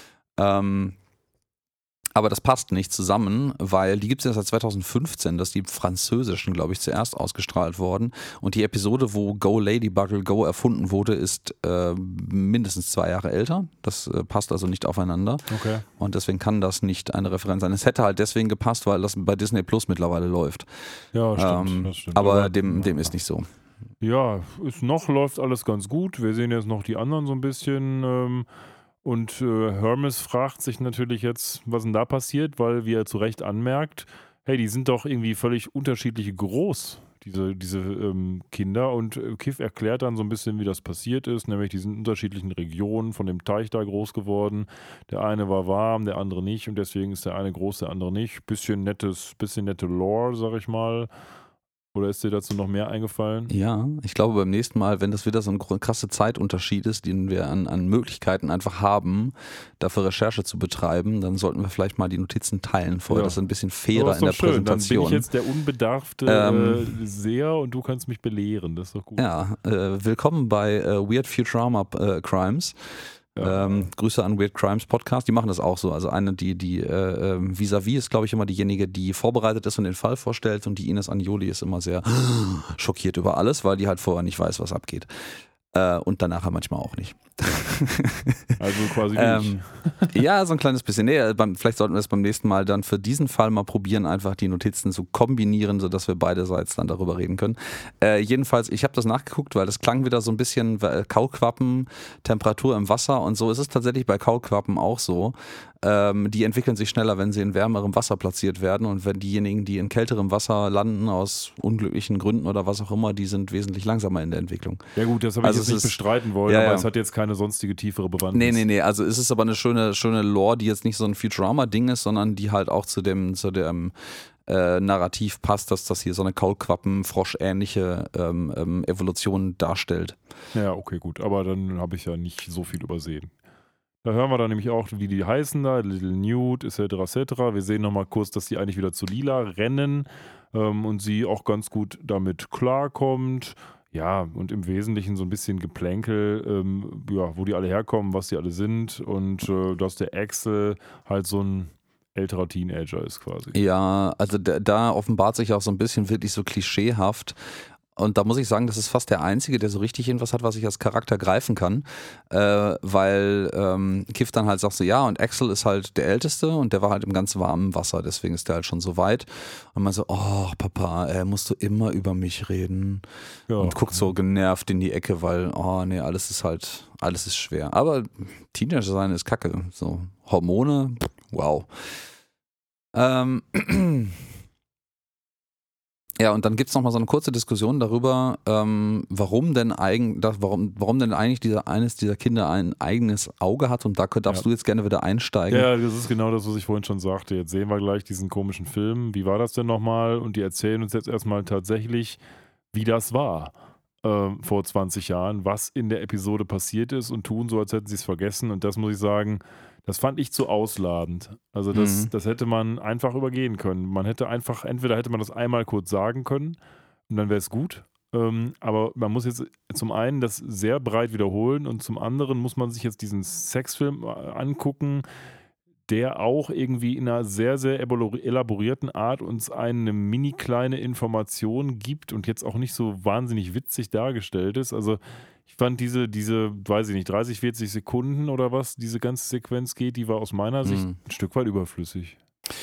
B: Ähm, aber das passt nicht zusammen, weil die gibt es ja seit zweitausendfünfzehn, dass die französischen, glaube ich, zuerst ausgestrahlt worden. Und die Episode, wo Go Ladybug Go erfunden wurde, ist äh, mindestens zwei Jahre älter. Das äh, passt also nicht aufeinander.
A: Okay.
B: Und deswegen kann das nicht eine Referenz sein. Es hätte halt deswegen gepasst, weil das bei Disney Plus mittlerweile läuft.
A: Ja, stimmt.
B: Ähm,
A: das stimmt.
B: aber dem, dem ist nicht so.
A: Ja, ist, noch läuft alles ganz gut. Wir sehen jetzt noch die anderen so ein bisschen. Ähm, und äh, Hermes fragt sich natürlich jetzt, was denn da passiert, weil, wie er zu Recht anmerkt, hey, die sind doch irgendwie völlig unterschiedlich groß, diese, diese ähm, Kinder. Und äh, Kiff erklärt dann so ein bisschen, wie das passiert ist, nämlich die sind in unterschiedlichen Regionen von dem Teich da groß geworden. Der eine war warm, der andere nicht und deswegen ist der eine groß, der andere nicht. Bisschen nettes, bisschen nette Lore, sag ich mal. Oder ist dir dazu noch mehr eingefallen?
B: Ja, ich glaube beim nächsten Mal, wenn das wieder so ein gro- krasser Zeitunterschied ist, den wir an, an Möglichkeiten einfach haben, dafür Recherche zu betreiben, dann sollten wir vielleicht mal die Notizen teilen vorher.
A: Ja.
B: Das ist ein bisschen
A: Aber
B: fairer
A: ist
B: in
A: doch
B: der
A: schön. Dann bin
B: Präsentation.
A: ich jetzt der unbedarfte
B: Ähm,
A: äh, Seher und du kannst mich belehren. Das ist doch gut.
B: Ja, äh, willkommen bei äh, Weird Futurama äh, Crimes.
A: Ja.
B: Ähm, Grüße an Weird Crimes Podcast, die machen das auch so. Also eine, die, die äh, ähm, Vis-à-vis ist, glaube ich, immer diejenige, die vorbereitet ist und den Fall vorstellt und die Ines Anjoli ist immer sehr schockiert über alles, weil die halt vorher nicht weiß, was abgeht. Äh, und danach manchmal auch nicht.
A: Also quasi wie
B: ähm, ja, so ein kleines bisschen. Nee, beim, vielleicht sollten wir es beim nächsten Mal dann für diesen Fall mal probieren, einfach die Notizen zu kombinieren, sodass wir beiderseits dann darüber reden können. Äh, jedenfalls, ich habe das nachgeguckt, weil das klang wieder so ein bisschen äh, Kaulquappen, Temperatur im Wasser und so. Es ist tatsächlich bei Kaulquappen auch so. Ähm, die entwickeln sich schneller, wenn sie in wärmerem Wasser platziert werden und wenn diejenigen, die in kälterem Wasser landen, aus unglücklichen Gründen oder was auch immer, die sind wesentlich langsamer in der Entwicklung.
A: Ja gut, das habe ich
B: Also
A: jetzt
B: es
A: nicht
B: ist-
A: bestreiten wollen,
B: ja,
A: aber
B: ja.
A: es hat jetzt keine sonstige tiefere Bewandtnis.
B: Nee, nee, nee, also es ist aber eine schöne, schöne Lore, die jetzt nicht so ein Futurama-Ding ist, sondern die halt auch zu dem, zu dem äh, Narrativ passt, dass das hier so eine Kaulquappen-Frosch-ähnliche ähm, ähm, Evolution darstellt.
A: Ja, okay, gut. Aber dann habe ich ja nicht so viel übersehen. Da hören wir dann nämlich auch, wie die heißen da, Little Newt, et cetera et cetera. Wir sehen nochmal kurz, dass die eigentlich wieder zu Lila rennen ähm, und sie auch ganz gut damit klarkommt. Ja, und im Wesentlichen so ein bisschen Geplänkel, ähm, ja, wo die alle herkommen, was die alle sind und äh, dass der Axel halt so ein älterer Teenager ist quasi.
B: Ja, also da, da offenbart sich auch so ein bisschen wirklich so klischeehaft. Und da muss ich sagen, das ist fast der Einzige, der so richtig irgendwas hat, was ich als Charakter greifen kann. Äh, weil ähm, Kiff dann halt sagt so, ja, und Axel ist halt der Älteste und der war halt im ganz warmen Wasser, deswegen ist der halt schon so weit. Und man so, oh Papa, äh, musst du immer über mich reden?
A: Ja.
B: Und guckt so genervt in die Ecke, weil, oh nee, alles ist halt, alles ist schwer. Aber Teenager sein ist kacke. So, Hormone, wow. Ähm, ja, und dann gibt es nochmal so eine kurze Diskussion darüber, ähm, warum denn eigen, das, warum, warum denn eigentlich dieser, eines dieser Kinder ein eigenes Auge hat und da könnt- darfst
A: Ja.
B: du jetzt gerne wieder einsteigen.
A: Ja, das ist genau das, was ich vorhin schon sagte. Jetzt sehen wir gleich diesen komischen Film. Wie war das denn nochmal? Und die erzählen uns jetzt erstmal tatsächlich, wie das war ähm, vor zwanzig Jahren, was in der Episode passiert ist und tun so, als hätten sie es vergessen. Und das muss ich sagen, das fand ich zu ausladend. Also das,
B: Mhm.
A: das hätte man einfach übergehen können. Man hätte einfach, entweder hätte man das einmal kurz sagen können und dann wäre es gut. Ähm, aber man muss jetzt zum einen das sehr breit wiederholen und zum anderen muss man sich jetzt diesen Sexfilm äh, angucken, der auch irgendwie in einer sehr, sehr elaborierten Art uns eine mini kleine Information gibt und jetzt auch nicht so wahnsinnig witzig dargestellt ist. Also ich fand diese, diese, weiß ich nicht, dreißig, vierzig Sekunden oder was diese ganze Sequenz geht, die war aus meiner Sicht
B: Mhm.
A: ein Stück weit überflüssig.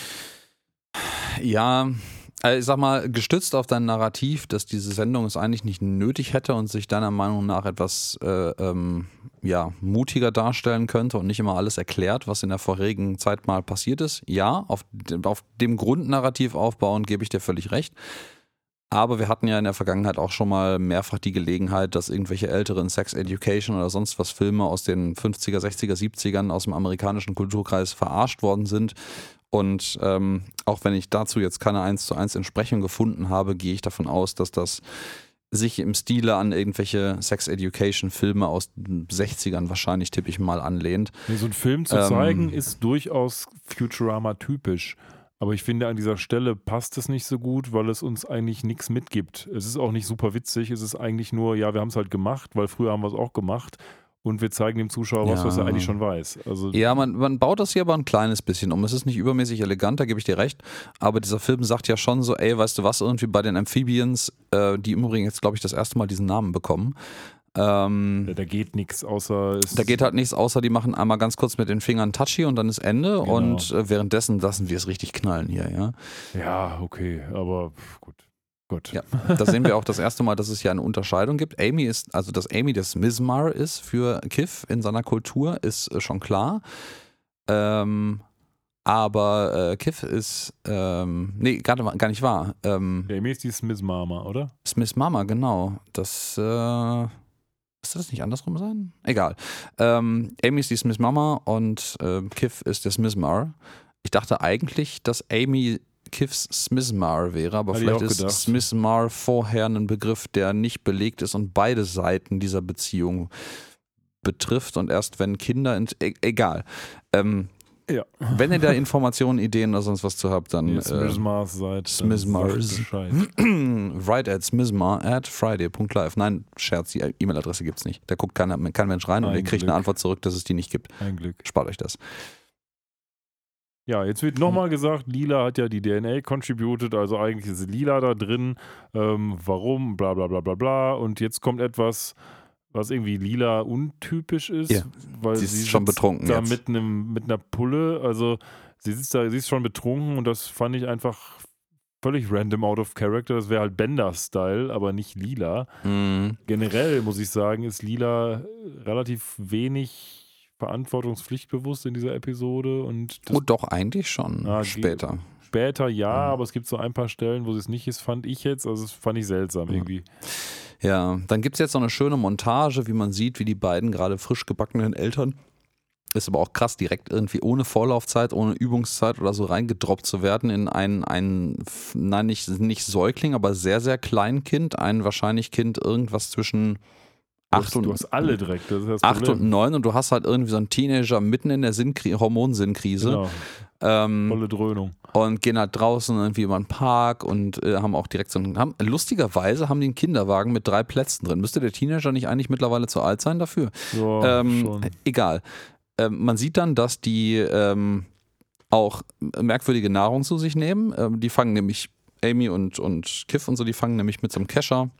B: Ja, also ich sag mal, gestützt auf dein Narrativ, dass diese Sendung es eigentlich nicht nötig hätte und sich deiner Meinung nach etwas äh, ähm, ja, mutiger darstellen könnte und nicht immer alles erklärt, was in der vorherigen Zeit mal passiert ist. Ja, auf, dem- auf dem Grundnarrativ aufbauen, gebe ich dir völlig recht. Aber wir hatten ja in der Vergangenheit auch schon mal mehrfach die Gelegenheit, dass irgendwelche älteren Sex Education oder sonst was Filme aus den fünfziger, sechziger, siebzigern aus dem amerikanischen Kulturkreis verarscht worden sind. Und ähm, auch wenn ich dazu jetzt keine eins zu eins Entsprechung gefunden habe, gehe ich davon aus, dass das sich im Stile an irgendwelche Sex Education Filme aus den sechzigern wahrscheinlich, tippe ich mal, anlehnt.
A: Nee, so einen Film zu
B: Ähm,
A: zeigen, ist durchaus Futurama typisch. Aber ich finde, an dieser Stelle passt es nicht so gut, weil es uns eigentlich nichts mitgibt. Es ist auch nicht super witzig. Es ist eigentlich nur, ja, wir haben es halt gemacht, weil früher haben wir es auch gemacht. Und wir zeigen dem Zuschauer was,
B: Ja.
A: was er eigentlich schon weiß. Also,
B: Ja, man, man baut das hier aber ein kleines bisschen um. Es ist nicht übermäßig elegant, da gebe ich dir recht. Aber dieser Film sagt ja schon so, ey, weißt du was, irgendwie bei den Amphibians, äh, die im Übrigen jetzt, glaube ich, das erste Mal diesen Namen bekommen. Ähm,
A: da, da geht nichts, außer es
B: Da geht halt nichts, außer die machen einmal ganz kurz mit den Fingern Touchy und dann ist Ende.
A: Genau.
B: Und äh, währenddessen lassen wir es richtig knallen hier, ja.
A: Ja, okay, aber pff, gut. Gut.
B: Ja, da sehen wir auch das erste Mal, dass es hier eine Unterscheidung gibt. Amy ist, also dass Amy das Mizmar ist für Kiff in seiner Kultur, ist äh, schon klar. Ähm, aber äh, Kiff ist, ähm, nee, gar, gar nicht wahr. Ähm,
A: Amy ist die Smith Mama, oder?
B: Smith Mama, genau. Das, äh, müsste das nicht andersrum sein? Egal. Ähm, Amy ist die Smith Mama und äh, Kiff ist der Smizmar. Ich dachte eigentlich, dass Amy Kiffs Smizmar wäre, aber
A: Hatte ich
B: vielleicht
A: auch
B: ist
A: gedacht.
B: Smizmar vorher ein Begriff, der nicht belegt ist und beide Seiten dieser Beziehung betrifft und erst wenn Kinder, ent e egal. Ähm,
A: Ja.
B: Wenn ihr da Informationen, Ideen oder sonst was zu habt, dann
A: Ihr
B: äh,
A: Smithmars seid.
B: Smithmars.
A: Bescheid.
B: write at smizmar at friday punkt live. Nein, Scherz, die E-Mail-Adresse gibt's nicht. Da guckt keiner, kein Mensch rein und
A: Ein
B: ihr kriegt
A: Glück.
B: eine Antwort zurück, dass es die nicht gibt.
A: Ein Glück.
B: Spart euch das.
A: Ja, jetzt wird nochmal gesagt, Lila hat ja die D N A contributed, also eigentlich ist Lila da drin. Ähm, warum? Bla bla bla bla bla. Und jetzt kommt etwas, was irgendwie Lila untypisch ist,
B: Ja,
A: weil
B: sie ist
A: sie
B: schon
A: sitzt
B: betrunken
A: da
B: jetzt.
A: mit einem mit einer Pulle. Also sie sitzt da, sie ist schon betrunken und das fand ich einfach völlig random out of character. Das wäre halt Bender-Style, aber nicht Lila.
B: Mhm.
A: Generell muss ich sagen, ist Lila relativ wenig verantwortungspflichtbewusst in dieser Episode und das
B: Oh, doch, eigentlich schon.
A: Ah,
B: Später.
A: später ja,
B: Mhm.
A: aber es gibt so ein paar Stellen, wo sie es nicht ist, fand ich jetzt, also das fand ich seltsam
B: Ja.
A: irgendwie.
B: Ja, dann gibt es jetzt noch eine schöne Montage, wie man sieht, wie die beiden gerade frisch gebackenen Eltern, ist aber auch krass, direkt irgendwie ohne Vorlaufzeit, ohne Übungszeit oder so reingedroppt zu werden in ein, ein nein, nicht, nicht Säugling, aber sehr, sehr Kleinkind, ein wahrscheinlich Kind irgendwas zwischen
A: Du
B: acht
A: hast,
B: und
A: du hast alle direkt, das ist das
B: acht
A: Problem.
B: und neun und du hast halt irgendwie so einen Teenager mitten in der Sinnkri- Hormonsinnkrise.
A: Genau,
B: Ähm,
A: volle Dröhnung.
B: und gehen halt draußen irgendwie über den Park und äh, haben auch direkt so einen, haben, lustigerweise haben die einen Kinderwagen mit drei Plätzen drin. Müsste der Teenager nicht eigentlich mittlerweile zu alt sein dafür?
A: Ja,
B: ähm,
A: schon.
B: Egal. Ähm, man sieht dann, dass die ähm, auch merkwürdige Nahrung zu sich nehmen. Ähm, die fangen nämlich, Amy und, und Kiff und so, die fangen nämlich mit so einem Kescher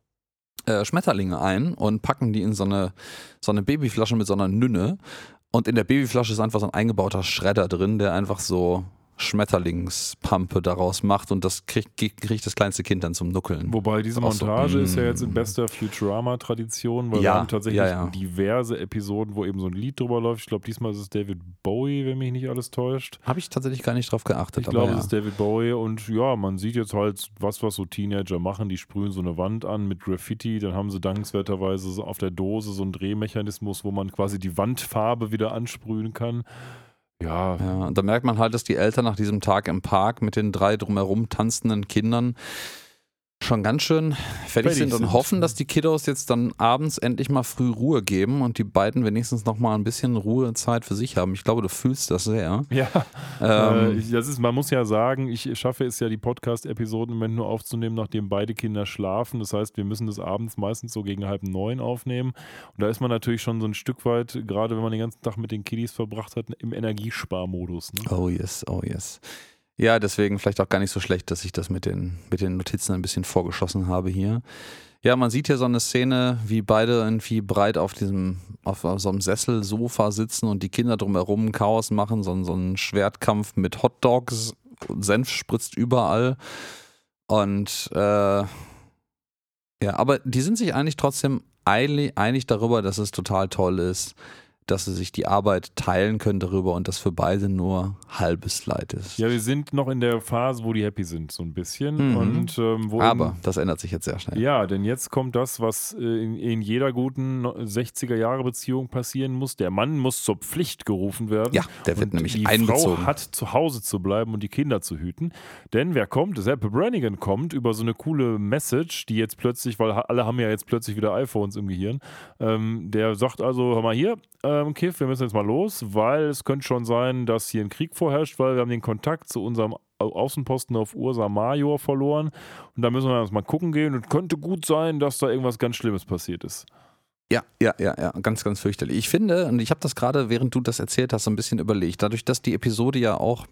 B: äh, Schmetterlinge ein und packen die in so eine, so eine Babyflasche mit so einer Nünne. Und in der Babyflasche ist einfach so ein eingebauter Schredder drin, der einfach so Schmetterlingspampe daraus macht und das kriegt, kriegt das kleinste Kind dann zum Nuckeln.
A: Wobei diese
B: Auch so,
A: Montage ist ja jetzt in
B: mm.
A: bester Futurama-Tradition, weil wir
B: Ja,
A: haben tatsächlich
B: ja, ja.
A: diverse Episoden, wo eben so ein Lied drüber läuft. Ich glaube, diesmal ist es David Bowie, wenn mich nicht alles täuscht.
B: Habe ich tatsächlich gar nicht drauf geachtet.
A: Ich glaube,
B: aber ja.
A: es ist David Bowie und ja, man sieht jetzt halt, was, was so Teenager machen. Die sprühen so eine Wand an mit Graffiti, dann haben sie dankenswerterweise so auf der Dose so einen Drehmechanismus, wo man quasi die Wandfarbe wieder ansprühen kann. Ja,
B: Ja, und da merkt man halt, dass die Eltern nach diesem Tag im Park mit den drei drumherum tanzenden Kindern schon ganz schön fertig,
A: Fertig
B: sind und
A: sind.
B: hoffen, dass die Kiddos jetzt dann abends endlich mal früh Ruhe geben und die beiden wenigstens noch mal ein bisschen Ruhezeit für sich haben. Ich glaube, du fühlst das sehr.
A: Ja,
B: Ähm,
A: äh, ich- das ist, man muss ja sagen, ich schaffe es ja, die Podcast-Episoden im Moment nur aufzunehmen, nachdem beide Kinder schlafen. Das heißt, wir müssen das abends meistens so gegen halb neun aufnehmen. Und da ist man natürlich schon so ein Stück weit, gerade wenn man den ganzen Tag mit den Kiddies verbracht hat, im Energiesparmodus. Ne?
B: Oh yes, oh yes. Ja, deswegen vielleicht auch gar nicht so schlecht, dass ich das mit den, mit den Notizen ein bisschen vorgeschossen habe hier. Ja, man sieht hier so eine Szene, wie beide irgendwie breit auf diesem, auf so einem Sessel-Sofa sitzen und die Kinder drumherum Chaos machen, so, so einen Schwertkampf mit Hotdogs, Senf spritzt überall. Und äh, ja, aber die sind sich eigentlich trotzdem einig, einig darüber, dass es total toll ist, dass sie sich die Arbeit teilen können darüber und das für beide nur halbes Leid ist.
A: Ja, wir sind noch in der Phase, wo die happy sind, so ein bisschen.
B: Mhm.
A: Und, ähm, wo
B: Aber
A: eben-
B: das ändert sich jetzt sehr schnell.
A: Ja, denn jetzt kommt das, was äh, in, in jeder guten sechziger-Jahre-Beziehung passieren muss. Der Mann muss zur Pflicht gerufen werden.
B: Ja, der wird
A: und
B: nämlich
A: die
B: einbezogen.
A: Frau hat zu Hause zu bleiben und die Kinder zu hüten. Denn wer kommt? Zapp Brannigan kommt über so eine coole Message, die jetzt plötzlich, weil alle haben ja jetzt plötzlich wieder iPhones im Gehirn, ähm, der sagt also, hör mal hier, ähm, Kiff, wir müssen jetzt mal los, weil es könnte schon sein, dass hier ein Krieg vorherrscht, weil wir haben den Kontakt zu unserem Außenposten auf Ursa Major verloren und da müssen wir jetzt mal gucken gehen und könnte gut sein, dass da irgendwas ganz Schlimmes passiert ist.
B: Ja, ja, ja, ja, ganz, ganz fürchterlich. Ich finde, und ich habe das gerade, während du das erzählt hast, so ein bisschen überlegt, dadurch, dass die Episode ja auch,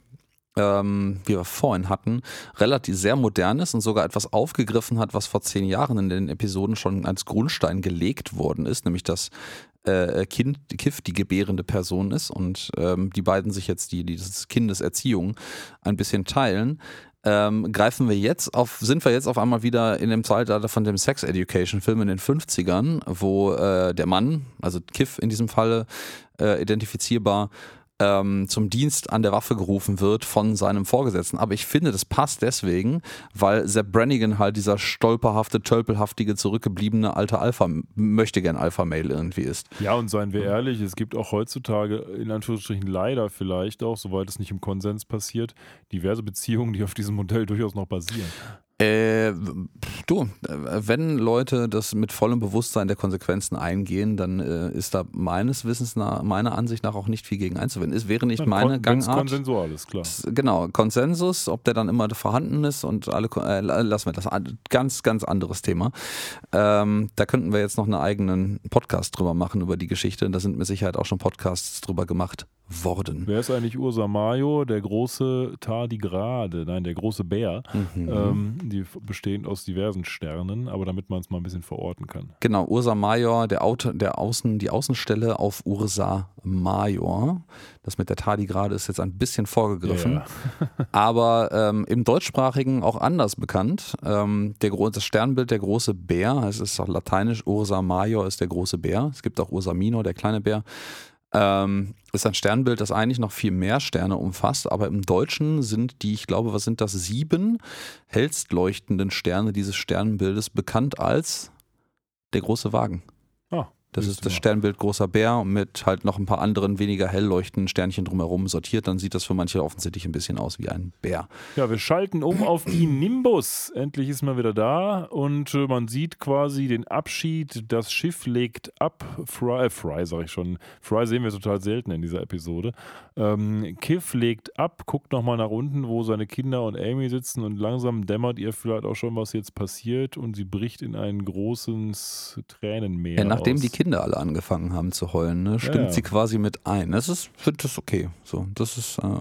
B: ähm, wie wir vorhin hatten, relativ sehr modern ist und sogar etwas aufgegriffen hat, was vor zehn Jahren in den Episoden schon als Grundstein gelegt worden ist, nämlich dass äh, Kind, Kiff die gebärende Person ist und ähm, die beiden sich jetzt die, die dieses Kindeserziehung ein bisschen teilen. Ähm, greifen wir jetzt auf, sind wir jetzt auf einmal wieder in dem Zeitalter von dem Sex Education Film in den fünfzigern, wo äh, der Mann, also Kiff in diesem Falle äh, identifizierbar, ähm, zum Dienst an der Waffe gerufen wird von seinem Vorgesetzten. Aber ich finde, das passt deswegen, weil Zapp Brannigan halt dieser stolperhafte, tölpelhaftige, zurückgebliebene alte Alpha, möchte gern Alpha-Male irgendwie ist.
A: Ja, und seien wir ehrlich, es gibt auch heutzutage, in Anführungsstrichen leider vielleicht auch, soweit es nicht im Konsens passiert, diverse Beziehungen, die auf diesem Modell durchaus noch basieren.
B: Äh, du, wenn Leute das mit vollem Bewusstsein der Konsequenzen eingehen, dann äh, ist da meines Wissens nach, meiner Ansicht nach auch nicht viel gegen einzuwenden. Es wäre nicht
A: Ja,
B: meine
A: kon- wenn's
B: Gangart.
A: konsensual ist, klar.
B: Genau, Konsensus, ob der dann immer vorhanden ist und alle, äh, lassen wir das, an. ganz, ganz anderes Thema. Ähm, da könnten wir jetzt noch einen eigenen Podcast drüber machen, über die Geschichte. Da sind mit Sicherheit auch schon Podcasts drüber gemacht worden.
A: Wer ist eigentlich Ursa Major, der große Tardigrade, nein, der große Bär,
B: Mhm.
A: ähm, die bestehend aus diversen Sternen, aber damit man es mal ein bisschen verorten kann.
B: Genau, Ursa Major, der, Auto, der Außen, die Außenstelle auf Ursa Major. Das mit der Tardigrade ist jetzt ein bisschen vorgegriffen,
A: Ja.
B: aber ähm, im Deutschsprachigen auch anders bekannt. Ähm, der, gro- das Sternbild der große Bär, es ist auch lateinisch, Ursa Major ist der große Bär. Es gibt auch Ursa Minor, der kleine Bär. Ähm, ist ein Sternbild, das eigentlich noch viel mehr Sterne umfasst, aber im Deutschen sind die, ich glaube, was sind das, sieben hellst leuchtenden Sterne dieses Sternbildes bekannt als der große Wagen.
A: Ah,
B: Das
A: siehst
B: ist
A: du
B: das
A: mal.
B: Sternbild großer Bär mit halt noch ein paar anderen weniger hell leuchtenden Sternchen drumherum sortiert. Dann sieht das für manche offensichtlich ein bisschen aus wie ein Bär.
A: Ja, wir schalten um auf die Nimbus. Endlich ist man wieder da und äh, man sieht quasi den Abschied. Das Schiff legt ab. Fry, äh, Fry sag ich schon. Fry sehen wir total selten in dieser Episode. Ähm, Kiff legt ab, guckt nochmal nach unten, wo seine Kinder und Amy sitzen und langsam dämmert ihr vielleicht auch schon, was jetzt passiert und sie bricht in ein großes Tränenmeer
B: Ja, nachdem
A: aus.
B: die Kinder alle angefangen haben zu heulen, ne, stimmt
A: ja.
B: sie quasi mit ein. Das ist, finde das okay. So, das ist äh,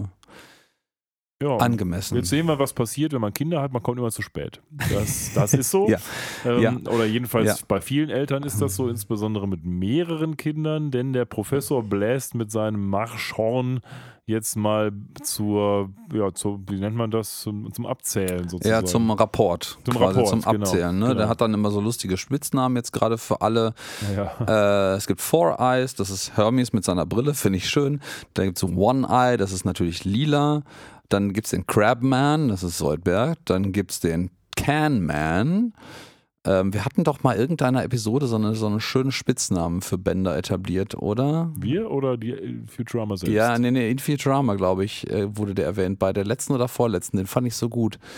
A: ja,
B: angemessen.
A: Jetzt sehen wir, was passiert, wenn man Kinder hat, man kommt immer zu spät. Das, das ist so.
B: Ja.
A: Ähm,
B: Ja.
A: Oder jedenfalls
B: Ja.
A: bei vielen Eltern ist das so, insbesondere mit mehreren Kindern, denn der Professor bläst mit seinem Marschhorn jetzt mal zur, ja, zur, wie nennt man das, zum, zum Abzählen sozusagen.
B: Ja, zum Rapport,
A: Zum
B: quasi
A: Rapport,
B: zum
A: genau,
B: Abzählen. Ne?
A: genau.
B: Der hat dann immer so lustige Spitznamen jetzt gerade für alle.
A: Ja.
B: Äh, es gibt Four Eyes, das ist Hermes mit seiner Brille, finde ich schön. Dann gibt es One Eye, das ist natürlich lila. Dann gibt es den Crabman, das ist Soldberg. Dann gibt es den Can Man. Ähm, wir hatten doch mal irgendeiner Episode so, eine, so einen schönen Spitznamen für Bender etabliert, oder?
A: Wir oder die äh, Futurama selbst?
B: Ja, nee, nee, in Futurama, glaube ich, äh, wurde der erwähnt. Bei der letzten oder vorletzten, den fand ich so gut.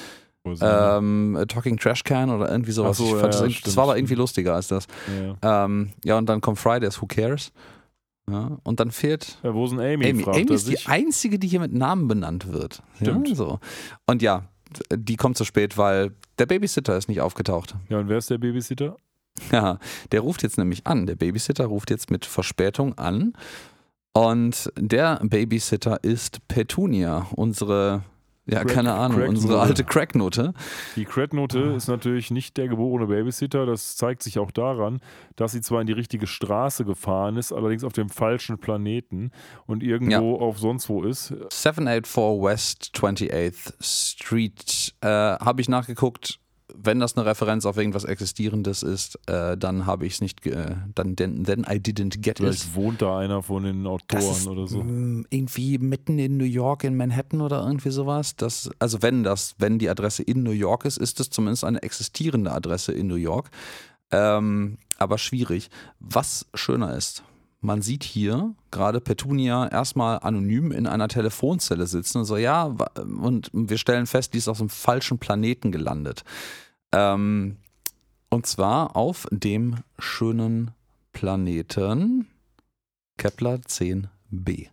B: Ähm, Talking Trash Can oder irgendwie sowas.
A: Ach so,
B: ich
A: ja,
B: fand das,
A: ja,
B: das
A: stimmt,
B: war aber
A: stimmt.
B: irgendwie lustiger als das.
A: Ja.
B: Ähm, ja, und dann kommt Fridays, Who Cares? Ja, und dann fehlt
A: Ja, wo ist denn Amy?
B: Amy.
A: fragt
B: Amy
A: er
B: ist die
A: sich.
B: einzige, die hier mit Namen benannt wird.
A: Stimmt.
B: Ja, so. Und ja, die kommt zu spät, weil der Babysitter ist nicht aufgetaucht.
A: Ja, und wer ist der Babysitter?
B: Ja, der ruft jetzt nämlich an. Der Babysitter ruft jetzt mit Verspätung an. Und der Babysitter ist Petunia, unsere, ja,
A: Crack-
B: keine Ahnung,
A: Cracknote.
B: unsere alte Cracknote.
A: Die Cracknote ist natürlich nicht der geborene Babysitter. Das zeigt sich auch daran, dass sie zwar in die richtige Straße gefahren ist, allerdings auf dem falschen Planeten und irgendwo auf sonst wo ist.
B: siebenhundertvierundachtzig West twenty-eighth Street. Äh, habe ich nachgeguckt. Wenn das eine Referenz auf irgendwas Existierendes ist, äh, dann habe ich es nicht, ge- dann then, then I didn't get it.
A: Vielleicht wohnt da einer von den Autoren
B: Das ist
A: oder so.
B: mh, irgendwie mitten in New York, in Manhattan oder irgendwie sowas. Das, also wenn das, wenn die Adresse in New York ist, ist es zumindest eine existierende Adresse in New York. Ähm, aber schwierig. Was schöner ist, man sieht hier gerade Petunia erstmal anonym in einer Telefonzelle sitzen und so, ja, wa- und wir stellen fest, die ist auf einem falschen Planeten gelandet. Ähm, und zwar auf dem schönen Planeten Kepler zehn b.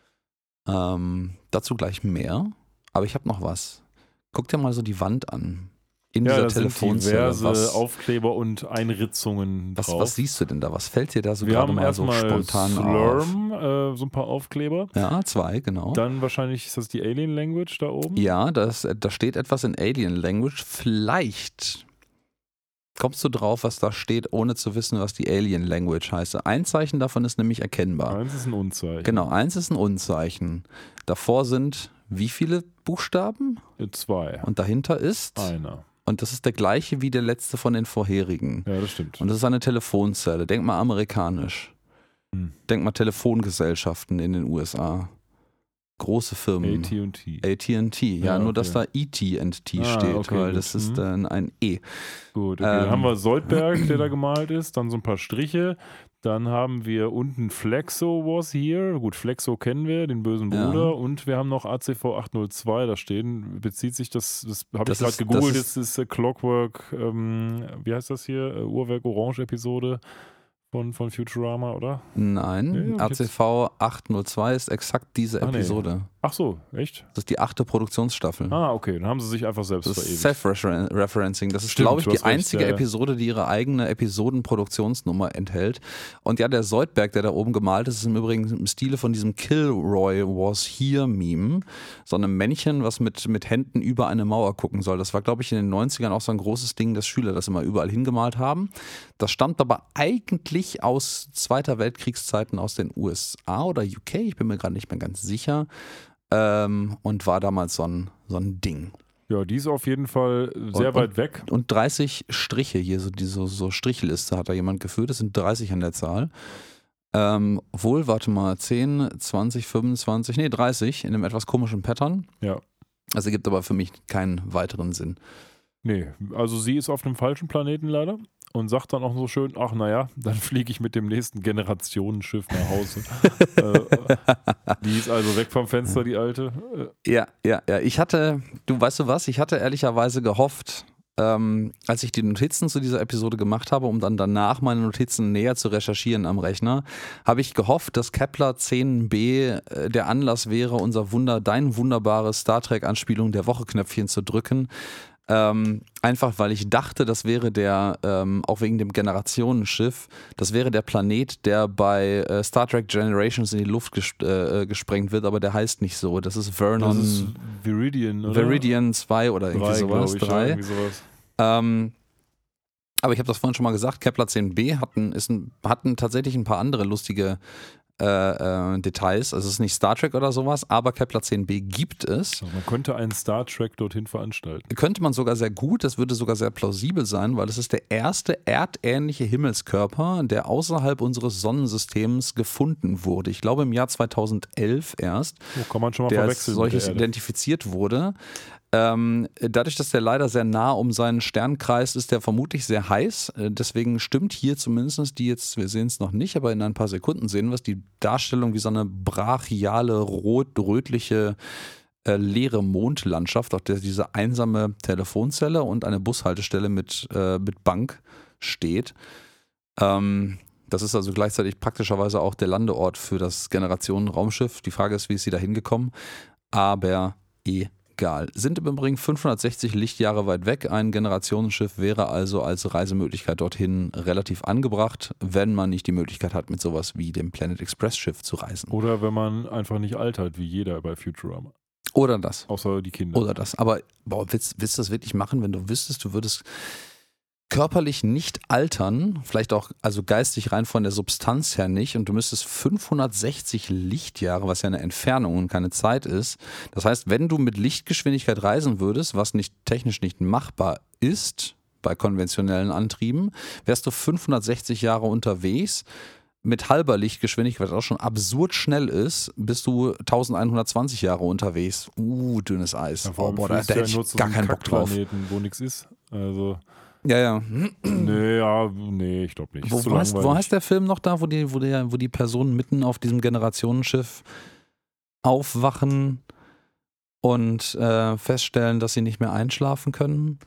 B: Ähm, dazu gleich mehr, aber ich habe noch was. Guck dir mal so die Wand an. In
A: Ja,
B: dieser
A: da sind
B: Telefonzelle.
A: diverse
B: Was,
A: Aufkleber und Einritzungen
B: was,
A: drauf.
B: was siehst du denn da? Was fällt dir da so
A: Wir
B: gerade
A: haben
B: mal so
A: erstmal
B: spontan auf?
A: Slurm, äh, so ein paar Aufkleber.
B: Ja, zwei, genau.
A: Dann wahrscheinlich ist das die Alien Language da oben.
B: Ja, das, da steht etwas in Alien Language. Vielleicht kommst du drauf, was da steht, ohne zu wissen, was die Alien Language heißt. Ein Zeichen davon ist nämlich erkennbar.
A: Eins ist ein Unzeichen.
B: Genau, eins ist ein Unzeichen. Davor sind wie viele Buchstaben?
A: Zwei.
B: Und dahinter ist,
A: Einer.
B: und das ist der gleiche wie der letzte von den vorherigen.
A: Ja, das stimmt.
B: Und das ist eine Telefonzelle. Denk mal amerikanisch.
A: Hm.
B: Denk mal Telefongesellschaften in den U S A. Große Firmen.
A: A T und T.
B: A T und T, ja,
A: Ja,
B: nur dass da
A: okay.
B: E T und T
A: Ah,
B: steht,
A: okay,
B: weil
A: gut.
B: das ist
A: Mhm.
B: dann ein E.
A: Gut, okay.
B: Ähm.
A: Dann haben wir Soldberg, der da gemalt ist, dann so ein paar Striche. Dann haben wir unten Flexo was here. Gut, Flexo kennen wir, den bösen
B: Ja.
A: Bruder. Und wir haben noch A C V achthundertzwei da stehen. Bezieht sich das, das habe ich
B: Das
A: gerade
B: ist-
A: gegoogelt,
B: das
A: das ist, äh, Clockwork, ähm, wie heißt das hier? Äh, Uhrwerk Orange Episode von, von Futurama, oder?
B: Nein,
A: Ja, ja,
B: A C V achthundertzwei ist exakt diese
A: Ach, nee.
B: Episode.
A: Ach so, echt?
B: Das ist die achte Produktionsstaffel.
A: Ah, okay, dann haben sie sich einfach selbst
B: Das ist
A: verewigt.
B: Self-Referencing. Das ist,
A: Stimmt,
B: glaube ich,
A: du
B: die
A: hast recht,
B: einzige
A: ja, ja.
B: Episode, die ihre eigene Episodenproduktionsnummer enthält. Und ja, der Soldberg, der da oben gemalt ist, ist im Übrigen im Stile von diesem Kilroy Was Here-Meme. So einem Männchen, was mit, mit Händen über eine Mauer gucken soll. Das war, glaube ich, in den neunzigern auch so ein großes Ding, dass Schüler das immer überall hingemalt haben. Das stammt aber eigentlich aus Zweiter Weltkriegszeiten aus den U S A oder U K, ich bin mir gerade nicht mehr ganz sicher. Ähm, und war damals so ein, so ein Ding.
A: Ja, die ist auf jeden Fall sehr
B: Und-
A: weit weg.
B: Und dreißig Striche hier, so diese so Strichliste hat da jemand geführt, das sind dreißig an der Zahl. Ähm, wohl, warte mal, zehn, zwanzig, fünfundzwanzig, nee, dreißig in einem etwas komischen Pattern.
A: Ja.
B: Das ergibt aber für mich keinen weiteren Sinn.
A: Nee, also sie ist auf einem falschen Planeten leider und sagt dann auch so schön, ach naja, dann fliege ich mit dem nächsten Generationenschiff nach Hause. äh, die ist also weg vom Fenster, die alte. Äh,
B: Ja, ja, ja. Ich hatte, du weißt du was, ich hatte ehrlicherweise gehofft, ähm, als ich die Notizen zu dieser Episode gemacht habe, um dann danach meine Notizen näher zu recherchieren am Rechner, habe ich gehofft, dass Kepler zehn b äh, der Anlass wäre, unser Wunder, dein wunderbares Star Trek-Anspielung der Woche-Knöpfchen zu drücken. Ähm, einfach weil ich dachte, das wäre der, ähm, auch wegen dem Generationenschiff, das wäre der Planet, der bei äh, Star Trek Generations in die Luft ges äh, gesprengt wird, aber der heißt nicht so. Das ist Vernon.
A: das ist Viridian, oder?
B: Viridian zwei oder irgendwie
A: drei,
B: sowas.
A: glaube ich. Ja,
B: drei.
A: irgendwie sowas.
B: Ähm, aber ich habe das vorhin schon mal gesagt, Kepler zehn b hatten, ist ein, hatten tatsächlich ein paar andere lustige äh, äh, Details. Also es ist nicht Star Trek oder sowas, aber Kepler zehn b gibt es.
A: Also man könnte einen Star Trek dorthin veranstalten.
B: Könnte man sogar sehr gut, das würde sogar sehr plausibel sein, weil es ist der erste erdähnliche Himmelskörper, der außerhalb unseres Sonnensystems gefunden wurde. Ich glaube im Jahr zweitausendelf erst,
A: Oh, kann man schon mal
B: der als
A: verwechseln mit der
B: solches
A: Erde.
B: identifiziert wurde. Ähm, dadurch, dass der leider sehr nah um seinen Stern kreist, ist der vermutlich sehr heiß. Äh, deswegen stimmt hier zumindest die jetzt, wir sehen es noch nicht, aber in ein paar Sekunden sehen wir es, die Darstellung wie so eine brachiale, rot-rötliche äh, leere Mondlandschaft, auf der diese einsame Telefonzelle und eine Bushaltestelle mit, äh, mit Bank steht. Ähm, das ist also gleichzeitig praktischerweise auch der Landeort für das Generationen-Raumschiff. Die Frage ist, wie ist sie da hingekommen? Aber egal. Sind im Übrigen fünfhundertsechzig Lichtjahre weit weg. Ein Generationenschiff wäre also als Reisemöglichkeit dorthin relativ angebracht, wenn man nicht die Möglichkeit hat, mit sowas wie dem Planet Express Schiff zu reisen.
A: Oder wenn man einfach nicht altert, wie jeder bei Futurama.
B: Oder das.
A: Außer die Kinder.
B: Oder das. Aber boah, willst, willst du das wirklich machen, wenn du wüsstest, du würdest körperlich nicht altern, vielleicht auch also geistig rein von der Substanz her nicht, und du müsstest fünfhundertsechzig Lichtjahre, was ja eine Entfernung und keine Zeit ist. Das heißt, wenn du mit Lichtgeschwindigkeit reisen würdest, was nicht technisch nicht machbar ist bei konventionellen Antrieben, wärst du fünfhundertsechzig Jahre unterwegs. Mit halber Lichtgeschwindigkeit, was auch schon absurd schnell ist, bist du elfhundertzwanzig Jahre unterwegs. Uh, dünnes Eis.
A: Ja,
B: oh, boah, da, da hätte ich gar keinen Bock drauf.
A: Wo nichts ist. Also
B: Ja, ja.
A: Nee, ja, nee, ich glaube nicht.
B: Wo, wo, heißt, wo heißt der Film noch da, wo die, wo, der, wo die Personen mitten auf diesem Generationenschiff aufwachen und äh, feststellen, dass sie nicht mehr einschlafen können?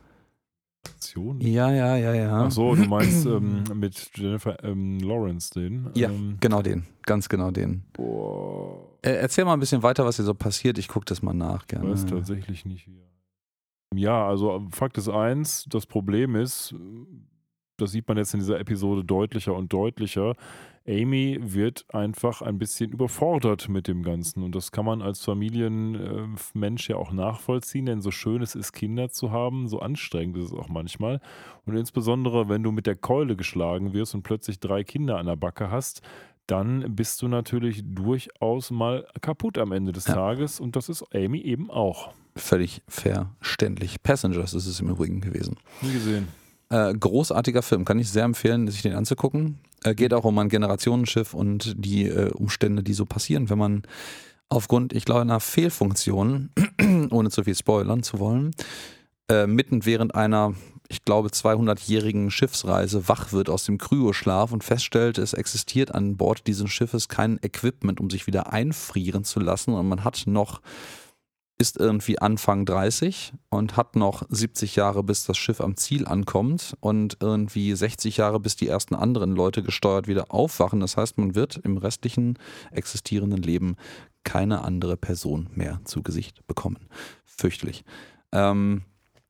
B: Ja, ja, ja, ja.
A: Ach so, du meinst ähm, mit Jennifer ähm, Lawrence den?
B: Ja,
A: ähm,
B: genau den. Ganz genau den.
A: Boah.
B: Äh, erzähl mal ein bisschen weiter, was hier so passiert. Ich gucke das mal nach gerne.
A: Ich weiß tatsächlich nicht, wie. Ja, also Fakt ist eins, das Problem ist, das sieht man jetzt in dieser Episode deutlicher und deutlicher, Amy wird einfach ein bisschen überfordert mit dem Ganzen, und das kann man als Familienmensch ja auch nachvollziehen, denn so schön es ist, Kinder zu haben, so anstrengend ist es auch manchmal, und insbesondere, wenn du mit der Keule geschlagen wirst und plötzlich drei Kinder an der Backe hast, dann bist du natürlich durchaus mal kaputt am Ende des
B: ja.
A: Tages, und das ist Amy eben auch.
B: Völlig verständlich. Passengers ist es im Übrigen gewesen.
A: Nie gesehen.
B: Äh, großartiger Film, kann ich sehr empfehlen, sich den anzugucken. Äh, geht auch um ein Generationenschiff und die äh, Umstände, die so passieren, wenn man aufgrund, ich glaube, einer Fehlfunktion, ohne zu viel spoilern zu wollen, äh, mitten während einer, ich glaube, zweihundertjährigen Schiffsreise wach wird aus dem Kryoschlaf und feststellt, es existiert an Bord dieses Schiffes kein Equipment, um sich wieder einfrieren zu lassen, und man hat noch ist irgendwie Anfang dreißig und hat noch siebzig Jahre, bis das Schiff am Ziel ankommt, und irgendwie sechzig Jahre, bis die ersten anderen Leute gesteuert wieder aufwachen. Das heißt, man wird im restlichen existierenden Leben keine andere Person mehr zu Gesicht bekommen. Fürchterlich. Ähm,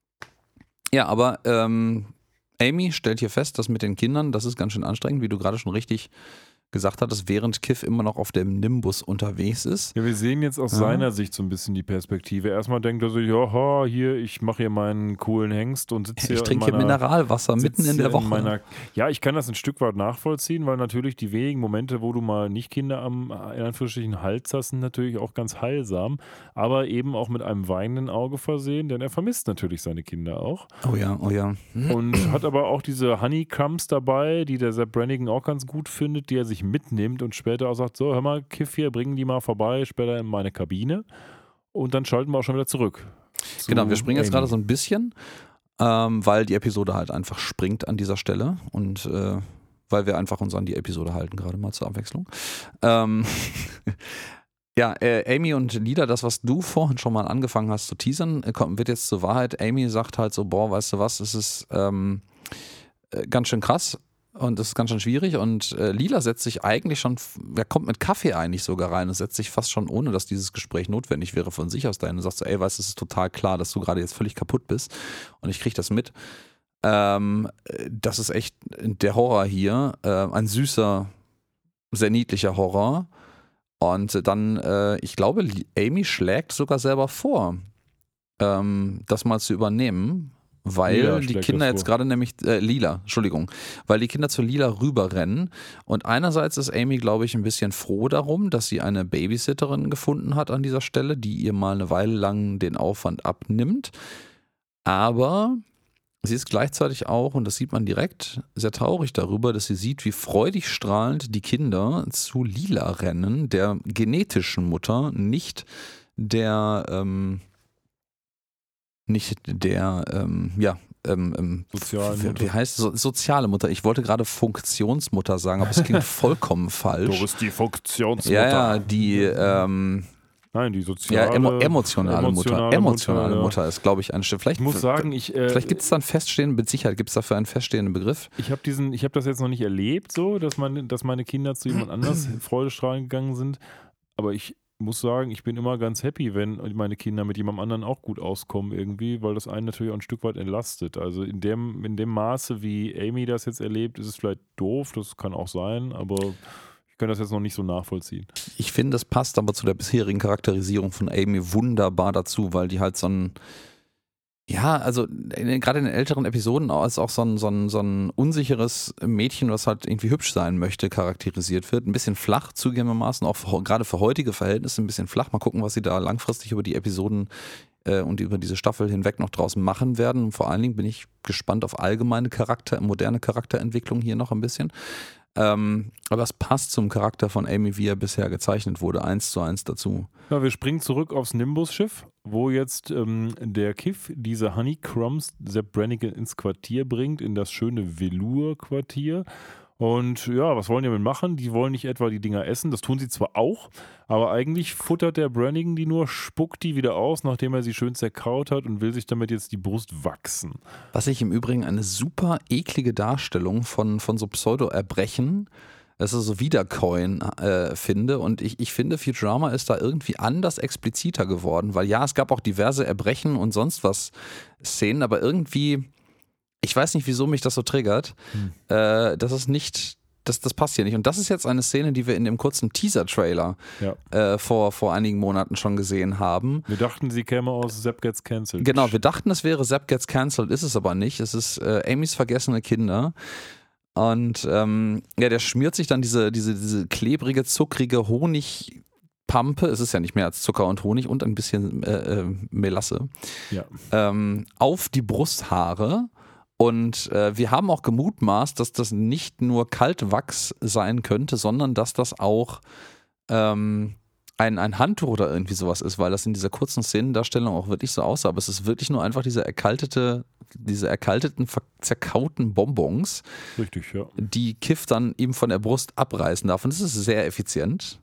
B: ja, aber ähm, Amy stellt hier fest, dass mit den Kindern, das ist ganz schön anstrengend, wie du gerade schon richtig gesagt hat, dass während Kiff immer noch auf dem Nimbus unterwegs ist.
A: Ja, wir sehen jetzt aus ja. seiner Sicht so ein bisschen die Perspektive. Erstmal denkt er so, ja, hier, ich mache hier meinen coolen Hengst und sitze hier
B: Ich trinke
A: hier
B: Mineralwasser mitten in der Woche.
A: In meiner, ja, ich kann das ein Stück weit nachvollziehen, weil natürlich die wenigen Momente, wo du mal nicht Kinder am, in Anführungsstrichen, Hals hast, sind natürlich auch ganz heilsam, aber eben auch mit einem weinenden Auge versehen, denn er vermisst natürlich seine Kinder auch.
B: Oh ja, oh ja.
A: Und hat aber auch diese Honeycrumbs dabei, die der Sepp Brannigan auch ganz gut findet, die er sich mitnimmt und später auch sagt, so, hör mal, Kiff hier, bringen die mal vorbei, später in meine Kabine, und dann schalten wir auch schon wieder zurück.
B: Genau, wir springen jetzt gerade so ein bisschen, ähm, weil die Episode halt einfach springt an dieser Stelle, und äh, weil wir einfach uns an die Episode halten, gerade mal zur Abwechslung. Ähm, ja, äh, Amy und Lila, das, was du vorhin schon mal angefangen hast zu teasern, äh, kommt, wird jetzt zur Wahrheit. Amy sagt halt so, boah, weißt du was, es ist ähm, äh, ganz schön krass. Und das ist ganz schön schwierig, und äh, Lila setzt sich eigentlich schon, er kommt mit Kaffee eigentlich sogar rein und setzt sich fast schon, ohne dass dieses Gespräch notwendig wäre, von sich aus dahin und sagt so, ey, weißt du, es ist total klar, dass du gerade jetzt völlig kaputt bist, und ich kriege das mit. Ähm, das ist echt der Horror hier, äh, ein süßer, sehr niedlicher Horror, und dann, äh, ich glaube, Amy schlägt sogar selber vor, ähm, das mal zu übernehmen, weil Lila die Kinder jetzt gerade nämlich, äh, Lila, Entschuldigung, weil die Kinder zu Lila rüberrennen, und einerseits ist Amy, glaube ich, ein bisschen froh darum, dass sie eine Babysitterin gefunden hat an dieser Stelle, die ihr mal eine Weile lang den Aufwand abnimmt, aber sie ist gleichzeitig auch, und das sieht man direkt, sehr traurig darüber, dass sie sieht, wie freudig strahlend die Kinder zu Lila rennen, der genetischen Mutter, nicht der, ähm, nicht der, ähm, ja, ähm, ähm, wie, wie heißt es? So, soziale Mutter. Ich wollte gerade Funktionsmutter sagen, aber es klingt vollkommen falsch.
A: Du bist die Funktionsmutter.
B: Ja, ja, die, ähm,
A: Nein, die soziale...
B: Ja, emo emotionale,
A: emotionale
B: Mutter. Emotionale
A: Mutter, ja.
B: Mutter ist, glaube ich, ein Stück. Vielleicht,
A: Ich muss sagen, ich... Äh,
B: vielleicht gibt es da einen feststehenden, mit Sicherheit gibt es dafür einen feststehenden Begriff.
A: Ich habe diesen, ich habe das jetzt noch nicht erlebt, so, dass meine, dass meine Kinder zu jemand anders freudestrahlend gegangen sind. Aber ich muss sagen, ich bin immer ganz happy, wenn meine Kinder mit jemandem anderen auch gut auskommen irgendwie, weil das einen natürlich auch ein Stück weit entlastet. Also in dem, in dem Maße, wie Amy das jetzt erlebt, ist es vielleicht doof, das kann auch sein, aber ich kann das jetzt noch nicht so nachvollziehen.
B: Ich finde, das passt aber zu der bisherigen Charakterisierung von Amy wunderbar dazu, weil die halt so ein Ja, also in, gerade in den älteren Episoden als auch so ein, so, ein, so ein unsicheres Mädchen, was halt irgendwie hübsch sein möchte, charakterisiert wird. Ein bisschen flach, zugegebenermaßen, auch für, gerade für heutige Verhältnisse ein bisschen flach. Mal gucken, was sie da langfristig über die Episoden äh, und über diese Staffel hinweg noch draußen machen werden. Und vor allen Dingen bin ich gespannt auf allgemeine Charakter, moderne Charakterentwicklung hier noch ein bisschen. Ähm, aber es passt zum Charakter von Amy, wie er bisher gezeichnet wurde, eins zu eins dazu.
A: Ja, wir springen zurück aufs Nimbus-Schiff, wo jetzt ähm, der Kiff diese Honeycrumbs Sepp Brannigan ins Quartier bringt, in das schöne Velour-Quartier. Und ja, was wollen die damit machen? Die wollen nicht etwa die Dinger essen, das tun sie zwar auch, aber eigentlich futtert der Brannigan die nur, spuckt die wieder aus, nachdem er sie schön zerkaut hat und will sich damit jetzt die Brust wachsen.
B: Was ich im Übrigen eine super eklige Darstellung von, von so Pseudo-Erbrechen, das ist so Wiederkäuen, äh, finde. Und ich, ich finde, Futurama ist da irgendwie anders expliziter geworden, weil ja, es gab auch diverse Erbrechen und sonst was Szenen, aber irgendwie... Ich weiß nicht, wieso mich das so triggert. Hm. Äh, das ist nicht, das, das passt hier nicht. Und das ist jetzt eine Szene, die wir in dem kurzen Teaser-Trailer
A: ja.
B: äh, vor, vor einigen Monaten schon gesehen haben.
A: Wir dachten, sie käme aus Sepp Gets Cancelled.
B: Genau, wir dachten, es wäre Sepp Gets Cancelled, ist es aber nicht. Es ist äh, Amys vergessene Kinder. Und ähm, ja, der schmiert sich dann diese, diese, diese klebrige, zuckrige Honig- Pampe, es ist ja nicht mehr als Zucker und Honig und ein bisschen äh, äh, Melasse,
A: ja.
B: ähm, auf die Brusthaare. Und äh, wir haben auch gemutmaßt, dass das nicht nur Kaltwachs sein könnte, sondern dass das auch ähm, ein, ein Handtuch oder irgendwie sowas ist, weil das in dieser kurzen Szenendarstellung auch wirklich so aussah. Aber es ist wirklich nur einfach diese erkaltete, diese erkalteten, zerkauten Bonbons,
A: Richtig, ja.
B: die Kiff dann ihm von der Brust abreißen darf. Und das ist sehr effizient.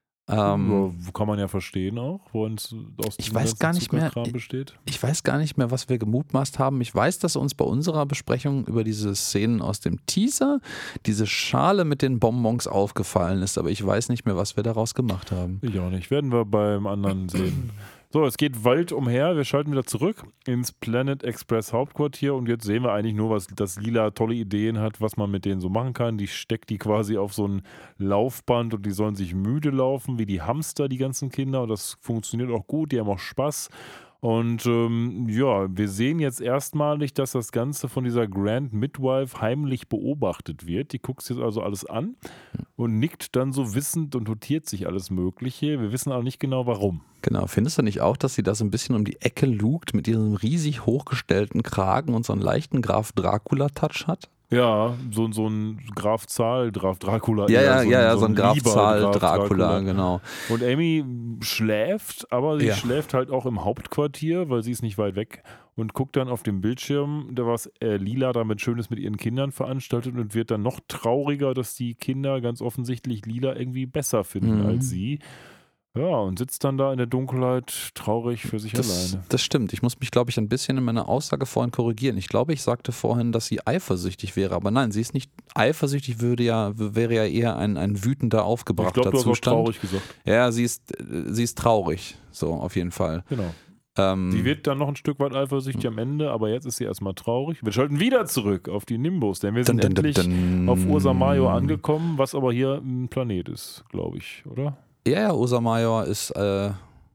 A: Ähm, ja, kann man ja verstehen auch, wo es aus
B: ich weiß gar nicht mehr,
A: besteht.
B: Ich weiß gar nicht mehr, was wir gemutmaßt haben. Ich weiß, dass uns bei unserer Besprechung über diese Szenen aus dem Teaser diese Schale mit den Bonbons aufgefallen ist, aber ich weiß nicht mehr, was wir daraus gemacht haben.
A: Ich auch nicht. Werden wir beim anderen sehen. So, es geht Wald umher. Wir schalten wieder zurück ins Planet Express Hauptquartier und jetzt sehen wir eigentlich nur, was das Lila tolle Ideen hat, was man mit denen so machen kann. Die steckt die quasi auf so ein Laufband und die sollen sich müde laufen, wie die Hamster, die ganzen Kinder. Und das funktioniert auch gut, die haben auch Spaß. Und ähm, ja, wir sehen jetzt erstmalig, dass das Ganze von dieser Grand Midwife heimlich beobachtet wird. Die guckt sich also alles an und nickt dann so wissend und notiert sich alles Mögliche. Wir wissen aber nicht genau, warum.
B: Genau, findest du nicht auch, dass sie da so ein bisschen um die Ecke lugt mit ihrem riesig hochgestellten Kragen und so einen leichten Graf Dracula-Touch hat?
A: Ja, so, so ein Graf Zahl, Graf Dracula.
B: Ja, ja,
A: so
B: ja,
A: ein,
B: ja,
A: so
B: so ein Graf Zahl
A: Graf
B: Dracula,
A: Dracula,
B: genau.
A: Und Amy schläft, aber sie
B: ja.
A: schläft halt auch im Hauptquartier, weil sie ist nicht weit weg und guckt dann auf dem Bildschirm, da was äh, Lila damit Schönes mit ihren Kindern veranstaltet und wird dann noch trauriger, dass die Kinder ganz offensichtlich Lila irgendwie besser finden
B: mhm.
A: als sie. Ja, und sitzt dann da in der Dunkelheit traurig für sich
B: das,
A: alleine.
B: Das stimmt. Ich muss mich, glaube ich, ein bisschen in meiner Aussage vorhin korrigieren. Ich glaube, ich sagte vorhin, dass sie eifersüchtig wäre. Aber nein, sie ist nicht eifersüchtig, würde ja, wäre ja eher ein, ein wütender, aufgebrachter
A: ich glaub, du hast
B: Zustand.
A: auch traurig gesagt.
B: Ja, sie ist, sie ist traurig. So, auf jeden Fall.
A: Genau.
B: Ähm,
A: sie wird dann noch ein Stück weit eifersüchtig am Ende, aber jetzt ist sie erstmal traurig. Wir schalten wieder zurück auf die Nimbus, denn wir sind
B: dun, dun,
A: endlich
B: dun, dun.
A: auf Ursa Major angekommen, was aber hier ein Planet ist, glaube ich, oder?
B: Ja, ja, Ursa Major ist äh,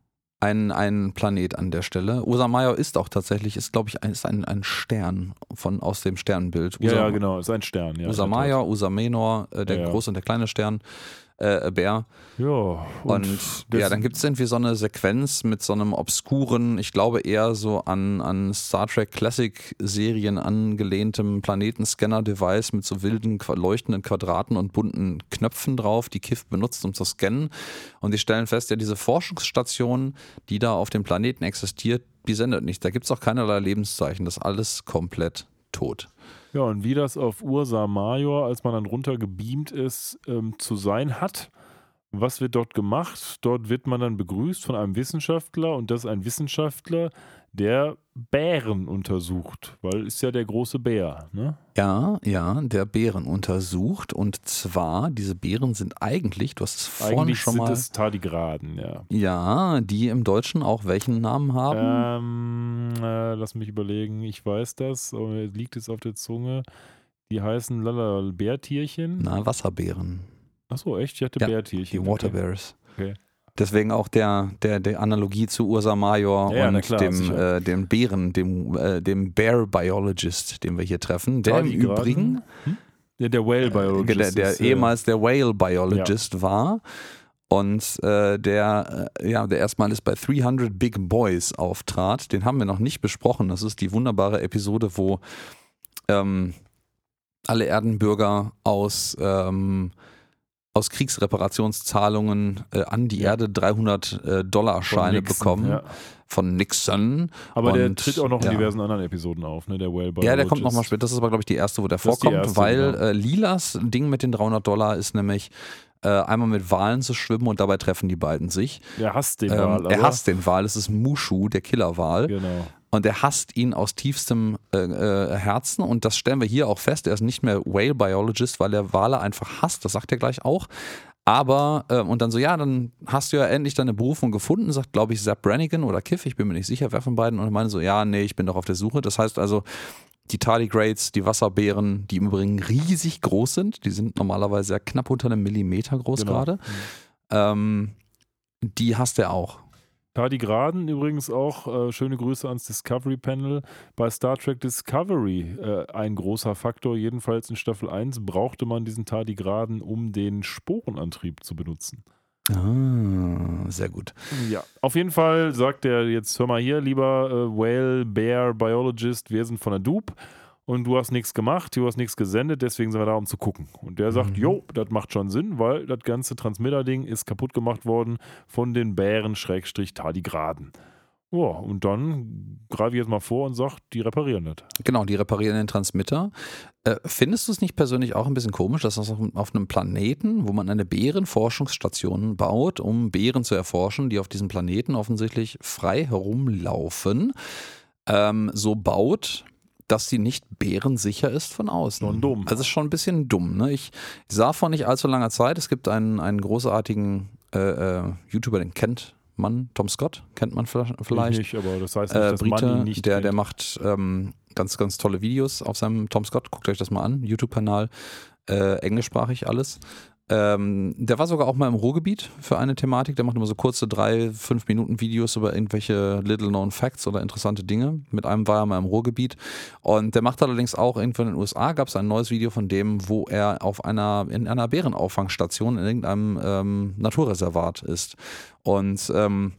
B: ein, ein Planet an der Stelle. Ursa Major ist auch tatsächlich, ist glaube ich, ein, ist ein, ein Stern von, aus dem Sternbild. Ursa,
A: ja, ja, genau, ist ein Stern. Ja,
B: Ursa Major, Ursa Menor, äh, der
A: ja, ja.
B: große und der kleine Stern. Äh, Bär.
A: Ja,
B: und, und ja, dann gibt es irgendwie so eine Sequenz mit so einem obskuren, ich glaube eher so an, an Star Trek Classic Serien angelehntem Planetenscanner-Device mit so wilden, leuchtenden Quadraten und bunten Knöpfen drauf, die Kiff benutzt, um zu scannen. Und die stellen fest, ja, diese Forschungsstation, die da auf dem Planeten existiert, die sendet nichts. Da gibt es auch keinerlei Lebenszeichen. Das ist alles komplett tot.
A: Ja, und wie das auf Ursa Major, als man dann runter gebeamt ist, ähm, zu sein hat, Was wird dort gemacht? Dort wird man dann begrüßt von einem Wissenschaftler und das ist ein Wissenschaftler, der Bären untersucht, weil ist ja der große Bär, ne?
B: Ja, ja, der Bären untersucht und zwar, diese Bären sind eigentlich, du hast es vorhin
A: Eigentlich
B: schon
A: sind
B: mal...
A: es Tardigraden, ja.
B: Ja, die im Deutschen auch welchen Namen haben?
A: Ähm, äh, lass mich überlegen, ich weiß das, aber mir liegt es auf der Zunge. Die heißen lala Bärtierchen.
B: Na, Wasserbären.
A: Achso, echt? Ich hatte
B: Ja,
A: Bärtierchen.
B: Die Water Bears.
A: Okay.
B: Deswegen auch der, der, der Analogie zu Ursa Major
A: Ja, na
B: und
A: klar,
B: dem,
A: sicher.
B: äh, dem Bären, dem, äh, dem Bear Biologist, den wir hier treffen. Der im
A: Tardigraden.
B: Übrigen
A: Hm? Der, der Whale Biologist.
B: der, der
A: ist, äh,
B: ehemals der Whale Biologist war und äh, der, äh, ja, der erstmals bei dreihundert Big Boys auftrat. Den haben wir noch nicht besprochen. Das ist die wunderbare Episode, wo ähm, alle Erdenbürger aus, ähm, aus Kriegsreparationszahlungen äh, an die
A: Ja.
B: Erde dreihundert äh, Dollar
A: von
B: Scheine
A: Nixon,
B: bekommen
A: ja.
B: von Nixon.
A: Aber der
B: Und,
A: tritt auch noch in
B: ja.
A: diversen anderen Episoden auf, ne? Der Whale Biologist.
B: Ja, der kommt nochmal später. Das ist aber, glaube ich, die erste, wo der
A: Das ist die
B: vorkommt,
A: erste,
B: weil
A: genau.
B: äh, Lilas Ding mit den dreihundert Dollar ist nämlich äh, einmal mit Walen zu schwimmen und dabei treffen die beiden sich.
A: Er hasst den
B: Ähm,
A: Wal,
B: er
A: aber-
B: hasst den Wal, es ist Mushu, der Killerwal.
A: Genau.
B: Und er hasst ihn aus tiefstem äh, äh, Herzen und das stellen wir hier auch fest. Er ist nicht mehr Whale Biologist, weil er Wale einfach hasst, das sagt er gleich auch. Aber, äh, und dann so, ja, dann hast du ja endlich deine Berufung gefunden, sagt, glaube ich, Zap Brannigan oder Kiff, ich bin mir nicht sicher, wer von beiden. Und ich meine so, ja, nee, ich bin doch auf der Suche. Das heißt also, die Tardigrades, die Wasserbären, die im Übrigen riesig groß sind, die sind normalerweise ja knapp unter einem Millimeter groß
A: Genau.
B: gerade, ähm, die hasst er auch.
A: Tardigraden übrigens auch, äh, schöne Grüße ans Discovery Panel. Bei Star Trek Discovery äh, ein großer Faktor, jedenfalls in Staffel eins brauchte man diesen Tardigraden, um den Sporenantrieb zu benutzen.
B: Ah, sehr gut.
A: Ja, auf jeden Fall sagt er jetzt, hör mal hier, lieber äh, Whale Bear Biologist, wir sind von der Dupe und du hast nichts gemacht, du hast nichts gesendet, deswegen sind wir da, um zu gucken. Und der sagt,
B: Mhm.
A: jo, das macht schon Sinn, weil das ganze Transmitter-Ding ist kaputt gemacht worden von den Bären-Tardigraden. Ja, und dann greife ich jetzt mal vor und sage, die reparieren das.
B: Genau, die reparieren den Transmitter. Äh, findest du es nicht persönlich auch ein bisschen komisch, dass das auf, auf einem Planeten, wo man eine Bärenforschungsstation baut, um Bären zu erforschen, die auf diesem Planeten offensichtlich frei herumlaufen, ähm, so baut, dass sie nicht bärensicher ist von außen?
A: Schon dumm.
B: Also ist schon ein bisschen dumm. Ne? Ich sah vor nicht allzu langer Zeit, es gibt einen, einen großartigen äh, äh, YouTuber, den kennt man, Tom Scott, kennt man vielleicht.
A: Ich nicht, aber das heißt nicht,
B: Äh,
A: dass man
B: Brite,
A: ihn nicht
B: der,
A: kennt.
B: der macht ähm, ganz, ganz tolle Videos auf seinem Tom Scott. Guckt euch das mal an, YouTube-Kanal, äh, englischsprachig alles. Ähm, der war sogar auch mal im Ruhrgebiet für eine Thematik. Der macht immer so kurze drei, fünf Minuten Videos über irgendwelche Little-Known Facts oder interessante Dinge. Mit einem war er mal im Ruhrgebiet. Und der macht allerdings auch irgendwo in den U S A, gab es ein neues Video von dem, wo er auf einer, in einer Bärenauffangstation in irgendeinem ähm, Naturreservat ist. Und ähm,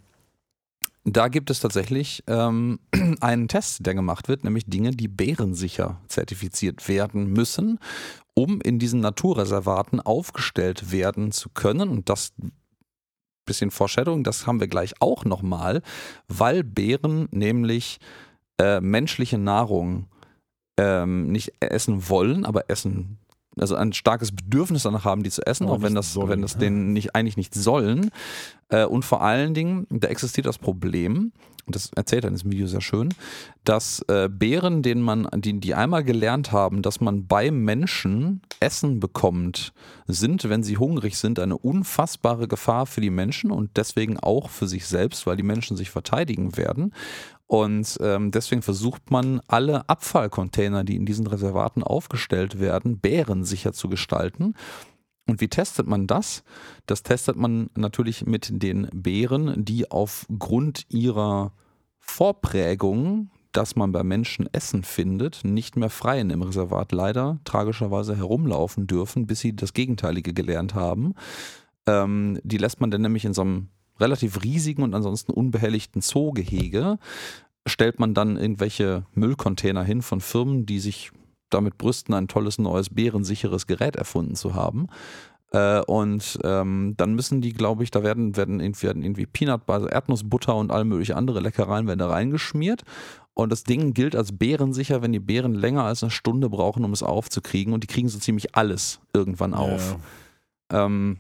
B: da gibt es tatsächlich ähm, einen Test, der gemacht wird, nämlich Dinge, die bärensicher zertifiziert werden müssen, um in diesen Naturreservaten aufgestellt werden zu können. Und das bisschen Foreshadowing, das haben wir gleich auch nochmal, weil Bären nämlich äh, menschliche Nahrung ähm, nicht essen wollen, aber essen, also ein starkes Bedürfnis danach haben, die zu essen,
A: Aber
B: auch wenn
A: nicht
B: das,
A: sollen.
B: wenn das denen nicht, eigentlich nicht sollen. Äh, und vor allen Dingen, da existiert das Problem, und das erzählt er in diesem Video sehr schön, dass äh, Bären, denen man, die, die einmal gelernt haben, dass man bei Menschen Essen bekommt, sind, wenn sie hungrig sind, eine unfassbare Gefahr für die Menschen und deswegen auch für sich selbst, weil die Menschen sich verteidigen werden. Und ähm, deswegen versucht man, alle Abfallcontainer, die in diesen Reservaten aufgestellt werden, bärensicher zu gestalten. Und wie testet man das? Das testet man natürlich mit den Bären, die aufgrund ihrer Vorprägung, dass man bei Menschen Essen findet, nicht mehr frei in dem Reservat leider tragischerweise herumlaufen dürfen, bis sie das Gegenteilige gelernt haben. Ähm, die lässt man dann nämlich in so einem relativ riesigen und ansonsten unbehelligten Zoogehege, stellt man dann irgendwelche Müllcontainer hin von Firmen, die sich damit brüsten, ein tolles neues bärensicheres Gerät erfunden zu haben. Äh, und ähm, dann müssen die, glaube ich, da werden, werden, irgendwie, werden irgendwie Peanut Butter, Erdnussbutter und all mögliche andere Leckereien werden da reingeschmiert. Und das Ding gilt als bärensicher, wenn die Bären länger als eine Stunde brauchen, um es aufzukriegen. Und die kriegen so ziemlich alles irgendwann auf.
A: Ja.
B: Ähm,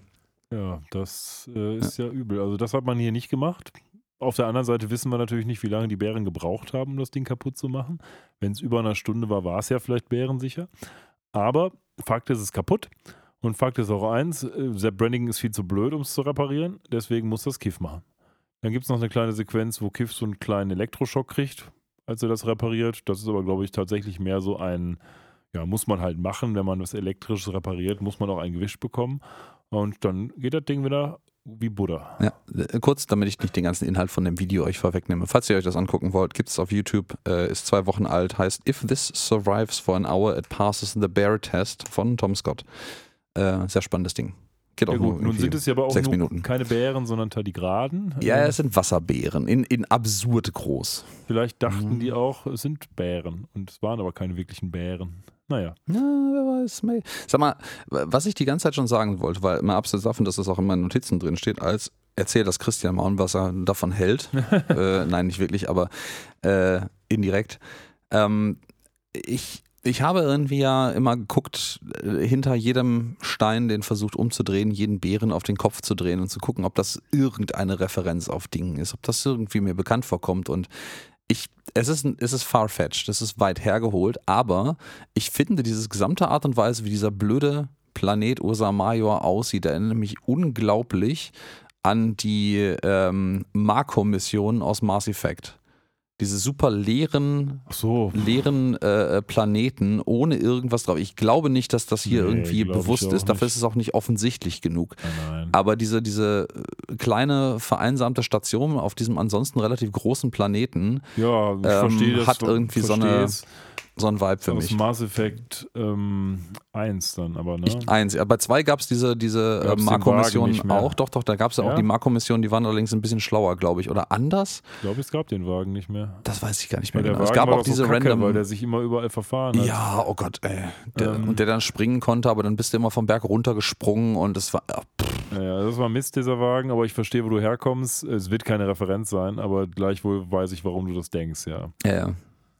A: Ja, das äh, ist ja. ja übel. Also das hat man hier nicht gemacht. Auf der anderen Seite wissen wir natürlich nicht, wie lange die Bären gebraucht haben, um das Ding kaputt zu machen. Wenn es über einer Stunde war, war es ja vielleicht bärensicher. Aber Fakt ist, es ist kaputt. Und Fakt ist auch eins, äh, Sepp Brannigan ist viel zu blöd, um es zu reparieren. Deswegen muss das Kiff machen. Dann gibt es noch eine kleine Sequenz, wo Kiff so einen kleinen Elektroschock kriegt, als er das repariert. Das ist aber, glaube ich, tatsächlich mehr so ein, ja, muss man halt machen, wenn man was Elektrisches repariert, muss man auch ein Gewicht bekommen. Und dann geht das Ding wieder wie Buddha.
B: Ja, kurz, damit ich nicht den ganzen Inhalt von dem Video euch vorwegnehme. Falls ihr euch das angucken wollt, gibt es auf YouTube, äh, ist zwei Wochen alt, heißt If This Survives for an Hour, it passes the Bear Test von Tom Scott. Äh, sehr spannendes Ding. Geht auch
A: ja, gut, nun sind es ja aber auch
B: sechs
A: nur
B: Minuten.
A: keine Bären, sondern Tardigraden.
B: Ja, es sind Wasserbären, in, in absurd groß.
A: Vielleicht dachten
B: Mhm.
A: die auch, es sind Bären. Und es waren aber keine wirklichen Bären. Naja.
B: Ja, wer weiß. May. Sag mal, was ich die ganze Zeit schon sagen wollte, weil mal abseits davon, dass das auch in meinen Notizen drin steht, als erzählt das Christian Maun, was er davon hält. äh, nein, nicht wirklich, aber äh, indirekt. Ähm, ich, ich habe irgendwie ja immer geguckt, äh, hinter jedem Stein den versucht umzudrehen, jeden Bären auf den Kopf zu drehen und zu gucken, ob das irgendeine Referenz auf Dingen ist, ob das irgendwie mir bekannt vorkommt. Und Ich, es ist, es ist farfetched, es ist weit hergeholt, aber ich finde diese gesamte Art und Weise, wie dieser blöde Planet Ursa Major aussieht, erinnert mich unglaublich an die ähm, Mako-Mission aus Mass Effect. Diese super leeren,
A: Ach so.
B: leeren äh, Planeten ohne irgendwas drauf. Ich glaube nicht, dass das hier
A: Nee,
B: irgendwie
A: glaub ich
B: bewusst
A: auch
B: ist. Dafür
A: nicht.
B: ist es auch nicht offensichtlich genug.
A: Nein, nein.
B: Aber diese, diese kleine vereinsamte Station auf diesem ansonsten relativ großen Planeten
A: Ja, ich
B: ähm,
A: verstehe das.
B: hat irgendwie so eine-
A: verstehe es.
B: so ein Vibe für
A: Aus
B: mich.
A: Mass Effect ähm, eins dann aber, ne?
B: Ich, eins, ja, bei zwei gab es diese, diese äh,
A: Gab's den
B: Marco-Mission
A: Wagen nicht mehr.
B: auch. Doch, doch, da gab es ja auch
A: Ja?
B: die Marco-Mission, die waren allerdings ein bisschen schlauer, glaube ich. Oder anders?
A: Ich glaube, es gab den Wagen nicht mehr.
B: Das weiß ich gar nicht mehr
A: Weil der
B: genau. Es
A: Wagen
B: gab
A: war
B: auch
A: doch so
B: diese
A: kacke,
B: random.
A: weil der sich immer überall verfahren hat.
B: Ja, oh Gott, ey. Der,
A: Ähm.
B: und der dann springen konnte, aber dann bist du immer vom Berg runtergesprungen und es war. Oh, pff.
A: Naja, das war Mist, dieser Wagen, aber ich verstehe, wo du herkommst. Es wird keine Referenz sein, aber gleichwohl weiß ich, warum du das denkst, ja.
B: Ja, ja.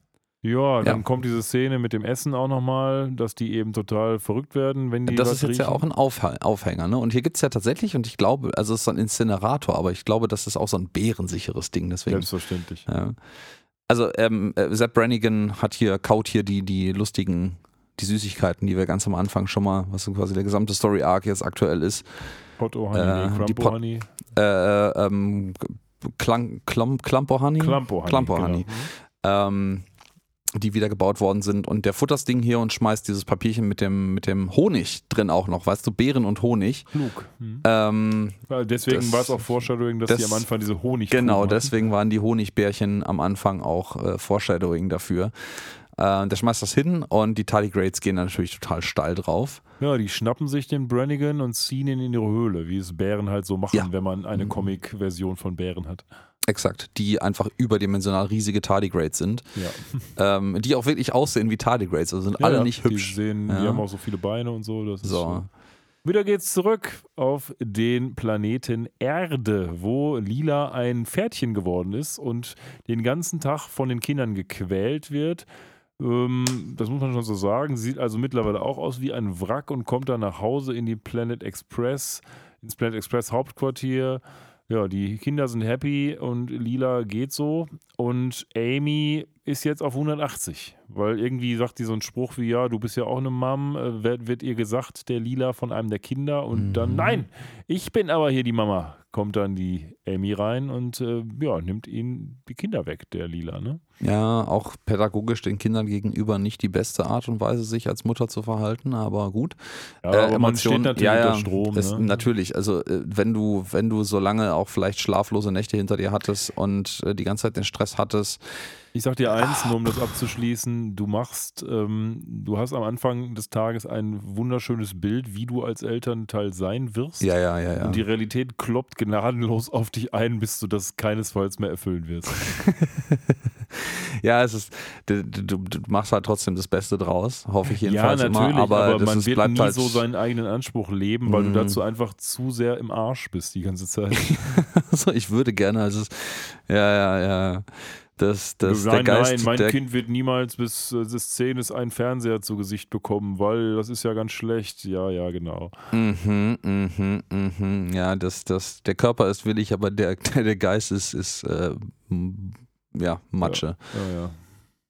A: Ja, dann
B: Ja.
A: kommt diese Szene mit dem Essen auch nochmal, dass die eben total verrückt werden, wenn die
B: Das
A: was
B: ist jetzt ja
A: riechen.
B: auch ein Aufh- Aufhänger, ne? Und hier gibt es ja tatsächlich, und ich glaube, also es ist so ein Incinerator, aber ich glaube, das ist auch so ein bärensicheres Ding, deswegen.
A: Selbstverständlich.
B: Ja. Also ähm, äh, Sepp Brannigan hat hier, kaut hier die, die lustigen, die Süßigkeiten, die wir ganz am Anfang schon mal, was so quasi der gesamte Story-Arc jetzt aktuell ist.
A: Pot O Honey,
B: Äh,
A: nee,
B: die
A: Crumpo
B: Pot-
A: Honey.
B: Äh, ähm, Klang, Klom, Klampo Honey?
A: Clampo Honey.
B: Clampo
A: genau.
B: Honey. Ähm, die wieder gebaut worden sind. Und der futtert das Ding hier und schmeißt dieses Papierchen mit dem, mit dem Honig drin auch noch, weißt du, Beeren und Honig.
A: Klug. Hm.
B: Ähm,
A: Weil Deswegen
B: das-
A: war es auch Foreshadowing, dass
B: das-
A: die am Anfang diese Honig
B: genau,
A: hatten.
B: deswegen waren die Honigbärchen am Anfang auch äh, Foreshadowing dafür. Äh, der schmeißt das hin und die Tardigrades gehen natürlich total steil drauf.
A: Ja, die schnappen sich den Brannigan und ziehen ihn in ihre Höhle, wie es Bären halt so machen,
B: Ja.
A: wenn man eine
B: Mhm.
A: Comic-Version von Bären hat.
B: Exakt, die einfach überdimensional riesige Tardigrades sind,
A: Ja.
B: ähm, die auch wirklich aussehen wie Tardigrades, also sind
A: Ja,
B: alle
A: ja,
B: nicht
A: Die,
B: hübsch.
A: sehen,
B: Ja.
A: die haben auch so viele Beine und so. Das ist
B: So.
A: schon. Wieder geht's zurück auf den Planeten Erde, wo Lila ein Pferdchen geworden ist und den ganzen Tag von den Kindern gequält wird. Ähm, das muss man schon so sagen. Sieht also mittlerweile auch aus wie ein Wrack und kommt dann nach Hause in die Planet Express, ins Planet Express Hauptquartier. Ja, die Kinder sind happy und Lila geht so. Und Amy ist jetzt auf hundertachtzig, weil irgendwie sagt die so einen Spruch wie, ja, du bist ja auch eine Mom, äh, wird, wird ihr gesagt, der Lila von einem der Kinder. Und
B: Mhm.
A: dann, nein, ich bin aber hier die Mama. Kommt dann die Amy rein und äh, ja, nimmt ihnen die Kinder weg, der Lila, ne?
B: Ja, auch pädagogisch den Kindern gegenüber nicht die beste Art und Weise, sich als Mutter zu verhalten, aber gut.
A: Ja,
B: Äh,
A: aber man steht
B: Emotionen-
A: natürlich
B: ja, ja,
A: unter Strom,
B: das,
A: ne?
B: Natürlich, also äh, wenn du, wenn du so lange auch vielleicht schlaflose Nächte hinter dir hattest und äh, die ganze Zeit den Stress hattest.
A: Ich sag dir eins, nur um das abzuschließen, du machst, ähm, du hast am Anfang des Tages ein wunderschönes Bild, wie du als Elternteil sein wirst.
B: Ja, ja, ja, ja.
A: Und die Realität kloppt gnadenlos auf dich ein, bis du das keinesfalls mehr erfüllen wirst.
B: Ja, es ist, du, du, du machst halt trotzdem das Beste draus, hoffe ich
A: Ja,
B: jedenfalls
A: natürlich,
B: immer. Aber,
A: aber,
B: das
A: man
B: ist,
A: wird
B: bleibt
A: nie
B: halt
A: so seinen eigenen Anspruch leben, weil
B: Mhm.
A: du dazu einfach zu sehr im Arsch bist die ganze Zeit.
B: so, ich würde gerne, also es, ja, ja, ja. Das, das,
A: nein,
B: der Geist,
A: nein, mein
B: der,
A: Kind wird niemals bis äh, es zehn ist einen Fernseher zu Gesicht bekommen, weil das ist ja ganz schlecht. Ja, ja, genau.
B: Mhm, mhm, mhm. Ja, das, das, der Körper ist willig, aber der, der Geist ist, ist äh, m- ja, Matsche.
A: Ja, ja.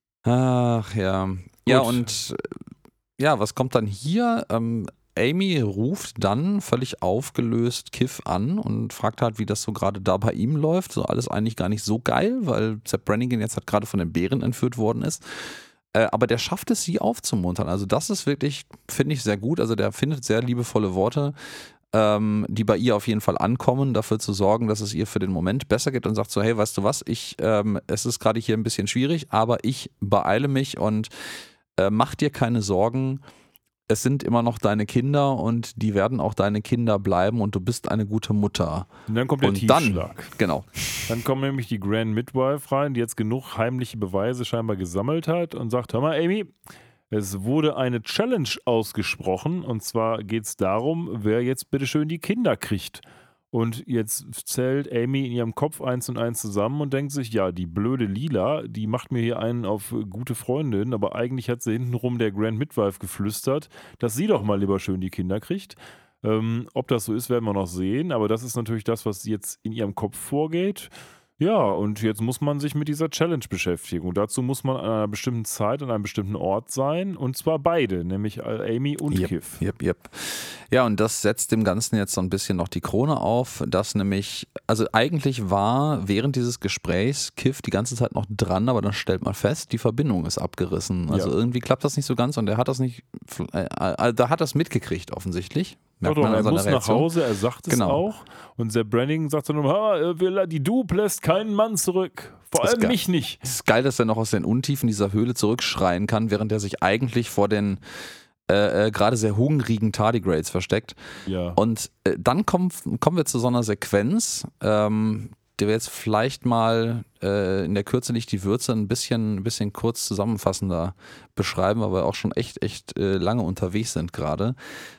B: Ach ja. Ja,
A: Gut.
B: und äh, ja, was kommt dann hier? Ähm, Amy ruft dann völlig aufgelöst Kiff an und fragt halt, wie das so gerade da bei ihm läuft. So alles eigentlich gar nicht so geil, weil Sepp Brannigan jetzt halt gerade von den Bären entführt worden ist. Äh, aber der schafft es, sie aufzumuntern. Also das ist wirklich, finde ich, sehr gut. Also der findet sehr liebevolle Worte, ähm, die bei ihr auf jeden Fall ankommen, dafür zu sorgen, dass es ihr für den Moment besser geht und sagt so, hey, weißt du was, ich, ähm, es ist gerade hier ein bisschen schwierig, aber ich beeile mich und äh, mach dir keine Sorgen. Es sind immer noch deine Kinder und die werden auch deine Kinder bleiben und du bist eine gute Mutter.
A: Und dann kommt der
B: Und
A: Tiefschlag.
B: dann, genau.
A: Dann kommt nämlich die Grand Midwife rein, die jetzt genug heimliche Beweise scheinbar gesammelt hat und sagt, hör mal Amy, es wurde eine Challenge ausgesprochen und zwar geht es darum, wer jetzt bitteschön die Kinder kriegt. Und jetzt zählt Amy in ihrem Kopf eins und eins zusammen und denkt sich, ja, die blöde Lila, die macht mir hier einen auf gute Freundin, aber eigentlich hat sie hintenrum der Grand Midwife geflüstert, dass sie doch mal lieber schön die Kinder kriegt. Ähm, ob das so ist, werden wir noch sehen, aber das ist natürlich das, was jetzt in ihrem Kopf vorgeht. Ja, und jetzt muss man sich mit dieser Challenge beschäftigen. Und dazu muss man an einer bestimmten Zeit, an einem bestimmten Ort sein. Und zwar beide, nämlich Amy und
B: Yep,
A: Kiff.
B: yep, yep. Ja, und das setzt dem Ganzen jetzt so ein bisschen noch die Krone auf, dass nämlich, also eigentlich war während dieses Gesprächs Kiff die ganze Zeit noch dran, aber dann stellt man fest, die Verbindung ist abgerissen. Also
A: Ja.
B: irgendwie klappt das nicht so ganz und er hat das nicht, äh, äh, da hat das mitgekriegt offensichtlich.
A: Doch,
B: Merkt
A: doch,
B: man an
A: er
B: seiner
A: muss nach
B: Reaktion.
A: Hause, er sagt es
B: Genau.
A: auch. Und Sepp Brannigan sagt dann, ah, wir- die Dupe lässt keinen Mann zurück. Vor
B: Das ist
A: allem
B: geil.
A: mich nicht.
B: Es ist geil, dass er noch aus den Untiefen dieser Höhle zurückschreien kann, während er sich eigentlich vor den äh, äh, gerade sehr hungrigen Tardigrades versteckt.
A: Ja.
B: Und äh, dann kommen, kommen wir zu so einer Sequenz, ähm, die wir jetzt vielleicht mal äh, in der Kürze nicht die Würze ein bisschen, ein bisschen kurz zusammenfassender beschreiben, weil wir auch schon echt, echt äh, lange unterwegs sind gerade.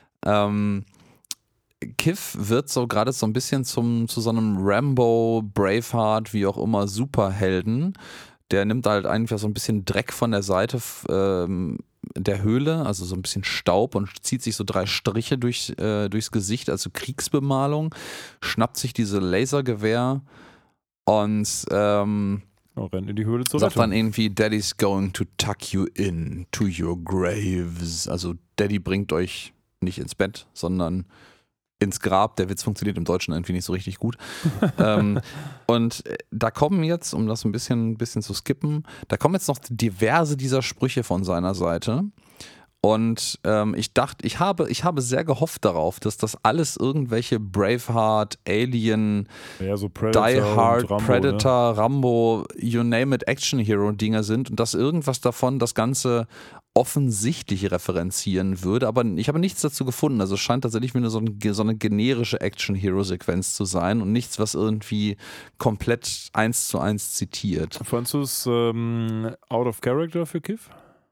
B: Ähm, Kiff wird so gerade so ein bisschen zum, zu so einem Rambo, Braveheart, wie auch immer, Superhelden. Der nimmt halt einfach so ein bisschen Dreck von der Seite ähm, der Höhle, also so ein bisschen Staub und zieht sich so drei Striche durch, äh, durchs Gesicht, also Kriegsbemalung, schnappt sich diese Lasergewehr und ähm,
A: Oh, rennt in die Höhle zur
B: sagt
A: Rettung.
B: dann irgendwie, Daddy's going to tuck you in to your graves. Also Daddy bringt euch nicht ins Bett, sondern ins Grab. Der Witz funktioniert im Deutschen irgendwie nicht so richtig gut. ähm, und da kommen jetzt, um das ein bisschen, bisschen zu skippen, da kommen jetzt noch diverse dieser Sprüche von seiner Seite. Und ähm, ich dachte, ich habe, ich habe sehr gehofft darauf, dass das alles irgendwelche Braveheart, Alien,
A: Ja, so Predator
B: Die Hard,
A: und Rambo,
B: Predator, Rambo, you name it, Action Hero Dinger sind und dass irgendwas davon das Ganze offensichtlich referenzieren würde, aber ich habe nichts dazu gefunden. Also es scheint tatsächlich wieder so, ein, so eine generische Action Hero Sequenz zu sein und nichts, was irgendwie komplett eins zu eins zitiert.
A: Ne? Fandst du es ähm, out of character für Kiff?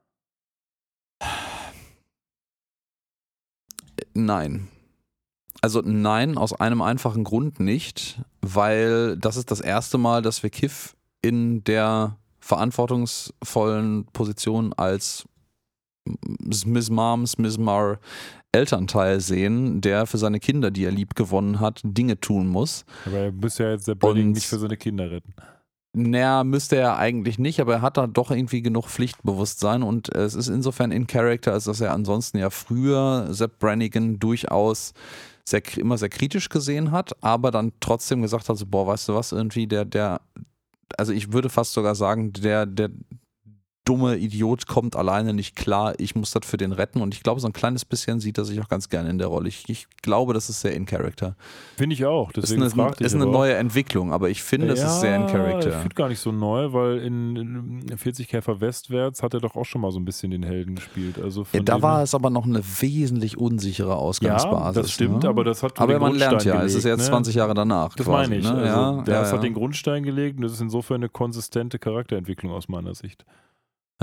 B: Nein. Also nein, aus einem einfachen Grund nicht, weil das ist das erste Mal, dass wir Kiff in der verantwortungsvollen Position als Miss Moms, Miss Mar Elternteil sehen, der für seine Kinder, die er lieb gewonnen hat, Dinge tun muss.
A: Aber er muss ja jetzt der Brannigan
B: Und-
A: nicht für seine Kinder retten.
B: Naja, müsste er eigentlich nicht, aber er hat da doch irgendwie genug Pflichtbewusstsein und es ist insofern in Character, als dass er ansonsten ja früher Sepp Brannigan durchaus sehr, immer sehr kritisch gesehen hat, aber dann trotzdem gesagt hat, so, boah, weißt du was, irgendwie der, der, also ich würde fast sogar sagen, der, der dumme Idiot kommt alleine nicht klar, ich muss das für den retten und ich glaube, so ein kleines bisschen sieht er sich auch ganz gerne in der Rolle. Ich, ich glaube, das ist sehr in Character.
A: Finde ich auch.
B: Ist
A: Deswegen
B: eine,
A: fragte ich
B: ist eine
A: aber auch.
B: neue Entwicklung, aber ich finde, es
A: ja,
B: ist sehr in
A: Ich
B: Character.
A: finde gar nicht so neu, weil in, in vierzig Käfer westwärts hat er doch auch schon mal so ein bisschen den Helden gespielt. Also von
B: Ja, da
A: dem
B: war
A: her-
B: es aber noch eine wesentlich unsichere Ausgangsbasis.
A: Ja, das stimmt,
B: ne?
A: aber das hat
B: Aber
A: den
B: man lernt
A: Grundstein
B: ja, es ist
A: gelegt,
B: jetzt
A: ne?
B: zwanzig Jahre danach.
A: Das
B: quasi,
A: meine ich.
B: Ne?
A: Also,
B: ja,
A: der
B: ja,
A: hat
B: ja.
A: den Grundstein gelegt und das ist insofern eine konsistente Charakterentwicklung aus meiner Sicht.
B: Ja.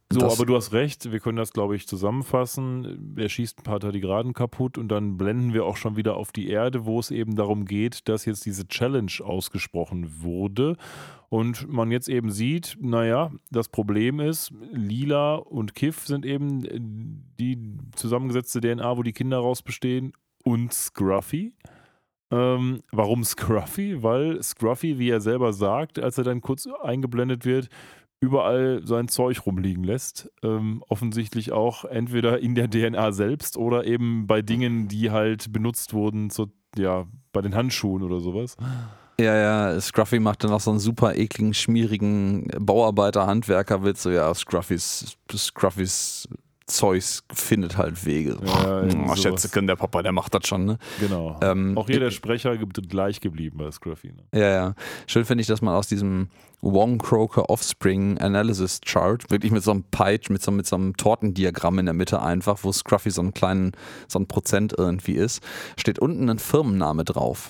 A: So,
B: das,
A: aber du hast recht, wir können das, glaube ich, zusammenfassen. Er schießt ein paar Tardigraden kaputt und dann blenden wir auch schon wieder auf die Erde, wo es eben darum geht, dass jetzt diese Challenge ausgesprochen wurde und man jetzt eben sieht, naja, das Problem ist, Lila und Kiff sind eben die zusammengesetzte D N A, wo die Kinder raus bestehen, und Scruffy. Ähm, warum Scruffy? Weil Scruffy, wie er selber sagt, als er dann kurz eingeblendet wird, überall sein Zeug rumliegen lässt. Ähm, offensichtlich auch entweder in der D N A selbst oder eben bei Dingen, die halt benutzt wurden, zu, ja, bei den Handschuhen oder sowas.
B: Ja, ja, Scruffy macht dann noch so einen super ekligen, schmierigen Bauarbeiter-Handwerker-Witz. So, ja, Scruffys, Scruffys Zeugs findet halt Wege.
A: Ja,
B: oh, Schätzeken, der Papa, der macht das schon, ne?
A: Genau.
B: Ähm,
A: auch hier der Sprecher gleich geblieben bei Scruffy. Ne?
B: Ja, ja. Schön finde ich, dass man aus diesem Wong-Croker Offspring Analysis Chart wirklich mit so einem Pie, mit so, mit so einem Tortendiagramm in der Mitte einfach, wo Scruffy so einen kleinen, so ein Prozent irgendwie ist, steht unten ein Firmenname drauf.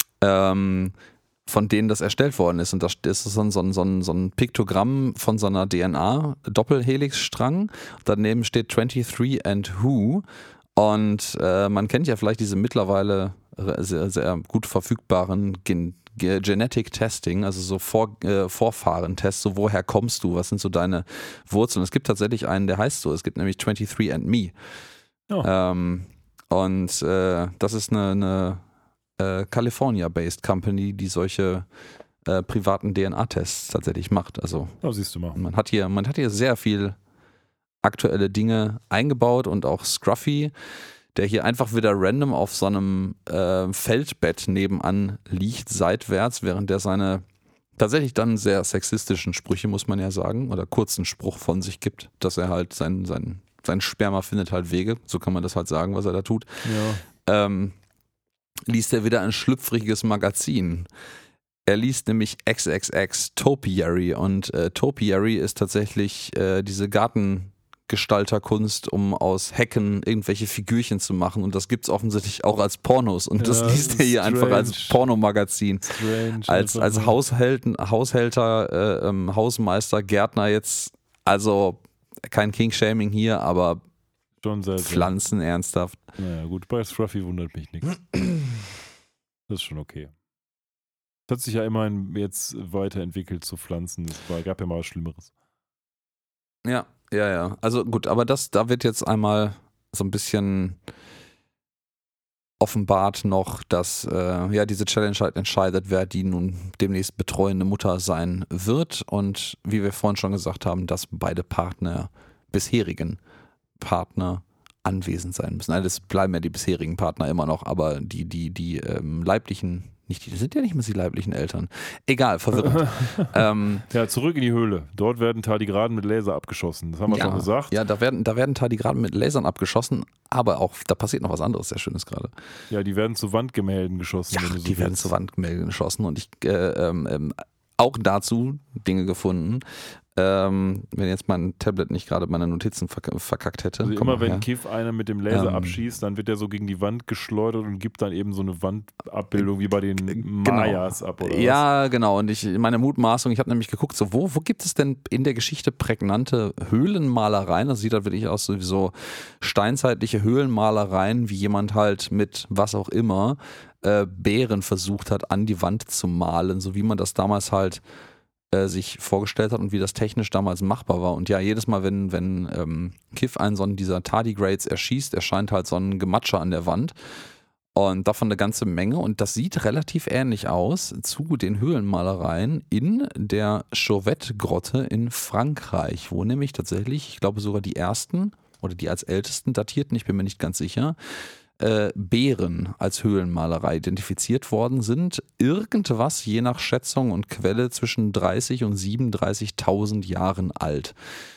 B: Ähm, von denen das erstellt worden ist. Und das ist so ein, so ein, so ein, so ein Piktogramm von so einer D N A-Doppelhelixstrang. Daneben steht twenty-three and Who. Und äh, man kennt ja vielleicht diese mittlerweile sehr, sehr gut verfügbaren Gen- Genetic Testing, also so Vor- äh, Vorfahrentests, so woher kommst du, was sind so deine Wurzeln. Es gibt tatsächlich einen, der heißt so, es gibt nämlich twenty-three and Me.
A: Oh.
B: Ähm, und äh, das ist eine, eine Äh, California-based Company, die solche äh, privaten D N A-Tests tatsächlich macht. Also
A: oh, siehst du mal.
B: Man hat hier, man hat hier sehr viel aktuelle Dinge eingebaut und auch Scruffy, der hier einfach wieder random auf so einem äh, Feldbett nebenan liegt, seitwärts, während der seine tatsächlich dann sehr sexistischen Sprüche, muss man ja sagen, oder kurzen Spruch von sich gibt, dass er halt sein, sein, sein Sperma findet halt Wege, so kann man das halt sagen, was er da tut.
A: Ja.
B: Ähm, liest er wieder ein schlüpfriges Magazin. Er liest nämlich X X X Topiary und äh, Topiary ist tatsächlich äh, diese Gartengestalterkunst, um aus Hecken irgendwelche Figürchen zu machen und das gibt es offensichtlich auch als Pornos und das
A: ja,
B: liest er hier
A: strange.
B: einfach als Pornomagazin.
A: Strange,
B: als als Haushalten, Haushälter, äh, ähm, Hausmeister, Gärtner jetzt, also kein King-Shaming hier, aber
A: Schon
B: Pflanzen ernsthaft.
A: Naja gut, bei Scruffy wundert mich nichts. Das ist schon okay. Es hat sich ja immerhin jetzt weiterentwickelt zu Pflanzen. Es war, gab ja mal was Schlimmeres.
B: Ja, ja, ja. Also gut, aber das, da wird jetzt einmal so ein bisschen offenbart noch, dass äh, ja diese Challenge halt entscheidet, wer die nun demnächst betreuende Mutter sein wird und wie wir vorhin schon gesagt haben, dass beide Partner, bisherigen Partner anwesend sein müssen. Also das bleiben ja die bisherigen Partner immer noch, aber die, die, die ähm, leiblichen, nicht die, sind ja nicht mehr die leiblichen Eltern. Egal, verwirrend. ähm,
A: ja, zurück in die Höhle. Dort werden Tardigraden mit Laser abgeschossen. Das haben wir
B: ja,
A: schon gesagt.
B: Ja, da werden, da werden Tardigraden mit Lasern abgeschossen, aber auch, da passiert noch was anderes, sehr Schönes gerade.
A: Ja, die werden zu Wandgemälden geschossen.
B: Ja,
A: wenn du so
B: die werden
A: willst.
B: zu Wandgemälden geschossen und ich äh, ähm, ähm, auch dazu Dinge gefunden. Ähm, wenn jetzt mein Tablet nicht gerade meine Notizen verk- verkackt hätte.
A: Also
B: Komm
A: immer
B: mal
A: wenn
B: her.
A: Kiff einer mit dem Laser
B: Ähm,
A: abschießt, dann wird er so gegen die Wand geschleudert und gibt dann eben so eine Wandabbildung wie bei den
B: Genau.
A: Mayas ab, oder was?
B: Ja, genau. Und ich, meine Mutmaßung, ich habe nämlich geguckt, so wo, wo gibt es denn in der Geschichte prägnante Höhlenmalereien? Das sieht halt wirklich aus wie so steinzeitliche Höhlenmalereien, wie jemand halt mit was auch immer äh, Bären versucht hat, an die Wand zu malen, so wie man das damals halt äh, sich vorgestellt hat und wie das technisch damals machbar war. Und ja, jedes Mal, wenn, wenn ähm, Kiff einen so einen dieser Tardigrades erschießt, erscheint halt so ein Gematscher an der Wand. Und davon eine ganze Menge. Und das sieht relativ ähnlich aus zu den Höhlenmalereien in der Chauvet-Grotte in Frankreich, wo nämlich tatsächlich, ich glaube sogar die ersten oder die als ältesten datierten, ich bin mir nicht ganz sicher, äh, Bären als Höhlenmalerei identifiziert worden sind. Irgendwas, je nach Schätzung und Quelle, zwischen dreißig und siebenunddreißigtausend Jahren alt.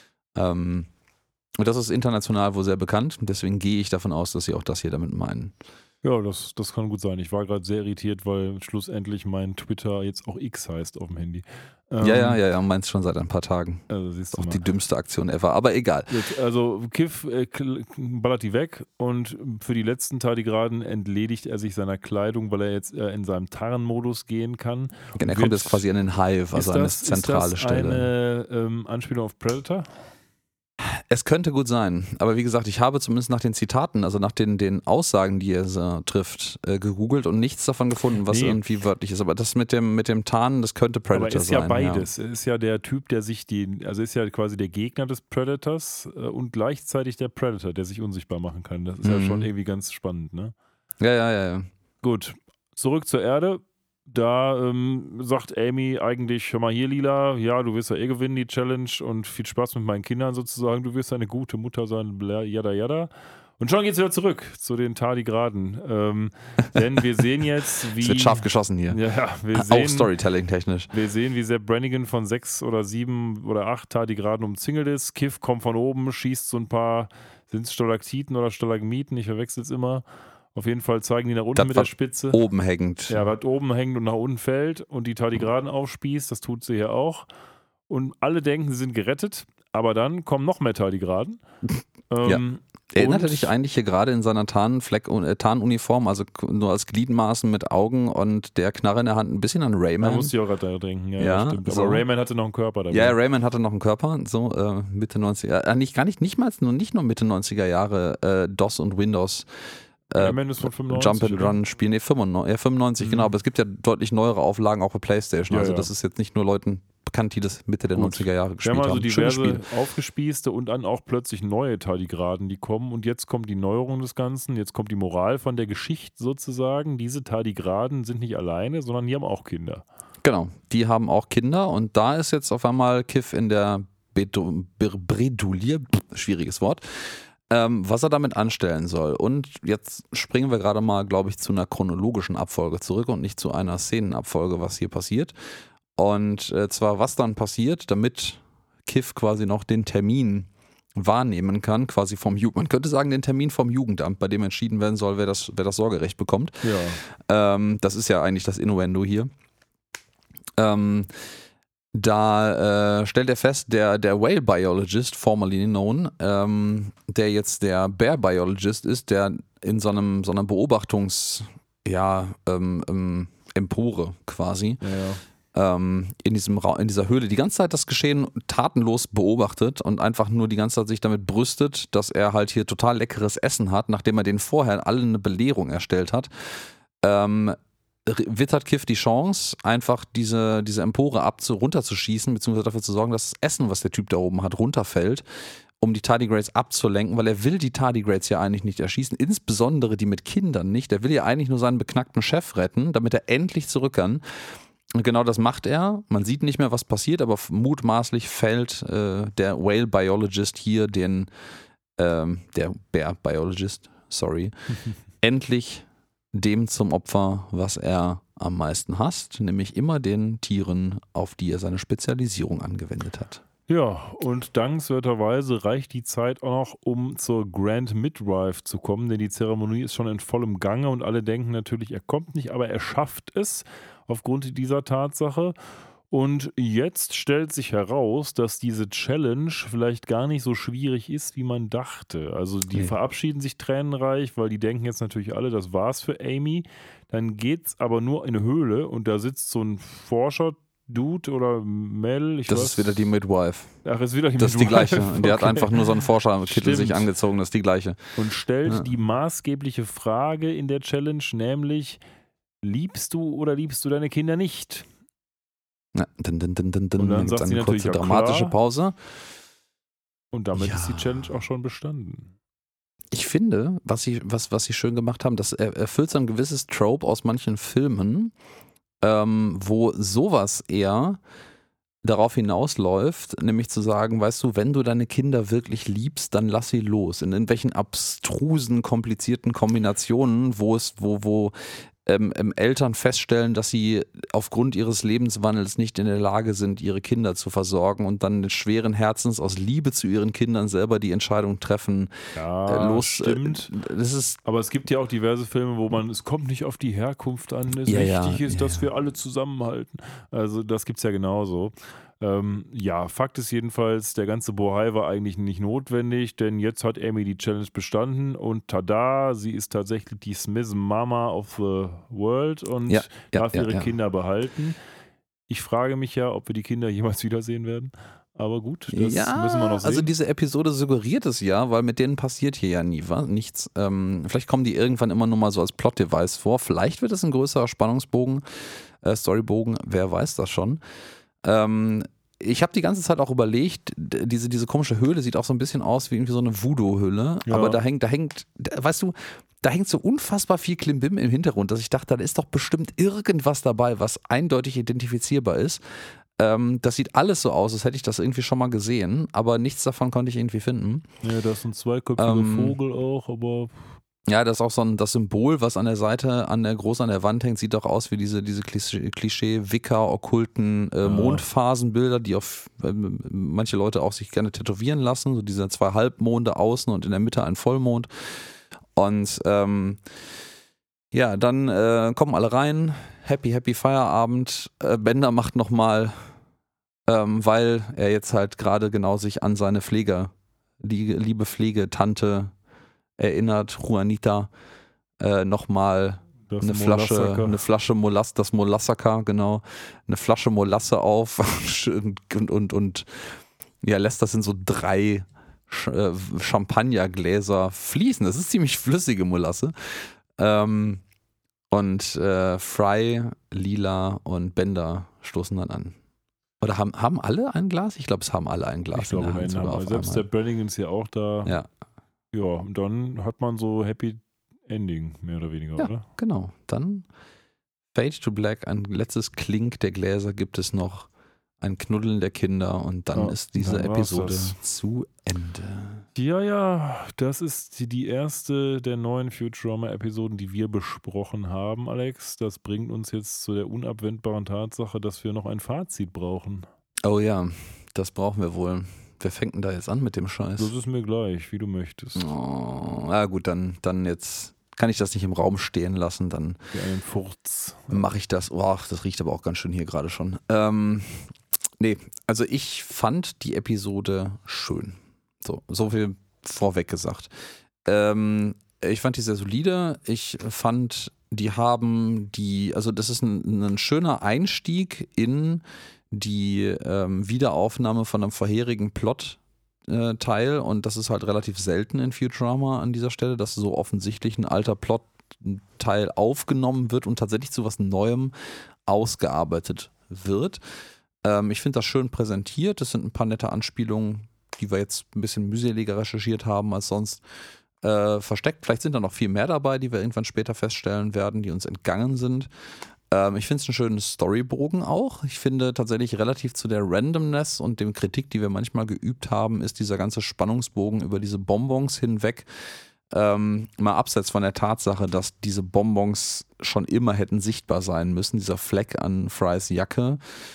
B: Ähm, und das ist international wohl sehr bekannt. Und deswegen gehe ich davon aus, dass sie auch das hier damit meinen.
A: Ja, das, das kann gut sein. Ich war gerade sehr irritiert, weil schlussendlich mein Twitter jetzt auch X heißt auf dem Handy. Ähm,
B: Ja, ja, ja, ja, meinst schon seit ein paar Tagen.
A: Also siehst du
B: Auch
A: mal.
B: die dümmste Aktion ever, aber egal.
A: Gut, also Kiff äh, kl- ballert die weg und für die letzten Tardigraden entledigt er sich seiner Kleidung, weil er jetzt äh, in seinem Tarnmodus gehen kann.
B: Er
A: Und
B: kommt
A: wird-
B: jetzt quasi an den Hive, also
A: ist
B: eine
A: das,
B: zentrale
A: ist das
B: Stelle.
A: eine ähm, Anspielung auf Predator?
B: Es könnte gut sein, aber wie gesagt, ich habe zumindest nach den Zitaten, also nach den, den Aussagen, die er äh, trifft, äh, gegoogelt und nichts davon gefunden, was
A: Nee.
B: irgendwie wörtlich ist. Aber das mit dem, mit dem Tarnen, das könnte Predator
A: Aber ist
B: sein.
A: ja beides. Ja. Ist ja der Typ, der sich die, also ist ja quasi der Gegner des Predators äh, und gleichzeitig der Predator, der sich unsichtbar machen kann. Das ist
B: Mhm.
A: ja schon irgendwie ganz spannend, ne?
B: Ja, ja, ja, ja.
A: Gut, zurück zur Erde. Da ähm, sagt Amy eigentlich, hör mal hier, Lila, ja, du wirst ja eh gewinnen, die Challenge und viel Spaß mit meinen Kindern sozusagen, du wirst eine gute Mutter sein, bla, yada, yada. Und schon geht's wieder zurück zu den Tardigraden. Ähm, denn wir sehen jetzt, wie...
B: Es wird scharf geschossen hier.
A: Ja, ja, wir sehen...
B: Auch Storytelling-technisch.
A: Wir sehen, wie Sepp Brannigan von sechs oder sieben oder acht Tardigraden umzingelt ist. Kiff kommt von oben, schießt so ein paar, sind es Stalaktiten oder Stalagmiten, ich verwechsel es immer. Auf jeden Fall zeigen die nach unten
B: Das
A: mit
B: war
A: der Spitze.
B: Oben hängend.
A: Ja, was oben hängt und nach unten fällt und die Tardigraden aufspießt, das tut sie hier auch. Und alle denken, sie sind gerettet, aber dann kommen noch mehr Tardigraden. ähm,
B: Erinnert er
A: und-
B: dich eigentlich hier gerade in seiner Tarnfleck, äh, Tarnuniform, also k- nur als Gliedmaßen mit Augen und der Knarre in der Hand, ein bisschen an
A: Da
B: Rayman?
A: musste ich auch gerade daran denken. Ja,
B: Ja,
A: ja, stimmt. Aber
B: so.
A: Rayman hatte noch einen Körper dabei.
B: Ja, Rayman hatte noch einen Körper, so äh, Mitte neunziger, äh, nicht, gar nicht, nicht mal, nur nicht nur Mitte neunziger Jahre äh, DOS und Windows äh,
A: Rayman ist von fünfundneunzig.
B: Jump and
A: oder?
B: Run spielen, nee, fünfundneunzig, ja, fünfundneunzig
A: Mhm.
B: genau, aber es gibt ja deutlich neuere Auflagen auch bei PlayStation,
A: Ja,
B: also
A: ja.
B: das ist jetzt nicht nur Leuten bekannt, die das Mitte der
A: Gut.
B: neunziger Jahre
A: Wir
B: gespielt
A: haben also
B: haben. Schönes
A: diverse
B: Spiel.
A: aufgespießte und dann auch plötzlich neue Tardigraden, die kommen. Und jetzt kommt die Neuerung des Ganzen, jetzt kommt die Moral von der Geschichte sozusagen. Diese Tardigraden sind nicht alleine, sondern die haben auch Kinder.
B: Genau, die haben auch Kinder und da ist jetzt auf einmal Kiff in der Bedu- Ber- Bredouille, schwieriges Wort, ähm, was er damit anstellen soll. Und jetzt springen wir gerade mal, glaube ich, zu einer chronologischen Abfolge zurück und nicht zu einer Szenenabfolge, was hier passiert. Und äh, zwar, was dann passiert, damit Kiff quasi noch den Termin wahrnehmen kann, quasi vom Jugend, man könnte sagen, den Termin vom Jugendamt, bei dem entschieden werden soll, wer das, wer das Sorgerecht bekommt.
A: Ja.
B: Ähm, das ist ja eigentlich das Innuendo hier. Ähm, da äh, stellt er fest, der, der Whale Biologist, formerly known, ähm, der jetzt der Bear Biologist ist, der in so einem, so einer Beobachtungs- ja, ähm, ähm, Empore quasi,
A: Ja, ja.
B: ähm, in, diesem Ra- in dieser Höhle die ganze Zeit das Geschehen tatenlos beobachtet und einfach nur die ganze Zeit sich damit brüstet, dass er halt hier total leckeres Essen hat, nachdem er den vorher alle eine Belehrung erstellt hat. Ähm, wittert Kiff die Chance, einfach diese, diese Empore abzu runterzuschießen, beziehungsweise dafür zu sorgen, dass das Essen, was der Typ da oben hat, runterfällt, um die Tardigrades abzulenken, weil er will die Tardigrades ja eigentlich nicht erschießen, insbesondere die mit Kindern nicht. Er will ja eigentlich nur seinen beknackten Chef retten, damit er endlich zurück kann. Und genau das macht er. Man sieht nicht mehr, was passiert, aber mutmaßlich fällt äh, der Whale Biologist hier den, ähm, der Bear Biologist, sorry, endlich dem zum Opfer, was er am meisten hasst, nämlich immer den Tieren, auf die er seine Spezialisierung angewendet hat.
A: Ja, und dankenswerterweise reicht die Zeit auch noch, um zur Grand Midwife zu kommen, denn die Zeremonie ist schon in vollem Gange und alle denken natürlich, er kommt nicht, aber er schafft es aufgrund dieser Tatsache. Und jetzt stellt sich heraus, dass diese Challenge vielleicht gar nicht so schwierig ist, wie man dachte. Also die
B: Nee.
A: verabschieden sich tränenreich, weil die denken jetzt natürlich alle, das war's für Amy. Dann geht's aber nur in eine Höhle und da sitzt so ein Forscher, Dude oder Mel, ich
B: Das
A: weiß.
B: ist wieder die Midwife.
A: Ach, ist wieder die
B: Das ist die
A: Midwife.
B: gleiche. Und die hat
A: Okay.
B: einfach nur so einen Forscherkittel sich
A: Stimmt.
B: angezogen, das ist die gleiche.
A: Und stellt
B: Ja.
A: die maßgebliche Frage in der Challenge, nämlich, liebst du oder liebst du deine Kinder nicht?
B: Ja, dun, dun, dun, dun, dun.
A: Und dann
B: Dann gibt's
A: sagt sie
B: eine
A: natürlich,
B: kurze
A: ja,
B: dramatische
A: klar.
B: Pause.
A: Und damit
B: Ja.
A: ist die Challenge auch schon bestanden.
B: Ich finde, was sie, was, was sie schön gemacht haben, das er- erfüllt so ein gewisses Trope aus manchen Filmen, ähm, wo sowas eher darauf hinausläuft, nämlich zu sagen, weißt du, wenn du deine Kinder wirklich liebst, dann lass sie los. In irgendwelchen abstrusen, komplizierten Kombinationen, wo es, wo, wo ähm, ähm, Eltern feststellen, dass sie aufgrund ihres Lebenswandels nicht in der Lage sind, ihre Kinder zu versorgen und dann schweren Herzens aus Liebe zu ihren Kindern selber die Entscheidung treffen,
A: Ja,
B: äh, los.
A: stimmt.
B: Äh, das ist
A: Aber es gibt ja auch diverse Filme, wo man, es kommt nicht auf die Herkunft an, es
B: Ja, ja,
A: wichtig ist,
B: ja,
A: dass
B: ja.
A: wir alle zusammenhalten. Also das gibt es ja genauso. Ähm, ja, Fakt ist jedenfalls, der ganze Bohai war eigentlich nicht notwendig, denn jetzt hat Amy die Challenge bestanden und tada, sie ist tatsächlich die Smith Mama of the World und
B: Ja, ja,
A: darf
B: ja,
A: ihre
B: ja.
A: Kinder behalten. Ich frage mich ja, ob wir die Kinder jemals wiedersehen werden. Aber gut, das
B: ja,
A: müssen wir noch sehen.
B: Also diese Episode suggeriert es ja, weil mit denen passiert hier ja nie was, nichts. Ähm, vielleicht kommen die irgendwann immer nur mal so als Plot-Device vor. Vielleicht wird es ein größerer Spannungsbogen, äh, Storybogen, wer weiß das schon. Ähm, ich habe die ganze Zeit auch überlegt, diese, diese komische Höhle sieht auch so ein bisschen aus wie irgendwie so eine Voodoo-Hülle.
A: Ja.
B: Aber da hängt, da hängt, weißt du, da hängt so unfassbar viel Klimbim im Hintergrund, dass ich dachte, da ist doch bestimmt irgendwas dabei, was eindeutig identifizierbar ist. Ähm, das sieht alles so aus, als hätte ich das irgendwie schon mal gesehen, aber nichts davon konnte ich irgendwie finden.
A: Ja, da ist ein zweiköpfiger
B: Ähm,
A: Vogel auch, aber
B: Ja, das ist auch so ein das Symbol, was an der Seite, an der groß an der Wand hängt, sieht doch aus wie diese, diese Klischee-Wicker, okkulten äh,
A: Ja.
B: Mondphasenbilder, die auf äh, manche Leute auch sich gerne tätowieren lassen. So diese zwei Halbmonde außen und in der Mitte ein Vollmond. Und ähm, ja, dann äh, kommen alle rein. Happy, happy Feierabend. Äh, Bender macht nochmal, ähm, weil er jetzt halt gerade genau sich an seine Pflege, die liebe Pflegetante erinnert, Juanita, äh, nochmal
A: das
B: eine Flasche,
A: Molassaker.
B: eine Flasche Molasse, das Molassaka, genau, eine Flasche Molasse auf und, und, und ja, lässt das in so drei Sch- äh, Champagnergläser fließen. Das ist ziemlich flüssige Molasse. Ähm, und äh, Fry, Lila und Bender stoßen dann an. Oder haben, haben alle ein Glas? Ich glaube, es haben alle ein Glas.
A: Ich glaube,
B: in der Hand
A: wenn
B: sogar
A: haben,
B: auf
A: selbst der
B: einmal.
A: Brannigan ist ja auch da.
B: Ja,
A: Ja, und dann hat man so Happy Ending, mehr oder weniger,
B: Ja.
A: oder?
B: genau. Dann Fade to Black, ein letztes Klink der Gläser gibt es noch, ein Knuddeln der Kinder und dann
A: Ja,
B: ist diese
A: dann war's
B: Episode
A: das.
B: zu Ende.
A: Ja, ja, das ist die, die erste der neuen Futurama-Episoden, die wir besprochen haben, Alex. Das bringt uns jetzt zu der unabwendbaren Tatsache, dass wir noch ein Fazit brauchen.
B: Oh ja, das brauchen wir wohl. Wer fängt denn da jetzt an mit dem Scheiß?
A: Das ist mir gleich, wie du möchtest.
B: Oh, na gut, dann, dann jetzt kann ich das nicht im Raum stehen lassen, dann
A: Wie einen Furz.
B: mache ich das. Oh, das riecht aber auch ganz schön hier gerade schon. Ähm, nee, also ich fand die Episode schön. So, so viel vorweg gesagt. Ähm, ich fand die sehr solide. Ich fand, die haben die, also das ist ein, ein schöner Einstieg in die ähm, Wiederaufnahme von einem vorherigen Plot. Äh, Teil und das ist halt relativ selten in Futurama an dieser Stelle, dass so offensichtlich ein alter Plot-Teil aufgenommen wird und tatsächlich zu was Neuem ausgearbeitet wird. Ähm, ich finde das schön präsentiert. Das sind ein paar nette Anspielungen, die wir jetzt ein bisschen mühseliger recherchiert haben als sonst äh, versteckt. Vielleicht sind da noch viel mehr dabei, die wir irgendwann später feststellen werden, die uns entgangen sind. Ähm, ich finde es einen schönen Storybogen auch. Ich finde tatsächlich relativ zu der Randomness und dem Kritik, die wir manchmal geübt haben, ist dieser ganze Spannungsbogen über diese Bonbons hinweg ähm, mal abseits von der Tatsache, dass diese Bonbons schon immer hätten sichtbar sein müssen, dieser Fleck an Frys Jacke,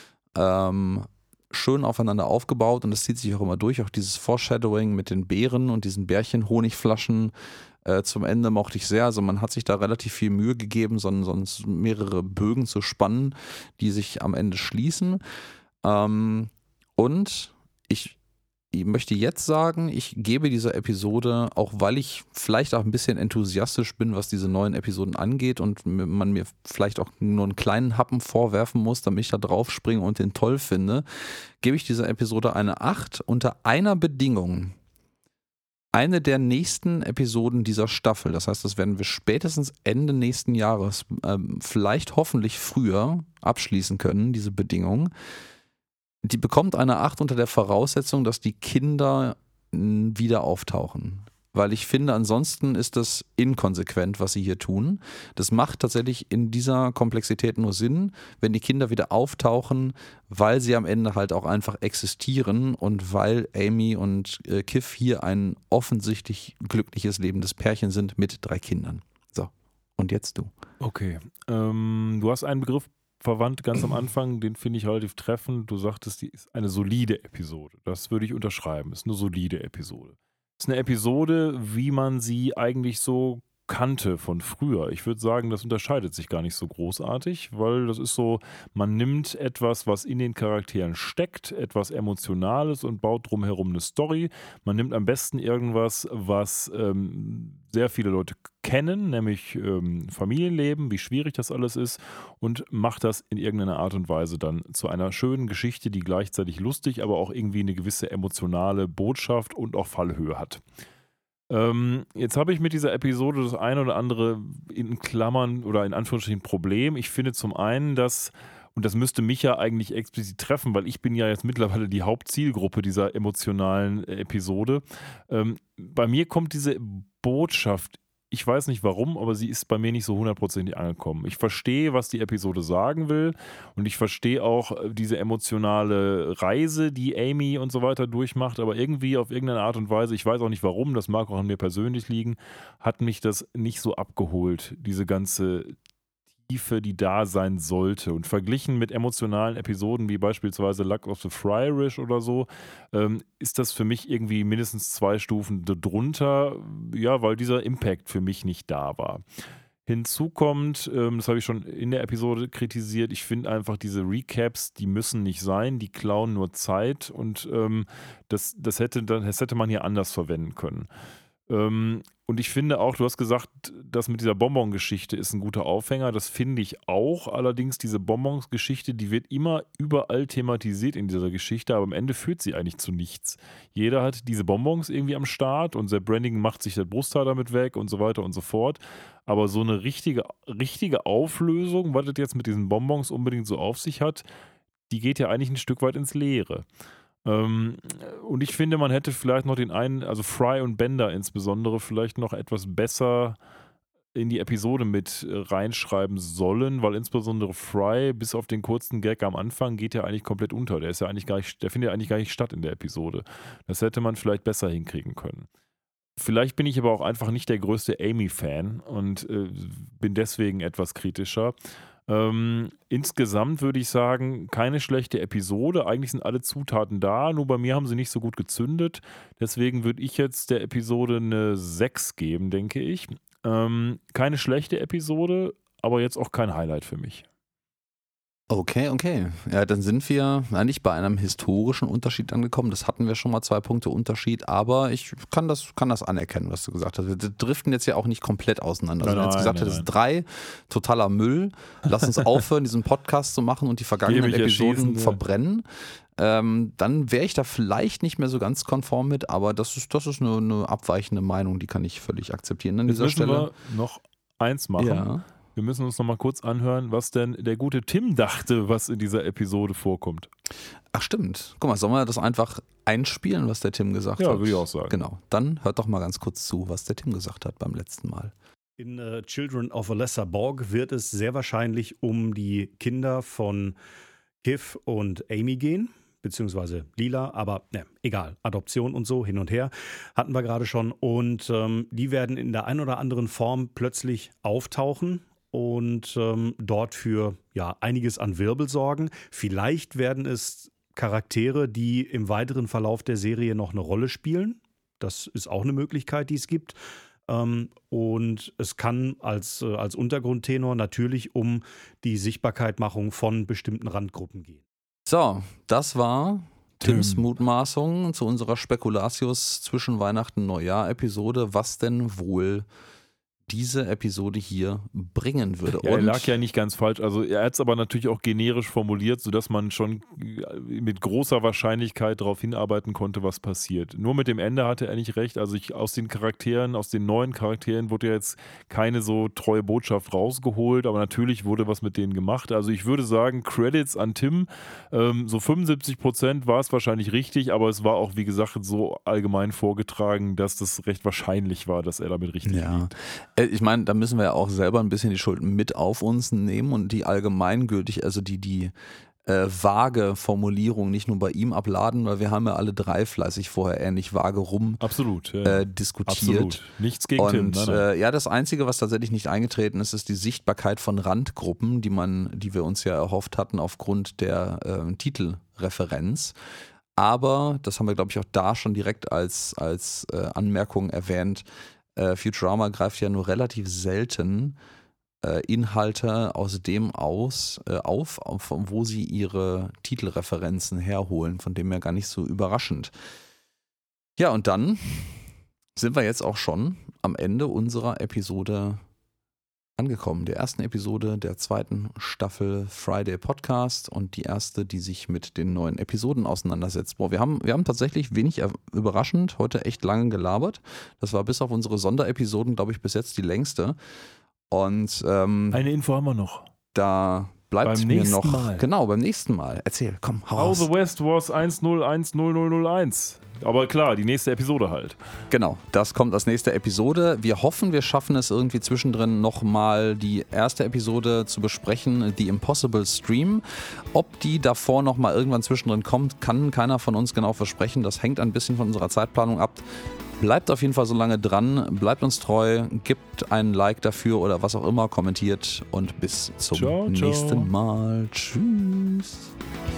B: ähm, schön aufeinander aufgebaut und das zieht sich auch immer durch, auch dieses Foreshadowing mit den Beeren und diesen Bärchen-Honigflaschen äh, zum Ende mochte ich sehr, also man hat sich da relativ viel Mühe gegeben, sonst, sonst mehrere Bögen zu spannen, die sich am Ende schließen ähm, und ich Ich möchte jetzt sagen, ich gebe dieser Episode, auch weil ich vielleicht auch ein bisschen enthusiastisch bin, was diese neuen Episoden angeht und man mir vielleicht auch nur einen kleinen Happen vorwerfen muss, damit ich da drauf springe und den toll finde, gebe ich dieser Episode eine acht unter einer Bedingung. Eine der nächsten Episoden dieser Staffel, das heißt, das werden wir spätestens Ende nächsten Jahres, ähm, vielleicht hoffentlich früher abschließen können, diese Bedingung. Die bekommt eine acht unter der Voraussetzung, dass die Kinder n, wieder auftauchen. Weil ich finde, ansonsten ist das inkonsequent, was sie hier tun. Das macht tatsächlich in dieser Komplexität nur Sinn, wenn die Kinder wieder auftauchen, weil sie am Ende halt auch einfach existieren und weil Amy und äh, Kiff hier ein offensichtlich glückliches lebendes Pärchen sind mit drei Kindern. So, und jetzt du.
A: Okay. Ähm, du hast einen Begriff verwandt ganz am Anfang, den finde ich relativ treffend. Du sagtest, die ist eine solide Episode. Das würde ich unterschreiben. Ist eine solide Episode. Ist eine Episode, wie man sie eigentlich so kannte von früher. Ich würde sagen, das unterscheidet sich gar nicht so großartig, weil das ist so, man nimmt etwas, was in den Charakteren steckt, etwas Emotionales und baut drumherum eine Story. Man nimmt am besten irgendwas, was ähm, sehr viele Leute kennen, nämlich ähm, Familienleben, wie schwierig das alles ist und macht das in irgendeiner Art und Weise dann zu einer schönen Geschichte, die gleichzeitig lustig, aber auch irgendwie eine gewisse emotionale Botschaft und auch Fallhöhe hat. Ähm, jetzt habe ich mit dieser Episode das eine oder andere in Klammern oder in Anführungsstrichen Problem. Ich finde zum einen, dass, und das müsste mich ja eigentlich explizit treffen, weil ich bin ja jetzt mittlerweile die Hauptzielgruppe dieser emotionalen Episode. Ähm, bei mir kommt diese Botschaft, ich weiß nicht warum, aber sie ist bei mir nicht so hundertprozentig angekommen. Ich verstehe, was die Episode sagen will und ich verstehe auch diese emotionale Reise, die Amy und so weiter durchmacht, aber irgendwie auf irgendeine Art und Weise, ich weiß auch nicht warum, das mag auch an mir persönlich liegen, hat mich das nicht so abgeholt, diese ganze Tiefe, die da sein sollte. Und verglichen mit emotionalen Episoden wie beispielsweise Luck of the Friarish oder so, ähm, ist das für mich irgendwie mindestens zwei Stufen drunter, ja, weil dieser Impact für mich nicht da war. Hinzu kommt, ähm, das habe ich schon in der Episode kritisiert, ich finde einfach diese Recaps, die müssen nicht sein, die klauen nur Zeit und ähm, das, das, hätte, das hätte man hier anders verwenden können. Ähm, und ich finde auch, du hast gesagt, das mit dieser Bonbon-Geschichte ist ein guter Aufhänger. Das finde ich auch. Allerdings diese Bonbons-Geschichte, die wird immer überall thematisiert in dieser Geschichte, aber am Ende führt sie eigentlich zu nichts. Jeder hat diese Bonbons irgendwie am Start und Sepp Brannigan macht sich das Brusthaar damit weg und so weiter und so fort. Aber so eine richtige, richtige Auflösung, was das jetzt mit diesen Bonbons unbedingt so auf sich hat, die geht ja eigentlich ein Stück weit ins Leere. Ähm, und ich finde, man hätte vielleicht noch den einen, also Fry und Bender insbesondere, vielleicht noch etwas besser in die Episode mit reinschreiben sollen, weil insbesondere Fry, bis auf den kurzen Gag am Anfang, geht ja eigentlich komplett unter. Der ist ja eigentlich gar nicht, der findet ja eigentlich gar nicht statt in der Episode. Das hätte man vielleicht besser hinkriegen können. Vielleicht bin ich aber auch einfach nicht der größte Amy-Fan und äh, bin deswegen etwas kritischer. Ähm, insgesamt würde ich sagen, keine schlechte Episode. Eigentlich sind alle Zutaten da, nur bei mir haben sie nicht so gut gezündet. Deswegen würde ich jetzt der Episode eine sechs geben, denke ich. Ähm, keine schlechte Episode, aber jetzt auch kein Highlight für mich.
B: Okay, okay. Ja, dann sind wir eigentlich bei einem historischen Unterschied angekommen. Das hatten wir schon mal, zwei Punkte Unterschied, aber ich kann das, kann das anerkennen, was du gesagt hast. Wir driften jetzt ja auch nicht komplett auseinander. Also wenn du jetzt gesagt hättest, drei, totaler Müll, lass uns aufhören, diesen Podcast zu machen und die vergangenen Episoden ja. verbrennen. Ähm, dann wäre ich da vielleicht nicht mehr so ganz konform mit, aber das ist, das ist eine, eine abweichende Meinung, die kann ich völlig akzeptieren an dieser
A: Jetzt müssen
B: Stelle.
A: Wir noch eins machen.
B: Ja.
A: Wir müssen uns noch mal kurz anhören, was denn der gute Tim dachte, was in dieser Episode vorkommt.
B: Ach stimmt. Guck mal, sollen wir das einfach einspielen, was der Tim gesagt
A: ja,
B: hat?
A: Ja, würde ich auch sagen.
B: Genau. Dann hört doch mal ganz kurz zu, was der Tim gesagt hat beim letzten Mal.
D: In uh, Children of a Lesser Borg wird es sehr wahrscheinlich um die Kinder von Kif und Amy gehen. Beziehungsweise Lila, aber ne, egal, Adoption und so, hin und her, hatten wir gerade schon. Und ähm, die werden in der einen oder anderen Form plötzlich auftauchen und ähm, dort für ja, einiges an Wirbel sorgen. Vielleicht werden es Charaktere, die im weiteren Verlauf der Serie noch eine Rolle spielen. Das ist auch eine Möglichkeit, die es gibt. Ähm, und es kann als, äh, als Untergrundtenor natürlich um die Sichtbarkeitmachung von bestimmten Randgruppen gehen.
B: So, das war Tims Mutmaßung zu unserer Spekulatius zwischen Weihnachten und Neujahr-Episode, was denn wohl diese Episode hier bringen würde.
A: Ja, er
B: und
A: lag ja nicht ganz falsch. Also er hat es aber natürlich auch generisch formuliert, sodass man schon mit großer Wahrscheinlichkeit darauf hinarbeiten konnte, was passiert. Nur mit dem Ende hatte er nicht recht. Also ich, aus den Charakteren, aus den neuen Charakteren wurde ja jetzt keine so treue Botschaft rausgeholt, aber natürlich wurde was mit denen gemacht. Also ich würde sagen, Credits an Tim. Ähm, so fünfundsiebzig Prozent war es wahrscheinlich richtig, aber es war auch, wie gesagt, so allgemein vorgetragen, dass das recht wahrscheinlich war, dass er damit richtig
B: ja.
A: liegt.
B: Ich meine, da müssen wir ja auch selber ein bisschen die Schuld mit auf uns nehmen und die allgemeingültig, also die, die äh, vage Formulierung nicht nur bei ihm abladen, weil wir haben ja alle drei fleißig vorher ähnlich vage rum
A: Absolut, ja.
B: äh, diskutiert.
A: Absolut. Nichts gegen
B: und,
A: Tim. Nein, nein.
B: Äh, ja, das Einzige, was tatsächlich nicht eingetreten ist, ist die Sichtbarkeit von Randgruppen, die man, die wir uns ja erhofft hatten aufgrund der äh, Titelreferenz. Aber, das haben wir, glaube ich, auch da schon direkt als, als äh, Anmerkung erwähnt, äh, Futurama greift ja nur relativ selten äh, Inhalte aus dem aus, äh, auf, auf, wo sie ihre Titelreferenzen herholen, von dem her gar nicht so überraschend. Ja, und dann sind wir jetzt auch schon am Ende unserer Episode angekommen. Der ersten Episode der zweiten Staffel Friday Podcast und die erste, die sich mit den neuen Episoden auseinandersetzt. Boah, wir haben, wir haben tatsächlich wenig überraschend heute echt lange gelabert. Das war bis auf unsere Sonderepisoden, glaube ich, bis jetzt die längste. Und ähm,
A: eine Info haben wir noch.
B: Da bleibt
A: beim
B: mir
A: nächsten
B: noch.
A: Mal.
B: Genau, beim nächsten Mal. Erzähl, komm, hau
A: How
B: raus.
A: the West was eins null eins null null null eins. Aber klar, die nächste Episode halt.
B: Genau, das kommt als nächste Episode. Wir hoffen, wir schaffen es irgendwie zwischendrin nochmal die erste Episode zu besprechen, The Impossible Stream. Ob die davor nochmal irgendwann zwischendrin kommt, kann keiner von uns genau versprechen. Das hängt ein bisschen von unserer Zeitplanung ab. Bleibt auf jeden Fall so lange dran, bleibt uns treu, gibt ein Like dafür oder was auch immer, kommentiert und bis zum
A: Ciao, ciao.
B: nächsten Mal. Tschüss.